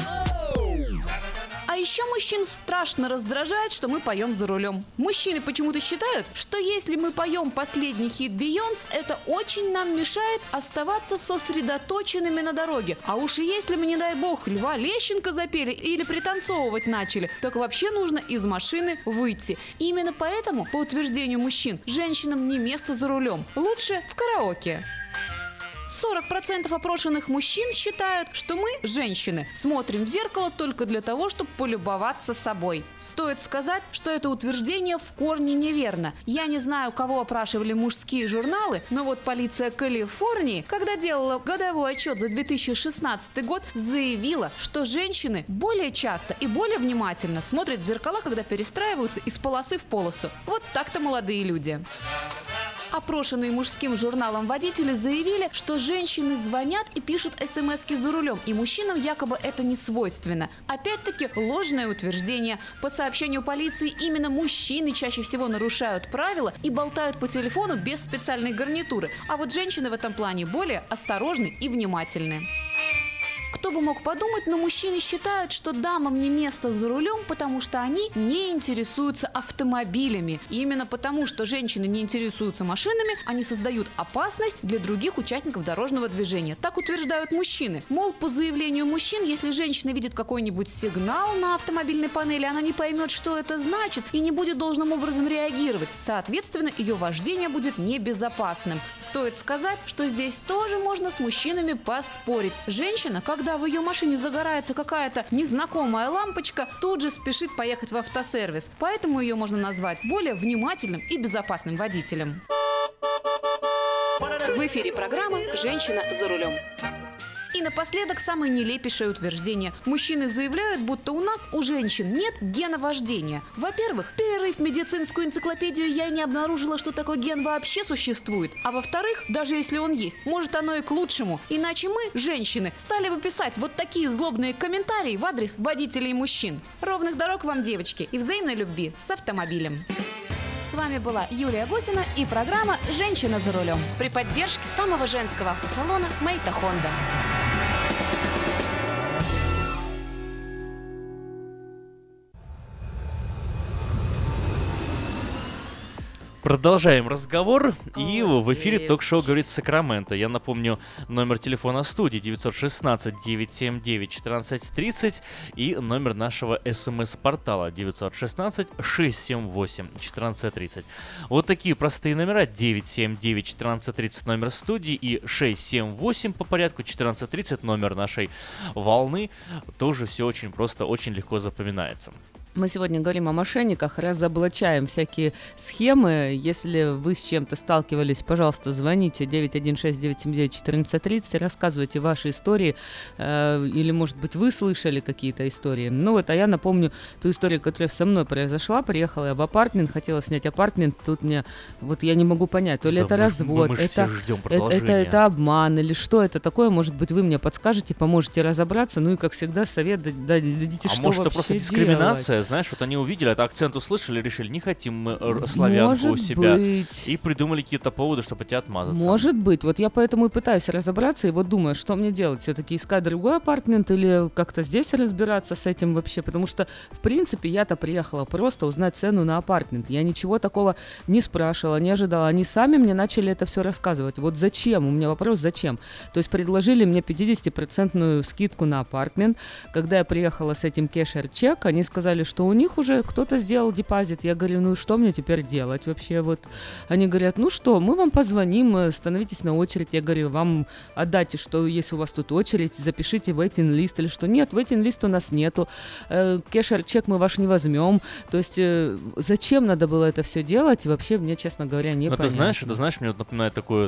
А еще мужчин страшно раздражает, что мы поем за рулем. Мужчины почему-то считают, что если мы поем последний хит Бейонс, это очень нам мешает оставаться сосредоточенными на дороге. А уж и если мы, не дай бог, Льва Лещенко запели или пританцовывать начали, так вообще нужно из машины выйти. И именно поэтому, по утверждению мужчин, женщинам не место за рулем. Лучше в караоке. сорок процентов опрошенных мужчин считают, что мы, женщины, смотрим в зеркало только для того, чтобы полюбоваться собой. Стоит сказать, что это утверждение в корне неверно. Я не знаю, кого опрашивали мужские журналы, но вот полиция Калифорнии, когда делала годовой отчет за две тысячи шестнадцатый год, заявила, что женщины более часто и более внимательно смотрят в зеркала, когда перестраиваются из полосы в полосу. Вот так-то молодые люди. Опрошенные мужским журналом водители заявили, что женщины звонят и пишут смски за рулем, и мужчинам якобы это не свойственно. Опять-таки ложное утверждение. По сообщению полиции, именно мужчины чаще всего нарушают правила и болтают по телефону без специальной гарнитуры, а вот женщины в этом плане более осторожны и внимательны. Кто бы мог подумать, но мужчины считают, что дамам не место за рулем, потому что они не интересуются автомобилями. И именно потому, что женщины не интересуются машинами, они создают опасность для других участников дорожного движения. Так утверждают мужчины. Мол, по заявлению мужчин, если женщина видит какой-нибудь сигнал на автомобильной панели, она не поймет, что это значит, и не будет должным образом реагировать. Соответственно, ее вождение будет небезопасным. Стоит сказать, что здесь тоже можно с мужчинами поспорить. Женщина, когда в ее машине загорается какая-то незнакомая лампочка, тут же спешит поехать в автосервис. Поэтому ее можно назвать более внимательным и безопасным водителем. В эфире программа «Женщина за рулем». И напоследок самое нелепейшее утверждение. Мужчины заявляют, будто у нас, у женщин, нет гена вождения. Во-первых, перерыв в медицинскую энциклопедию, я не обнаружила, что такой ген вообще существует. А во-вторых, даже если он есть, может оно и к лучшему. Иначе мы, женщины, стали бы писать вот такие злобные комментарии в адрес водителей и мужчин. Ровных дорог вам, девочки, и взаимной любви с автомобилем. С вами была Юлия Гусина и программа «Женщина за рулем» при поддержке самого женского автосалона «Мэйта Хонда».
Продолжаем разговор, и в эфире ток-шоу «Говорит Сакраменто». Я напомню, номер телефона студии девять один шесть девять семь девять четырнадцать тридцать и номер нашего СМС-портала девять один шесть шесть семь восемь четырнадцать тридцать. Вот такие простые номера: девять семь девять четырнадцать тридцать номер студии и шесть семь восемь по порядку четырнадцать тридцать номер нашей волны. Тоже все очень просто, очень легко запоминается.
Мы сегодня говорим о мошенниках, разоблачаем всякие схемы. Если вы с чем-то сталкивались, пожалуйста, звоните девять один шесть девять семь девять четырнадцать тридцать, рассказывайте ваши истории, э, или, может быть, вы слышали какие-то истории. Ну вот, а я напомню ту историю, которая со мной произошла. Приехала я в апартмент, хотела снять апартмент, тут мне, вот я не могу понять, то ли да это мы, развод, мы, мы это, это, это, это обман, или что это такое, может быть, вы мне подскажете, поможете разобраться, ну и, как всегда, совет дадите,
а
что
может,
вообще
это просто
делать.
Дискриминация? Знаешь, вот они увидели, это акцент услышали, решили, не хотим мы славянку у себя. Быть. И придумали какие-то поводы, чтобы от тебя отмазаться.
Может быть. Вот я поэтому и пытаюсь разобраться, и вот думаю, что мне делать? Все-таки искать другой апартмент или как-то здесь разбираться с этим вообще? Потому что, в принципе, я-то приехала просто узнать цену на апартмент. Я ничего такого не спрашивала, не ожидала. Они сами мне начали это все рассказывать. Вот зачем? У меня вопрос, зачем? То есть предложили мне пятидесятипроцентную скидку на апартмент. Когда я приехала с этим кэшер-чек, они сказали, что у них уже кто-то сделал депозит. Я говорю, ну и что мне теперь делать вообще? Вот они говорят, ну что, мы вам позвоним, становитесь на очередь. Я говорю, вам отдайте, что если у вас тут очередь, запишите вейтинг-лист или что. Нет, вейтинг-лист у нас нету. Э, кэшер-чек мы ваш не возьмем. То есть э, зачем надо было это все делать? Вообще, мне, честно говоря, не
понятно.
понятно.
Ты знаешь, это знаешь, мне вот напоминает такую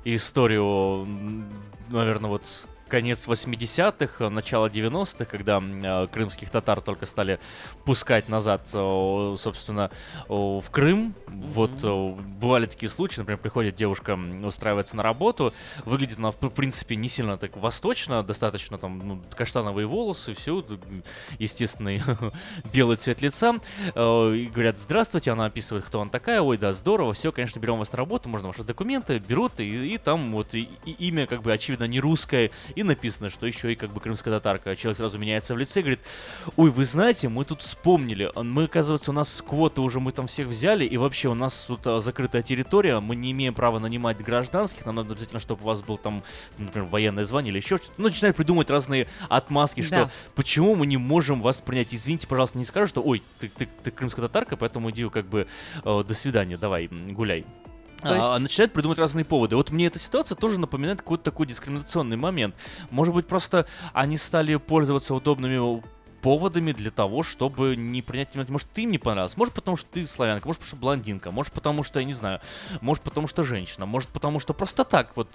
историю, наверное, вот конец восьмидесятых, начало девяностых, когда э, крымских татар только стали пускать назад, э, собственно, э, в Крым. Mm-hmm. Вот э, бывали такие случаи, например, приходит девушка, устраивается на работу, выглядит она, в принципе, не сильно так восточно, достаточно там ну, каштановые волосы, все, естественный белый цвет лица. Э, и говорят, здравствуйте, она описывает, кто она такая, ой, да, здорово, все, конечно, берем вас на работу, можно ваши документы, берут, и, и там вот и, и имя, как бы, очевидно, не русское, и написано, что еще и как бы крымская татарка. Человек сразу меняется в лице и говорит, ой, вы знаете, мы тут вспомнили, мы, оказывается, у нас квоты уже, мы там всех взяли, и вообще у нас тут а, закрытая территория, мы не имеем права нанимать гражданских, нам надо обязательно, чтобы у вас был там, например, военное звание или еще что-то. Ну, начинают придумывать разные отмазки, да. Что почему мы не можем вас принять. Извините, пожалуйста, не скажешь, что, ой, ты, ты, ты крымская татарка, поэтому иди как бы э, до свидания, давай, гуляй. Есть... А, начинают придумать разные поводы. Вот мне эта ситуация тоже напоминает какой-то такой дискриминационный момент. Может быть, просто они стали пользоваться удобными поводами для того, чтобы не принять, может, ты им не понравился, может, потому что ты славянка, может, потому что блондинка, может, потому что, я не знаю, может, потому что женщина, может, потому что просто так, вот,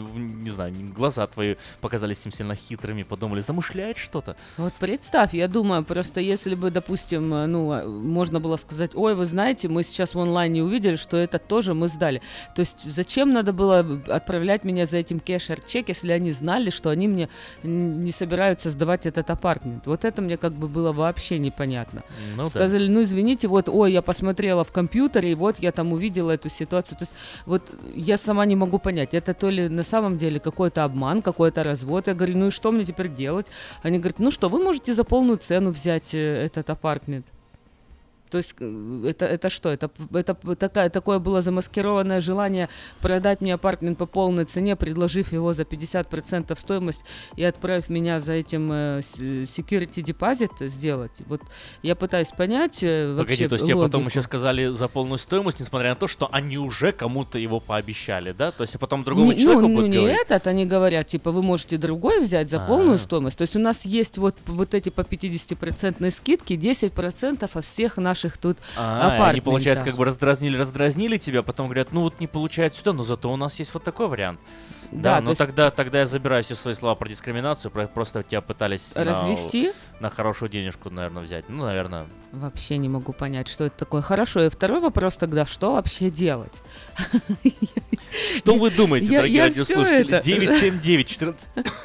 не знаю, глаза твои показались им сильно хитрыми, подумали, замышляет что-то.
Вот представь, я думаю, просто если бы, допустим, ну, можно было сказать, ой, вы знаете, мы сейчас в онлайне увидели, что это тоже мы сдали. То есть зачем надо было отправлять меня за этим кэшер-чек, если они знали, что они мне не собираются сдавать этот апартмент? Вот это мне как бы было вообще непонятно.
Ну,
Сказали,
да.
ну извините, вот, ой, я посмотрела в компьютере, и вот я там увидела эту ситуацию. То есть вот я сама не могу понять, это то ли на самом деле какой-то обман, какой-то развод. Я говорю, ну и что мне теперь делать? Они говорят, ну что, вы можете за полную цену взять э, этот апартмент. То есть это, это что? Это, это такая, такое было замаскированное желание продать мне апартмент по полной цене, предложив его за пятьдесят процентов стоимость и отправив меня за этим э, security deposit сделать. Вот я пытаюсь понять э, вообще
Погоди, то есть
логику.
тебе потом еще сказали за полную стоимость, несмотря на то, что они уже кому-то его пообещали, да? То есть а потом другому
не,
человеку
ну,
будут
ну, не
говорить?
этот, они говорят, типа, вы можете другой взять за
А-а-а.
полную стоимость. То есть у нас есть вот, вот эти по пятидесятипроцентной скидки, десять процентов от всех наших тут
А,
апартментов.
они, получается, как бы раздразнили, раздразнили тебя, потом говорят, ну вот не получается сюда, но зато у нас есть вот такой вариант.
Да,
Да,
то
ну
есть-
тогда, тогда я забираю все свои слова про дискриминацию, про- просто тебя пытались на-
Развести?
На, хорошую денежку, наверное, взять. Ну, наверное.
Вообще не могу понять, что это такое. Хорошо, и второй вопрос тогда, что вообще делать?
Что вы думаете,
Я-
дорогие
я
радиослушатели?
всё это-
девять семь девять четырнадцать...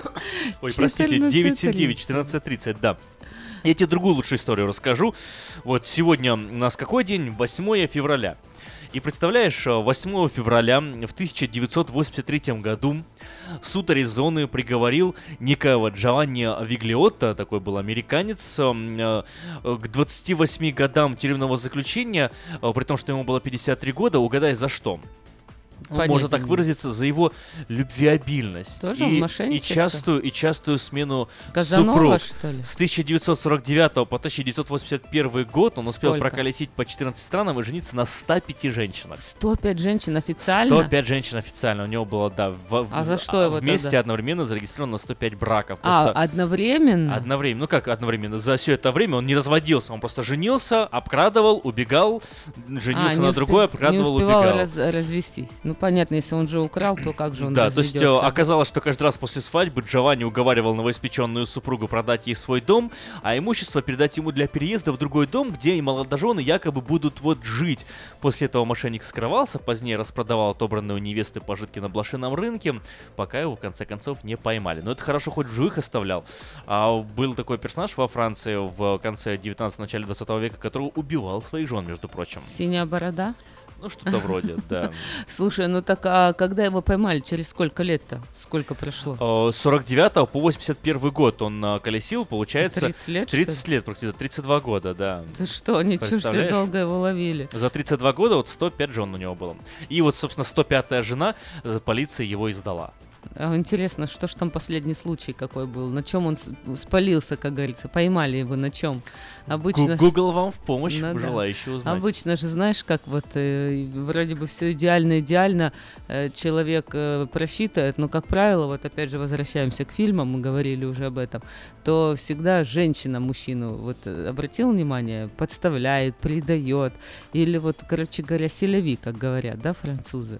Ой, простите, девять семь девять четырнадцать тридцать, да. Я тебе другую лучшую историю расскажу. Вот сегодня у нас какой день? восьмое февраля. И представляешь, восьмого февраля в тысяча девятьсот восемьдесят третьем году суд Аризоны приговорил некого Джованни Виглиотто, такой был американец, э, к двадцати восьми годам тюремного заключения, э, при том, что ему было пятьдесят три года. Угадай, за что? Ну,
Понятия
можно так
не
выразиться, за его любвеобильность.
Тоже
и, и,
мошенничество?
частую, и частую смену
Казанова,
супруг.
что ли?
С тысяча девятьсот сорок девятого по тысяча девятьсот восемьдесят первый год он успел
Сколько?
проколесить по четырнадцати странам и жениться на ста пяти женщинах.
сто пять женщин официально?
сто пять женщин официально. У него было, да, в,
А
в-
за что его
вместе
тогда?
одновременно зарегистрировано сто пять браков.
А,
Просто
одновременно?
Одновременно. Ну как одновременно? За все это время он не разводился. Он просто женился, обкрадывал, убегал, женился
А, не
на
успе-
другой, обкрадывал,
не успевал
убегал.
раз- развестись. Ну, понятно, если он же украл, то как же он
Да, то есть э,
разведется?
оказалось, что каждый раз после свадьбы Джованни уговаривал новоиспеченную супругу продать ей свой дом, а имущество передать ему для переезда в другой дом, где и молодожены якобы будут вот жить. После этого мошенник скрывался, позднее распродавал отобранные у невесты пожитки на блошином рынке, пока его в конце концов не поймали. Но это хорошо хоть в живых оставлял. А был такой персонаж во Франции в конце девятнадцатого, начале двадцатого века, который убивал своих жен, между прочим.
Синяя борода?
Ну, что-то вроде, да.
Слушай, ну так а когда его поймали, через сколько лет-то? Сколько прошло?
Э, С сорок девятого по восемьдесят первый год он э, колесил, получается...
тридцать лет, что
тридцать лет, практически, тридцать два года, да.
Ты что, ничего себе,
Представляешь?
долго его ловили.
За тридцать два года вот сто пять жен у него было. И вот, собственно, сто пятая жена, э, полиция его издала.
А, интересно, что ж там последний случай какой был? На чем он с- спалился, как говорится? Поймали его на чем? Обычно ж-
Google вам в помощь,
Ну да.
желающие узнать.
Обычно же, знаешь, как вот э, вроде бы все идеально-идеально, э, человек э, просчитывает, но, как правило, вот опять же возвращаемся к фильмам, мы говорили уже об этом, то всегда женщина мужчину, вот э, обратил внимание, подставляет, предает, или вот, короче говоря, селяви, как говорят, да, французы?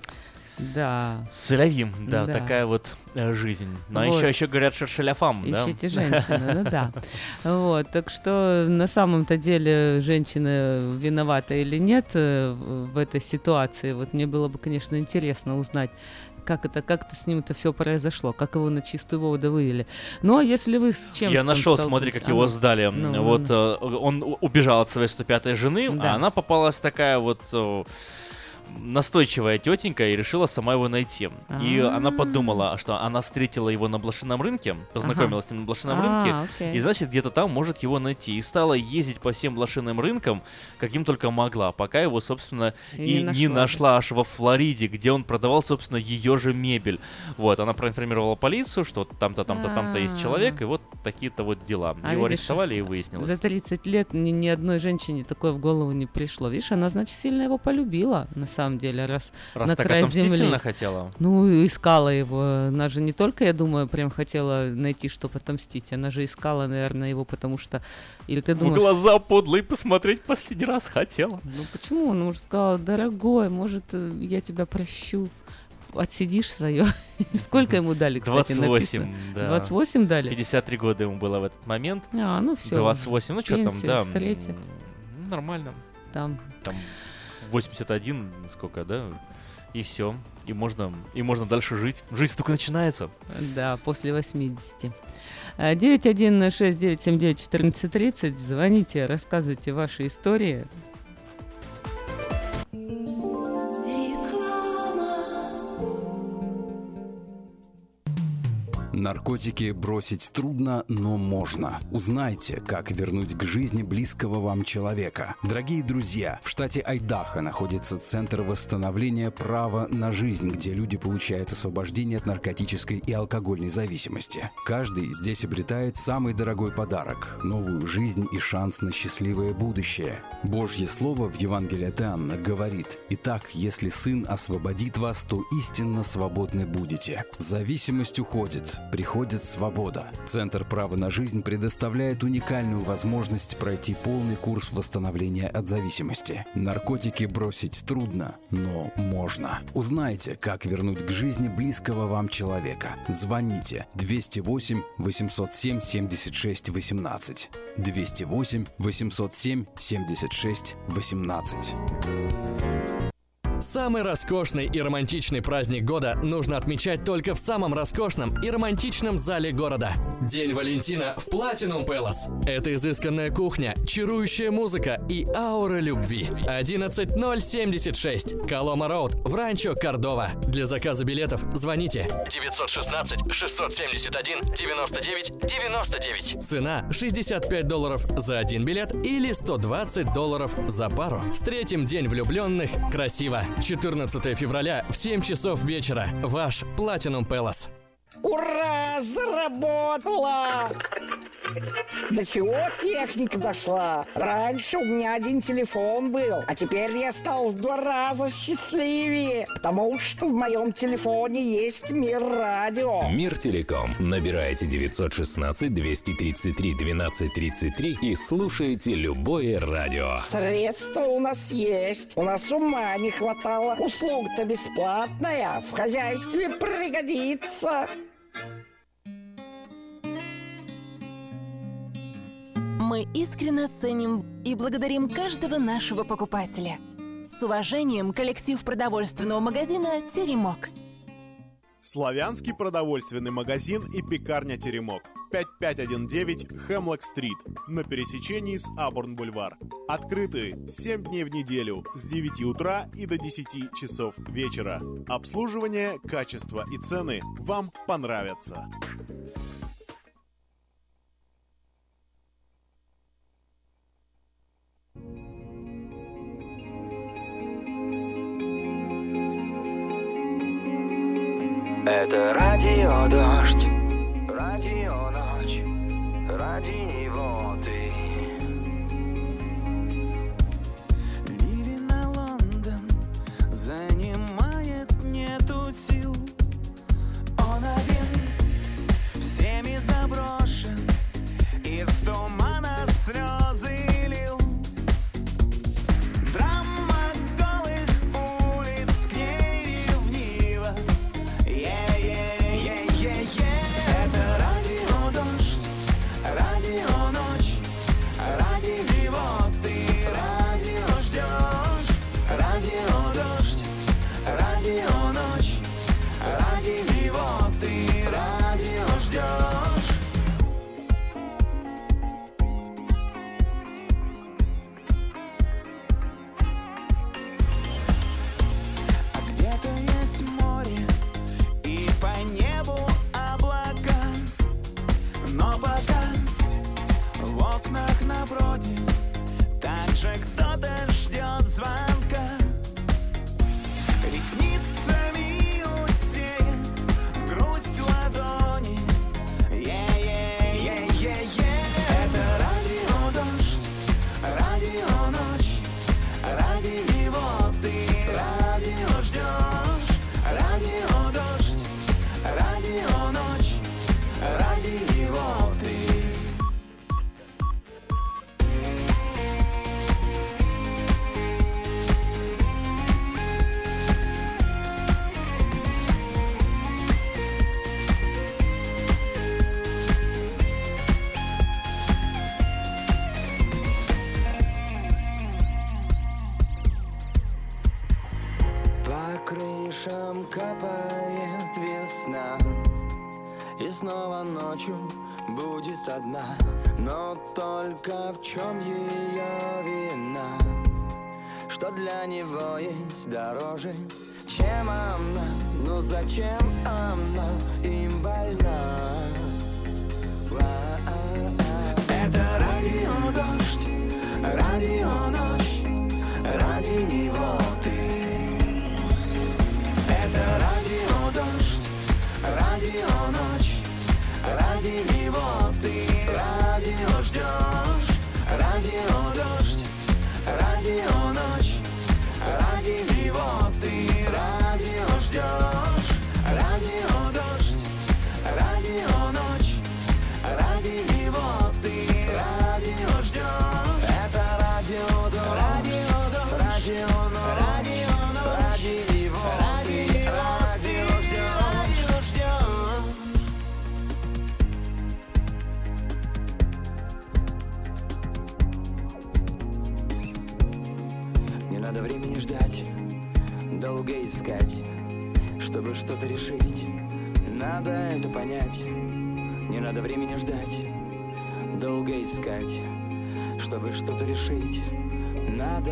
Да.
Соловьим, да,
Да.
такая вот э, жизнь. Но
Вот.
еще, еще говорят шершеляфам, да?
Ищите женщину, ну да. Вот, так что на самом-то деле женщина виновата или нет э, в в этой ситуации, вот мне было бы, конечно, интересно узнать, как это, как это с ним-то все произошло, как его на чистую воду вывели. Ну, а если вы с чем
Я нашел, смотри, как его сдали.
Ну,
вот
ну.
э, он у- убежал от своей сто пятой жены,
Да.
а она попалась такая вот э, настойчивая тетенька и решила сама его найти. И
А.
она подумала, что она встретила его на блошином рынке, познакомилась с ним на блошином
А,
рынке,
окей.
и значит где-то там может его найти. И стала ездить по всем блошиным рынкам, каким только могла, пока его, собственно,
И
и,
не
не
нашла,
нашла аж во Флориде, где он продавал, собственно, ее же мебель. Вот, она проинформировала полицию, что вот там-то, там-то, там-то есть человек, и вот такие-то вот дела.
А
Его
видишь,
арестовали и
с-
выяснилось.
За тридцать лет ни, ни одной женщине такое в голову не пришло. Видишь, она, значит, сильно его полюбила, на самом деле, раз,
Раз
на
так
край
отомстительно
земли.
хотела.
Ну, искала его. Она же не только, я думаю, прям хотела найти, чтобы отомстить. Она же искала, наверное, его, потому что... Или ты
В
думаешь...
глаза подлые посмотреть последний раз хотела.
Ну, почему? Он может сказал, дорогой, может, э, я тебя прощу. Отсидишь свое. Сколько ему дали, кстати,
двадцать восемь,
написано?
да.
двадцать восемь дали?
пятьдесят три года ему было в этот момент.
А, ну все.
двадцать восемь, ну что там,
Пенсию
да.
встретит.
м, Нормально.
Там.
Там восемьдесят один, сколько, да? И все. И можно, и можно дальше жить. Жизнь только начинается.
Да, после восьмидесяти. девять один шесть девять семь девять четырнадцать тридцать. Звоните, рассказывайте ваши истории.
Наркотики бросить трудно, но можно. Узнайте, как вернуть к жизни близкого вам человека. Дорогие друзья, в штате Айдахо находится Центр восстановления права на жизнь, где люди получают освобождение от наркотической и алкогольной зависимости. Каждый здесь обретает самый дорогой подарок – новую жизнь и шанс на счастливое будущее. Божье Слово в Евангелии от Иоанна говорит: «Итак, если Сын освободит вас, то истинно свободны будете». Зависимость уходит. Приходит свобода. Центр права на жизнь предоставляет уникальную возможность пройти полный курс восстановления от зависимости. Наркотики бросить трудно, но можно. Узнайте, как вернуть к жизни близкого вам человека. Звоните двести восемь восемьсот семь семьдесят шесть восемнадцать. двести восемь восемьсот семь семьдесят шесть восемнадцать.
Самый роскошный и романтичный праздник года нужно отмечать только в самом роскошном и романтичном зале города. День Валентина в Platinum Palace. Это изысканная кухня, чарующая музыка и аура любви. одиннадцать ноль семьдесят шесть Колома Роуд в Ранчо Кордова. Для заказа билетов звоните девятьсот шестнадцать шестьсот семьдесят один девяносто девять девяносто девять. Цена шестьдесят пять долларов за один билет или сто двадцать долларов за пару. Встретим День влюбленных красиво. четырнадцатого февраля в семь часов вечера. Ваш Platinum Palace.
Ура! Заработала! До чего техника дошла? Раньше у меня один телефон был, а теперь я стал в два раза счастливее, потому что в моем телефоне есть Мир Радио.
Мир Телеком. Набирайте девятьсот шестнадцать двести тридцать три двенадцать тридцать три и слушайте любое радио.
Средства у нас есть, у нас ума не хватало. Услуга-то бесплатная, в хозяйстве пригодится.
Мы искренне ценим и благодарим каждого нашего покупателя. С уважением, коллектив продовольственного магазина «Теремок».
Славянский продовольственный магазин и пекарня «Теремок». пять пять один девять Хемлок-стрит на пересечении с Абурн-бульвар. Открыты семь дней в неделю с девяти утра и до десяти часов вечера. Обслуживание, качество и цены вам понравятся.
Это радио дождь, радио ночь, ради него ты.
Ливень на Лондон занимает, нету сил. Он один, всеми заброшен, из тумана слезы лил. Драма голых улиц к ней ревнива. Это радио дождь, радио ночь, ради него ты радио ждешь. Радио дождь, радио ночь, ради него ты радио ждешь. А где-то есть море и по небу облака, но пока в окнах напротив также кто-то ждет звонка. Ресницами усеет грусть ладони. Е-е-е-е-е. Это радио дождь, радио ночь, ради него ты радио ждешь. Радио дождь, радио ночь, ради него ты.
По крышам капает весна, и снова ночью будет одна. Но только в чем ее вина? Что для него есть дороже, чем она? Ну зачем она им больна? Это радио дождь, радио ночь, ради него ты. Это радио дождь, радио ночь, ради него ты. Радио ждешь, радио дождь, радио ночь, ради него ты. Радио ждешь, радио дождь, радио ночь, ради него ты. Радио ждешь. Это радио дождь, радио дождь, радио ночь, радио ночь, ради него ты. Радио ждешь, радио ждешь. Не надо времени ждать, долго искать, чтобы что-то решить. Надо это понять. Не надо времени ждать, долго искать, чтобы что-то решить. Надо.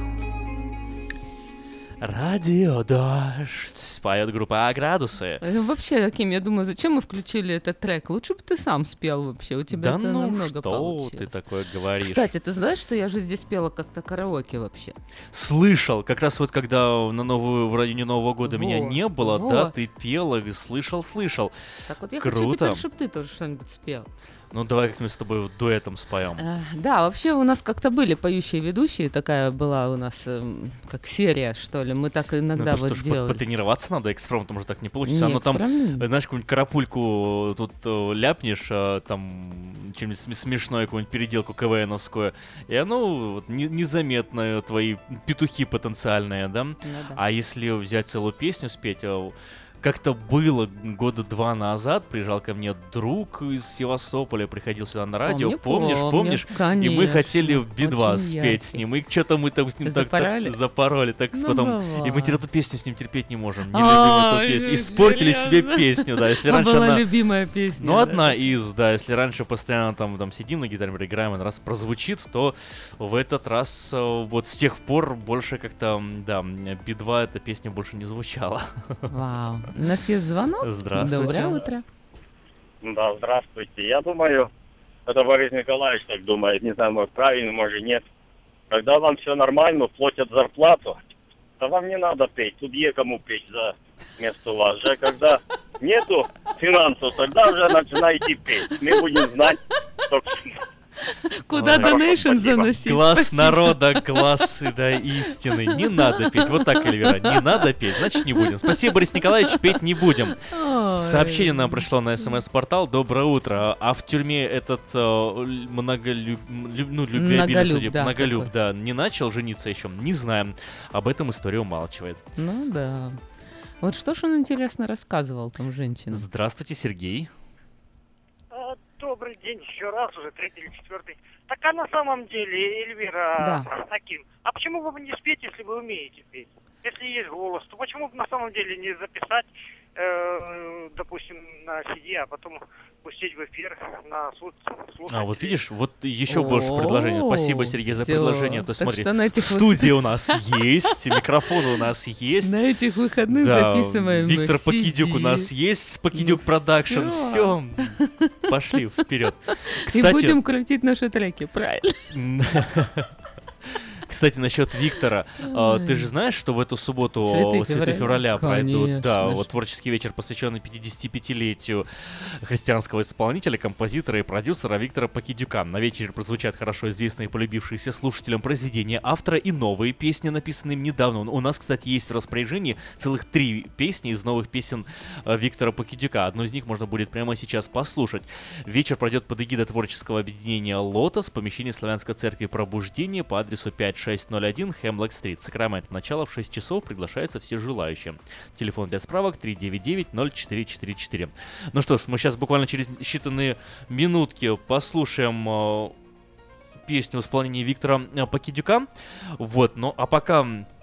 Радио Дождь. Поет группа А градусы.
Вообще, Аким, я думаю, зачем мы включили этот трек? Лучше бы ты сам спел вообще. У тебя
да
это
ну
намного
что
получилось.
ты такое говоришь?
Кстати, ты знаешь, что я же здесь пела как-то караоке вообще?
Слышал. Как раз вот когда на новую, в районе Нового года
Во,
меня не было,
во.
да, ты пела, слышал, слышал.
Так вот я
Круто.
хочу теперь, чтобы ты тоже что-нибудь спел.
Ну давай как-нибудь с тобой вот дуэтом споем.
Э, да, вообще у нас как-то были поющие ведущие, такая была у нас э, как серия, что ли. Мы так иногда
ну,
вот
что
делали.
Ж, потренироваться надо, экспромтом уже так не получится.
Не,
Оно там,
экспромт?
знаешь, какую-нибудь карапульку тут э, ляпнешь, э, там чем-нибудь смешное, какую-нибудь переделку КВНовскую, и оно вот, не, незаметно, твои петухи потенциальные, да?
Ну, да.
А если взять целую песню, спеть... Как-то было года два назад, приезжал ко мне друг из Севастополя, приходил сюда на радио,
Помню,
помнишь,
помню,
помнишь?
конечно.
И мы хотели в Би два
Очень
спеть
яркий.
с ним, и что-то мы там с ним так,
Запороли?
так запороли, так
Ну,
потом,
бывает.
и мы теперь эту песню с ним терпеть не можем, не
А,
любим эту песню, испортили себе
серьезно?
песню, да, если
А
раньше
была
она...
любимая песня.
Ну,
да?
одна из, да, если раньше постоянно там, там сидим на гитаре, играем, один раз прозвучит, то в этот раз э, вот с тех пор больше как-то, да, Би два эта песня больше не звучала.
Вау. У нас есть звонок.
Здравствуйте.
Доброе утро.
Да, здравствуйте. Я думаю, это Борис Николаевич так думает, не знаю, может правильно, может нет. Когда вам все нормально, платят зарплату, то вам не надо петь, тут е кому петь за вместо вас же. Когда нету финансов, тогда уже начинайте петь. Мы будем знать, что...
Куда донейшн заносить?
Глаз
Спасибо.
народа, глаз да, истины. Не надо петь. Вот так, Эльвира. Не надо петь, значит не будем. Спасибо, Борис Николаевич, петь не будем.
Ой.
Сообщение нам пришло на смс-портал. Доброе утро. А в тюрьме этот э, многолюб... люб- ну, любвеобильный
Многолюб,
судья,
да,
многолюб,
такой.
да, не начал жениться еще? Не знаем. Об этом история умалчивает.
Ну да. Вот что ж он интересно рассказывал там женщинам?
Здравствуйте, Сергей.
А, Добрый день еще раз, уже третий или четвертый. Так а на самом деле, Эльвира,
Да.
Аким, а почему бы вы не спеть, если вы умеете петь? Если есть голос, то почему бы на самом деле не записать, э, допустим, на си ди, а потом пустить в эфир на слух- слушателей?
А вот видишь, вот еще больше предложений. Спасибо, Сергей, за
Всё.
предложение. То
Так
смотри,
что на этих вот-
студия у нас есть, микрофон у нас есть.
На этих выходных
Да,
записываем
Виктор
си ди.
Покидюк у нас есть, Покидюк
Ну
Продакшн,
всё.
все, пошли вперед.
И будем крутить наши треки, правильно?
Кстати, насчет Виктора, а, ты же знаешь, что в эту субботу
Цветы
«Цветы
февраля»?
февраля пройдут, да,
Конечно
вот
ж.
творческий вечер, посвященный пятидесятипятилетию христианского исполнителя, композитора и продюсера Виктора Покидюка. На вечере прозвучат хорошо известные и полюбившиеся слушателям произведения автора и новые песни, написанные им недавно. У нас, кстати, есть в распоряжении целых три песни из новых песен э, Виктора Покидюка. Одну из них можно будет прямо сейчас послушать. Вечер пройдет под эгидой творческого объединения «Лотос», помещение Славянской церкви Пробуждения по адресу пять шесть ноль один Хемлок-стрит, Сакраменто. Начало в шесть часов, приглашаются все желающие. Телефон для справок три девять девять ноль четыре четыре четыре. Ну что ж, мы сейчас буквально через считанные минутки послушаем э, песню в исполнении Виктора э, Покидюка. Вот, ну а пока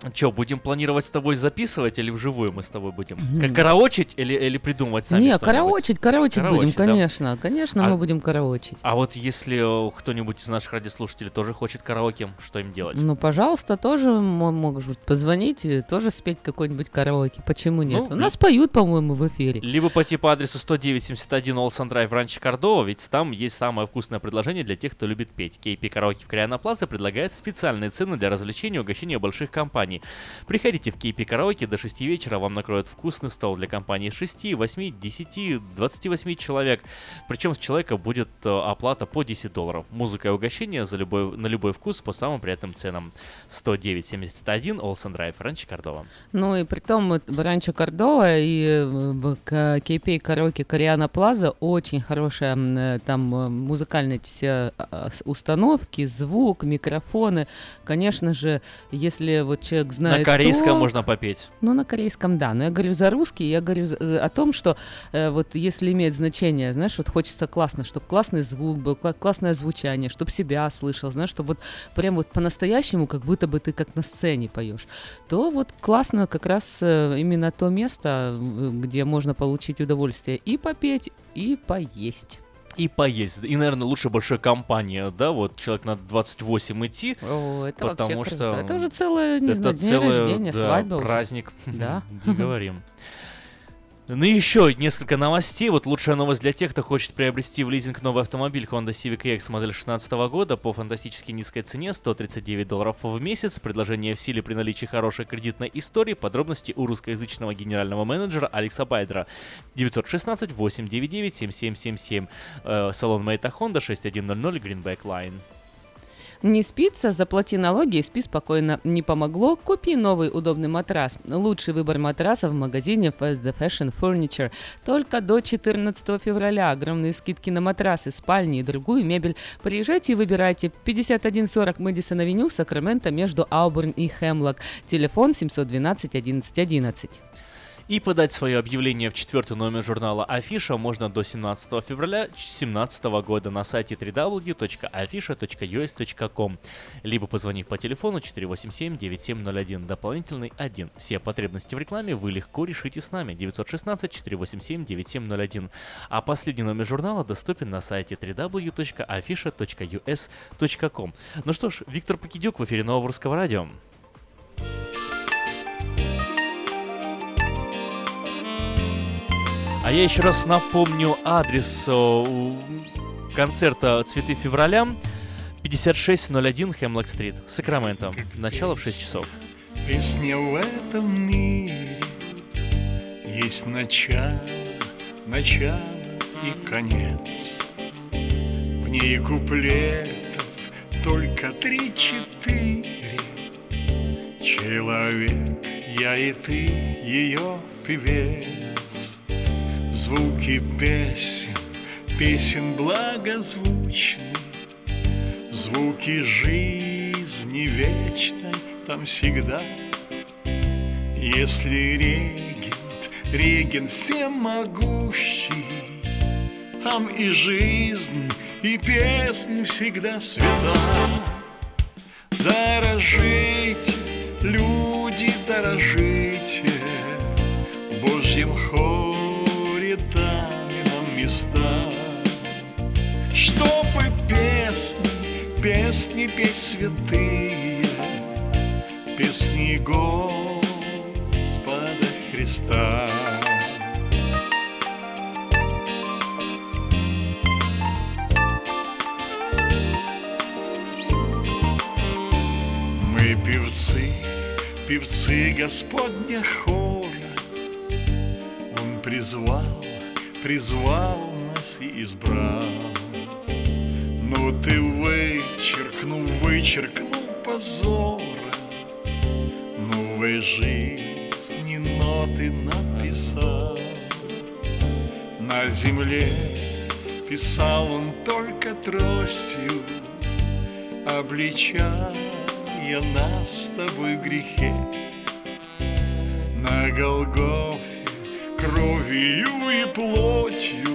Че, будем планировать с тобой записывать или вживую мы с тобой будем?
Мгм.
Как караочить или, или придумывать сами
Не,
что-нибудь?
караочить, караочить будем,
Караочить, да?
конечно. Конечно,
А-
мы будем караочить.
А вот если э, кто-нибудь из наших радиослушателей тоже хочет караоке, что им делать?
Ну, пожалуйста, тоже мо- могут позвонить и тоже спеть какой-нибудь караоке. Почему нет?
Ну,
У нас
ли-
поют, по-моему, в эфире.
Либо пойти по адресу сто девять семьдесят один Олсен Драйв в Ранчо Кордова, ведь там есть самое вкусное предложение для тех, кто любит петь. кей пи Караоке в Кориана Плаза предлагает специальные цены для развлечения и угощения больших компаний. Приходите в кей пи Караоке до шести вечера, вам накроют вкусный стол для компании шести, восьми, десяти, двадцати восьми человек. Причем с человека будет э, оплата по десять долларов. Музыка и угощение за любой, на любой вкус по самым приятным ценам. сто девять семьдесят один Олсен Драйв, Ранчо Кордова.
Ну и при том, вот в Ранчо Кордова и э, в К- кей пи Караоке Кориана Плаза очень хорошая м, э, там э, музыкальные все а, с- установки, звук, микрофоны. Конечно же, если вот человек знает
На корейском
толк-
можно попеть.
Ну, на корейском, да. Но я говорю за русский, я говорю за- э, о том, что э, вот если имеет значение, знаешь, вот хочется классно, чтобы классный звук был, кла- классное звучание, чтобы себя слышал, знаешь, чтобы вот прям вот по-настоящему, как будто бы ты как на сцене поешь, то вот классно как раз э, именно то место, э, где можно получить удовольствие и попеть, и поесть.
И поесть. И, наверное, лучше большой компании, да, вот человек на двадцать восемь идти.
О, это
потому
вообще
что
круто. Это уже целое, не
это
знаю, день
целое,
рождения,
да,
свадьба уже.
праздник.
Да.
Не говорим. Ну и еще несколько новостей. Вот лучшая новость для тех, кто хочет приобрести в лизинг новый автомобиль Honda Civic и экс модель шестнадцатого года по фантастически низкой цене сто тридцать девять долларов в месяц. Предложение в силе при наличии хорошей кредитной истории. Подробности у русскоязычного генерального менеджера Алекса Байдера. девятьсот шестнадцать восемьсот девяносто девять семьдесят семь семьдесят семь. Э, салон Мэйта Honda шесть один ноль ноль Greenback Line.
Не спится, заплати налоги и спи спокойно. Не помогло? Купи новый удобный матрас. Лучший выбор матраса в магазине Fast the Fashion Furniture. Только до четырнадцатого февраля. Огромные скидки на матрасы, спальни и другую мебель. Приезжайте и выбирайте. пятьдесят один сорок Мэдисон-авеню, Сакраменто, между Аубурн и Хемлок. Телефон семьсот двенадцать одиннадцать одиннадцать.
И подать свое объявление в четвертый номер журнала Афиша можно до семнадцатого февраля две тысячи семнадцатого года на сайте дабл ю дабл ю дабл ю точка афиша точка ю эс точка ком, либо позвонив по телефону четыре восемь семь девять семь ноль один, дополнительный один. Все потребности в рекламе вы легко решите с нами. девятьсот шестнадцать четыреста восемьдесят семь девять семь ноль один. А последний номер журнала доступен на сайте дабл ю дабл ю дабл ю точка афиша точка ю эс точка ком. Ну что ж, Виктор Покидюк в эфире Нового Русского Радио. А я еще раз напомню адрес о, концерта «Цветы февраля». пятьдесят шесть ноль один Хемлок-стрит, Сакраменто. Начало в шесть часов.
Песня в этом мире есть начало, начало и конец. В ней куплетов только три-четыре. Человек, я и ты, ее певец. Звуки песен, песен благозвучны, звуки жизни вечной там всегда. Если регент, регент всемогущий, там и жизнь, и песня всегда свята. Дорожите, люди, дорожите Божьим хоре, дами нам места, чтобы песни, песни петь святые, песни Господа Христа. Мы певцы, певцы Господня хора. Он призвал, призвал нас и избрал. Ну ты вычеркнул, вычеркнул позора, новой жизни ноты написал. На земле писал он только тростью, обличая нас с тобой в грехе. На Голгофе кровью и плотью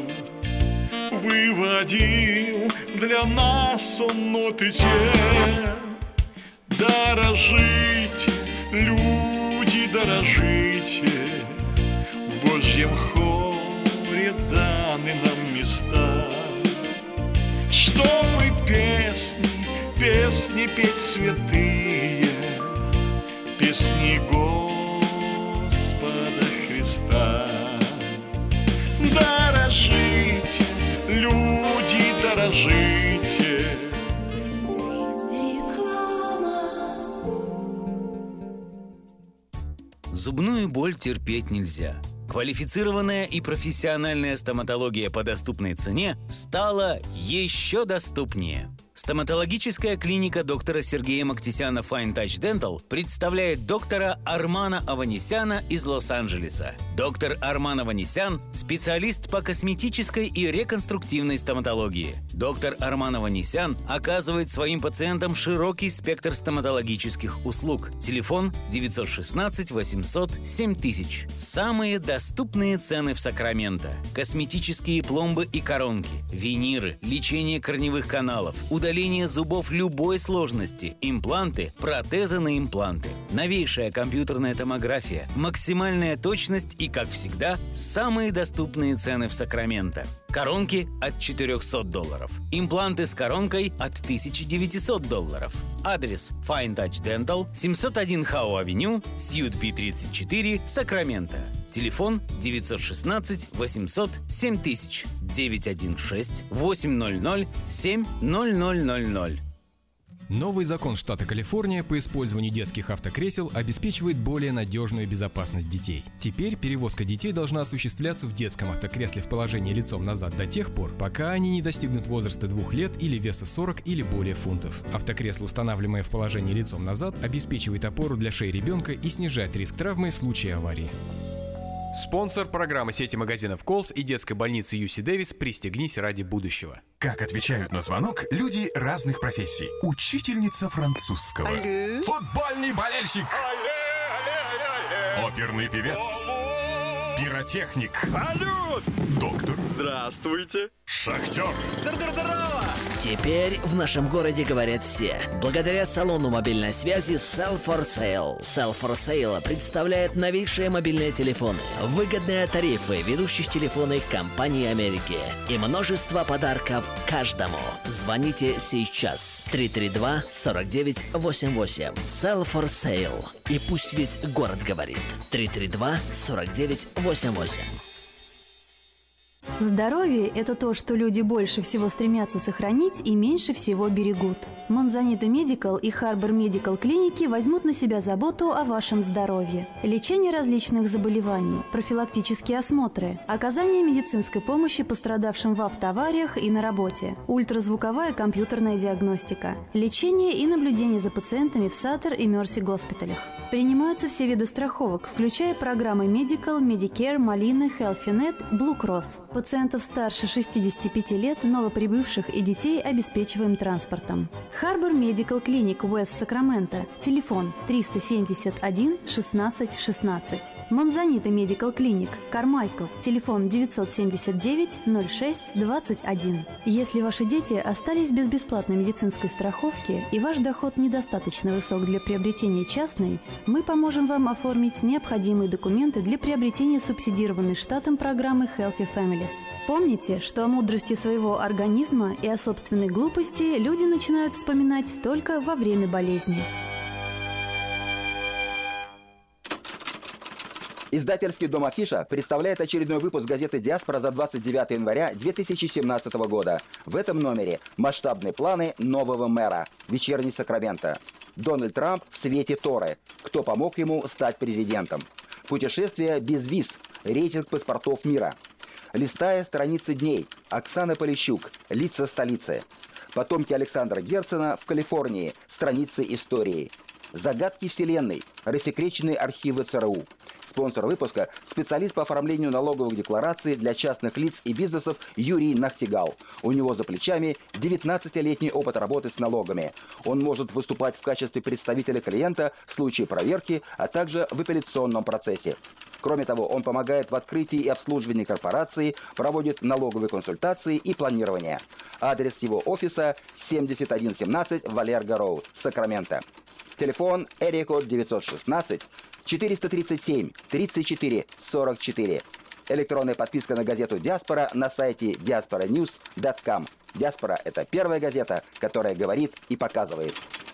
выводил для нас он ноты те. Дорожите, люди, дорожите, в Божьем хоре даны нам места, чтобы песни, песни петь святые, песни Господа Христа. Дорожите, люди, дорожите.
Зубную боль терпеть нельзя. Квалифицированная и профессиональная стоматология по доступной цене стала еще доступнее. Стоматологическая клиника доктора Сергея Мактисяна Fine Touch Dental представляет доктора Армана Аванесяна из Лос-Анджелеса. Доктор Арман Аванесян – специалист по косметической и реконструктивной стоматологии. Доктор Арман Аванесян оказывает своим пациентам широкий спектр стоматологических услуг. Телефон девятьсот шестнадцать восемьсот семь тысяч. Самые доступные цены в Сакраменто. Косметические пломбы и коронки, виниры, лечение корневых каналов, удаление зубов любой сложности, импланты, протезы на импланты, новейшая компьютерная томография, максимальная точность и, как всегда, самые доступные цены в Сакраменто. Коронки от четырехсот долларов. Импланты с коронкой от тысяча девятьсот долларов. Адрес Fine Touch Dental, семьсот один Хау-авеню, Сьют Би тридцать четыре, Сакраменто. Телефон девятьсот шестнадцать восемьсот семь тысяч, девятьсот шестнадцать восемьсот семь ноль ноль ноль ноль.
Новый закон штата Калифорния по использованию детских автокресел обеспечивает более надежную безопасность детей. Теперь перевозка детей должна осуществляться в детском автокресле в положении лицом назад до тех пор, пока они не достигнут возраста двух лет или веса сорок или более фунтов. Автокресло, устанавливаемое в положении лицом назад, обеспечивает опору для шеи ребенка и снижает риск травмы в случае аварии. Спонсор программы сети магазинов Колс и детской больницы Ю Си Дэвис «Пристегнись ради будущего».
Как отвечают на звонок люди разных профессий. Учительница французского.
Алле.
Футбольный болельщик.
Алле, алле, алле.
Оперный певец. Пиротехник.
Салют!
Доктор.
Здравствуйте.
Шахтер.
Здорово!
Теперь в нашем городе говорят все. Благодаря салону мобильной связи Sell for Sale. Sell for Sale представляет новейшие мобильные телефоны, выгодные тарифы ведущих телефонных компаний Америки и множество подарков каждому. Звоните сейчас. три три два сорок девять восемьдесят восемь. Sell for Sale. И пусть весь город говорит. три три два сорок девять восемьдесят восемь.
Здоровье – это то, что люди больше всего стремятся сохранить и меньше всего берегут. Монзанита Медикал и Харбор Медикал клиники возьмут на себя заботу о вашем здоровье. Лечение различных заболеваний, профилактические осмотры, оказание медицинской помощи пострадавшим в автоавариях и на работе, ультразвуковая компьютерная диагностика, лечение и наблюдение за пациентами в Саттер и Мерси госпиталях. Принимаются все виды страховок, включая программы Medical, Medicare, Molina, HealthyNet, Blue Cross. Пациентов старше шестидесяти пяти лет, новоприбывших и детей обеспечиваем транспортом. Харбор Медикал Клиник, Уэст Сакраменто. Телефон триста семьдесят один шестнадцать шестнадцать. Монзанита Медикал Клиник, Кармайкл. Телефон девятьсот семьдесят девять ноль шесть двадцать один. Если ваши дети остались без бесплатной медицинской страховки и ваш доход недостаточно высок для приобретения частной, мы поможем вам оформить необходимые документы для приобретения субсидированной штатом программы Healthy Families. Помните, что о мудрости своего организма и о собственной глупости люди начинают вспоминать только во время болезни.
Издательский дом «Афиша» представляет очередной выпуск газеты «Диаспора» за двадцать девятое января две тысячи семнадцатого года. В этом номере масштабные планы нового мэра. Вечерний Сакраменто. Дональд Трамп в свете Торы. Кто помог ему стать президентом? Путешествие без виз. Рейтинг паспортов мира. Листая страницы дней. Оксана Полищук. Лица столицы. Потомки Александра Герцена в Калифорнии. Страницы истории. Загадки Вселенной. Рассекреченные архивы ЦРУ. Спонсор выпуска – специалист по оформлению налоговых деклараций для частных лиц и бизнесов Юрий Нахтигал. У него за плечами девятнадцатилетний опыт работы с налогами. Он может выступать в качестве представителя клиента в случае проверки, а также в апелляционном процессе. Кроме того, он помогает в открытии и обслуживании корпорации, проводит налоговые консультации и планирование. Адрес его офиса семьдесят один семнадцать Валерго Роуд, Сакраменто. Телефон Эрикод девятьсот шестнадцать четыреста тридцать семь тридцать четыре сорок четыре. Электронная подписка на газету «Диаспора» на сайте диаспора ньюс точка ком. «Диаспора» — это первая газета, которая говорит и показывает.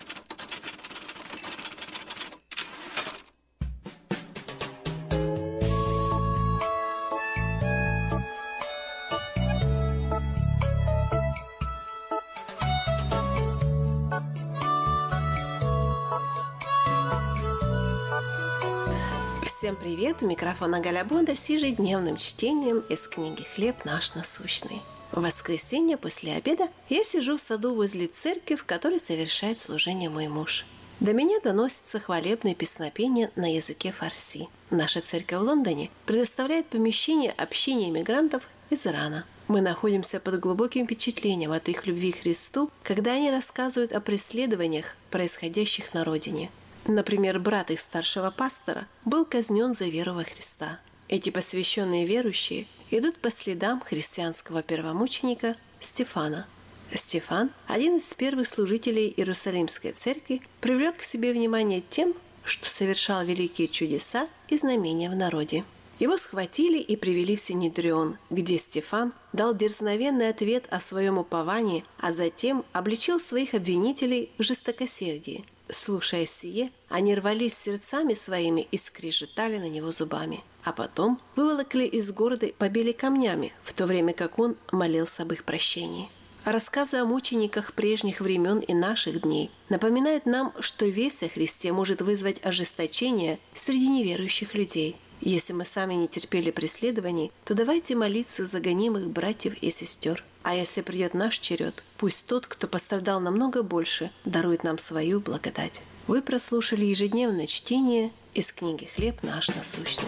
Всем привет! У микрофона Галя Бондарь с ежедневным чтением из книги «Хлеб наш насущный». В воскресенье после обеда я сижу в саду возле церкви, в которой совершает служение мой муж. До меня доносится хвалебное песнопение на языке фарси. Наша церковь в Лондоне предоставляет помещение общине иммигрантов из Ирана. Мы находимся под глубоким впечатлением от их любви к Христу, когда они рассказывают о преследованиях, происходящих на родине. Например, брат их старшего пастора был казнен за веру во Христа. Эти посвященные верующие идут по следам христианского первомученика Стефана. Стефан, один из первых служителей Иерусалимской церкви, привлек к себе внимание тем, что совершал великие чудеса и знамения в народе. Его схватили и привели в Синедрион, где Стефан дал дерзновенный ответ о своем уповании, а затем обличил своих обвинителей в жестокосердии. Слушая сие, они рвались сердцами своими и скрежетали на него зубами. А потом выволокли из города, побили камнями, в то время как он молился об их прощении. Рассказы о мучениках прежних времен и наших дней напоминают нам, что весть о Христе может вызвать ожесточение среди неверующих людей. Если мы сами не терпели преследований, то давайте молиться за гонимых братьев и сестер. А если придет наш черед, пусть тот, кто пострадал намного больше, дарует нам свою благодать. Вы прослушали ежедневное чтение из книги «Хлеб наш насущный».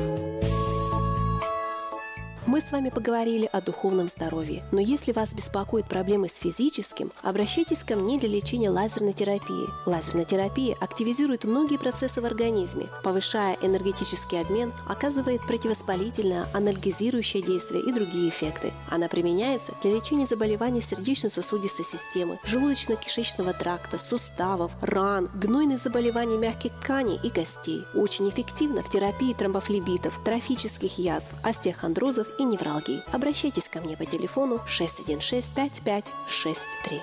Мы с вами поговорили о духовном здоровье, но если вас беспокоят проблемы с физическим, обращайтесь ко мне для лечения лазерной терапии. Лазерная терапия активизирует многие процессы в организме, повышая энергетический обмен, оказывает противовоспалительное, анальгезирующее действие и другие эффекты. Она применяется для лечения заболеваний сердечно-сосудистой системы, желудочно-кишечного тракта, суставов, ран, гнойных заболеваний мягких тканей и костей. Очень эффективно в терапии тромбофлебитов, трофических язв, остеохондрозов и невралгии. Обращайтесь ко мне по телефону шесть один шесть пять пять шесть три.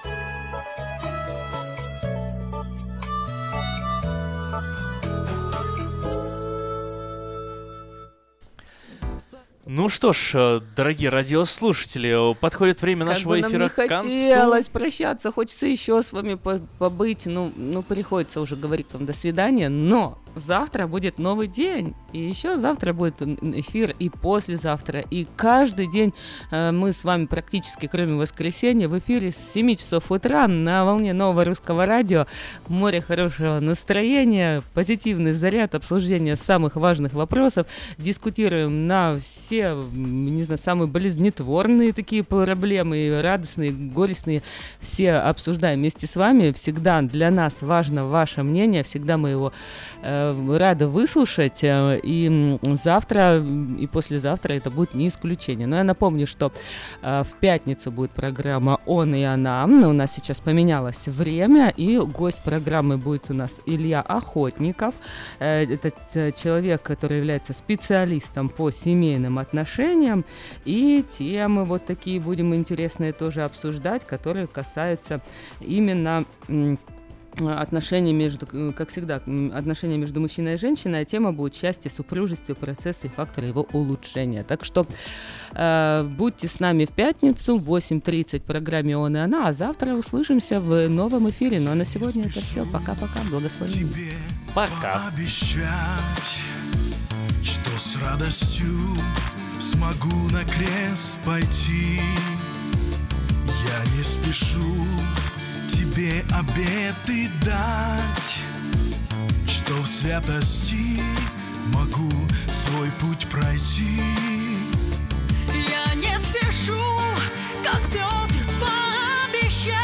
Ну что ж, дорогие радиослушатели, подходит время
как
нашего
бы нам
эфира
не
к концу.
хотелось прощаться, хочется еще с вами побыть, ну, ну, приходится уже говорить вам до свидания, но завтра будет новый день, и еще завтра будет эфир, и послезавтра, и каждый день э, мы с вами практически, кроме воскресенья, в эфире с семи часов утра на волне Нового Русского Радио, море хорошего настроения, позитивный заряд, обсуждение самых важных вопросов, дискутируем на все, не знаю, самые болезнетворные такие проблемы, радостные, горестные, все обсуждаем вместе с вами, всегда для нас важно ваше мнение, всегда мы его э, рада выслушать, и завтра и послезавтра это будет не исключение. Но я напомню, что в пятницу будет программа «Он и она». У нас сейчас поменялось время, и гость программы будет у нас Илья Охотников. Это человек, который является специалистом по семейным отношениям, и темы вот такие будем интересные тоже обсуждать, которые касаются именно отношения между, как всегда, отношения между мужчиной и женщиной, а тема будет счастье, супружество, процессы и факторы его улучшения. Так что э, будьте с нами в пятницу в восемь тридцать в программе «Он и она», а завтра услышимся в новом эфире. Ну а на сегодня это все. Пока-пока. Благословения.
Пока.
Обещать, что с радостью смогу на крест пойти. Я не спешу тебе обеты дать, что в святости могу свой путь пройти.
Я не спешу, как Петр, пообещать,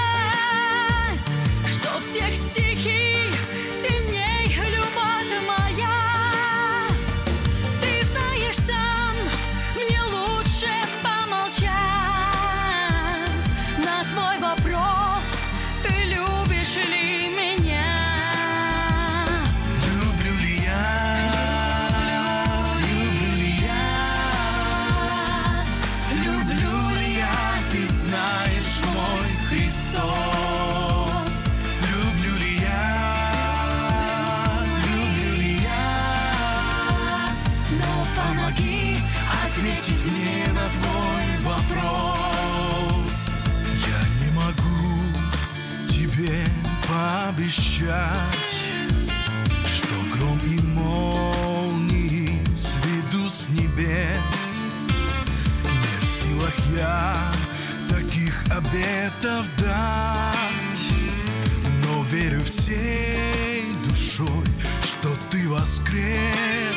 что всех стихий сильней любовь моя. Ты знаешь сам, мне лучше помолчать на твой вопрос. Ты любишь ли меня?
обещать, что гром и молнии сведу с небес. Не в силах я таких обетов дать, но верю всей душой, что ты воскрес.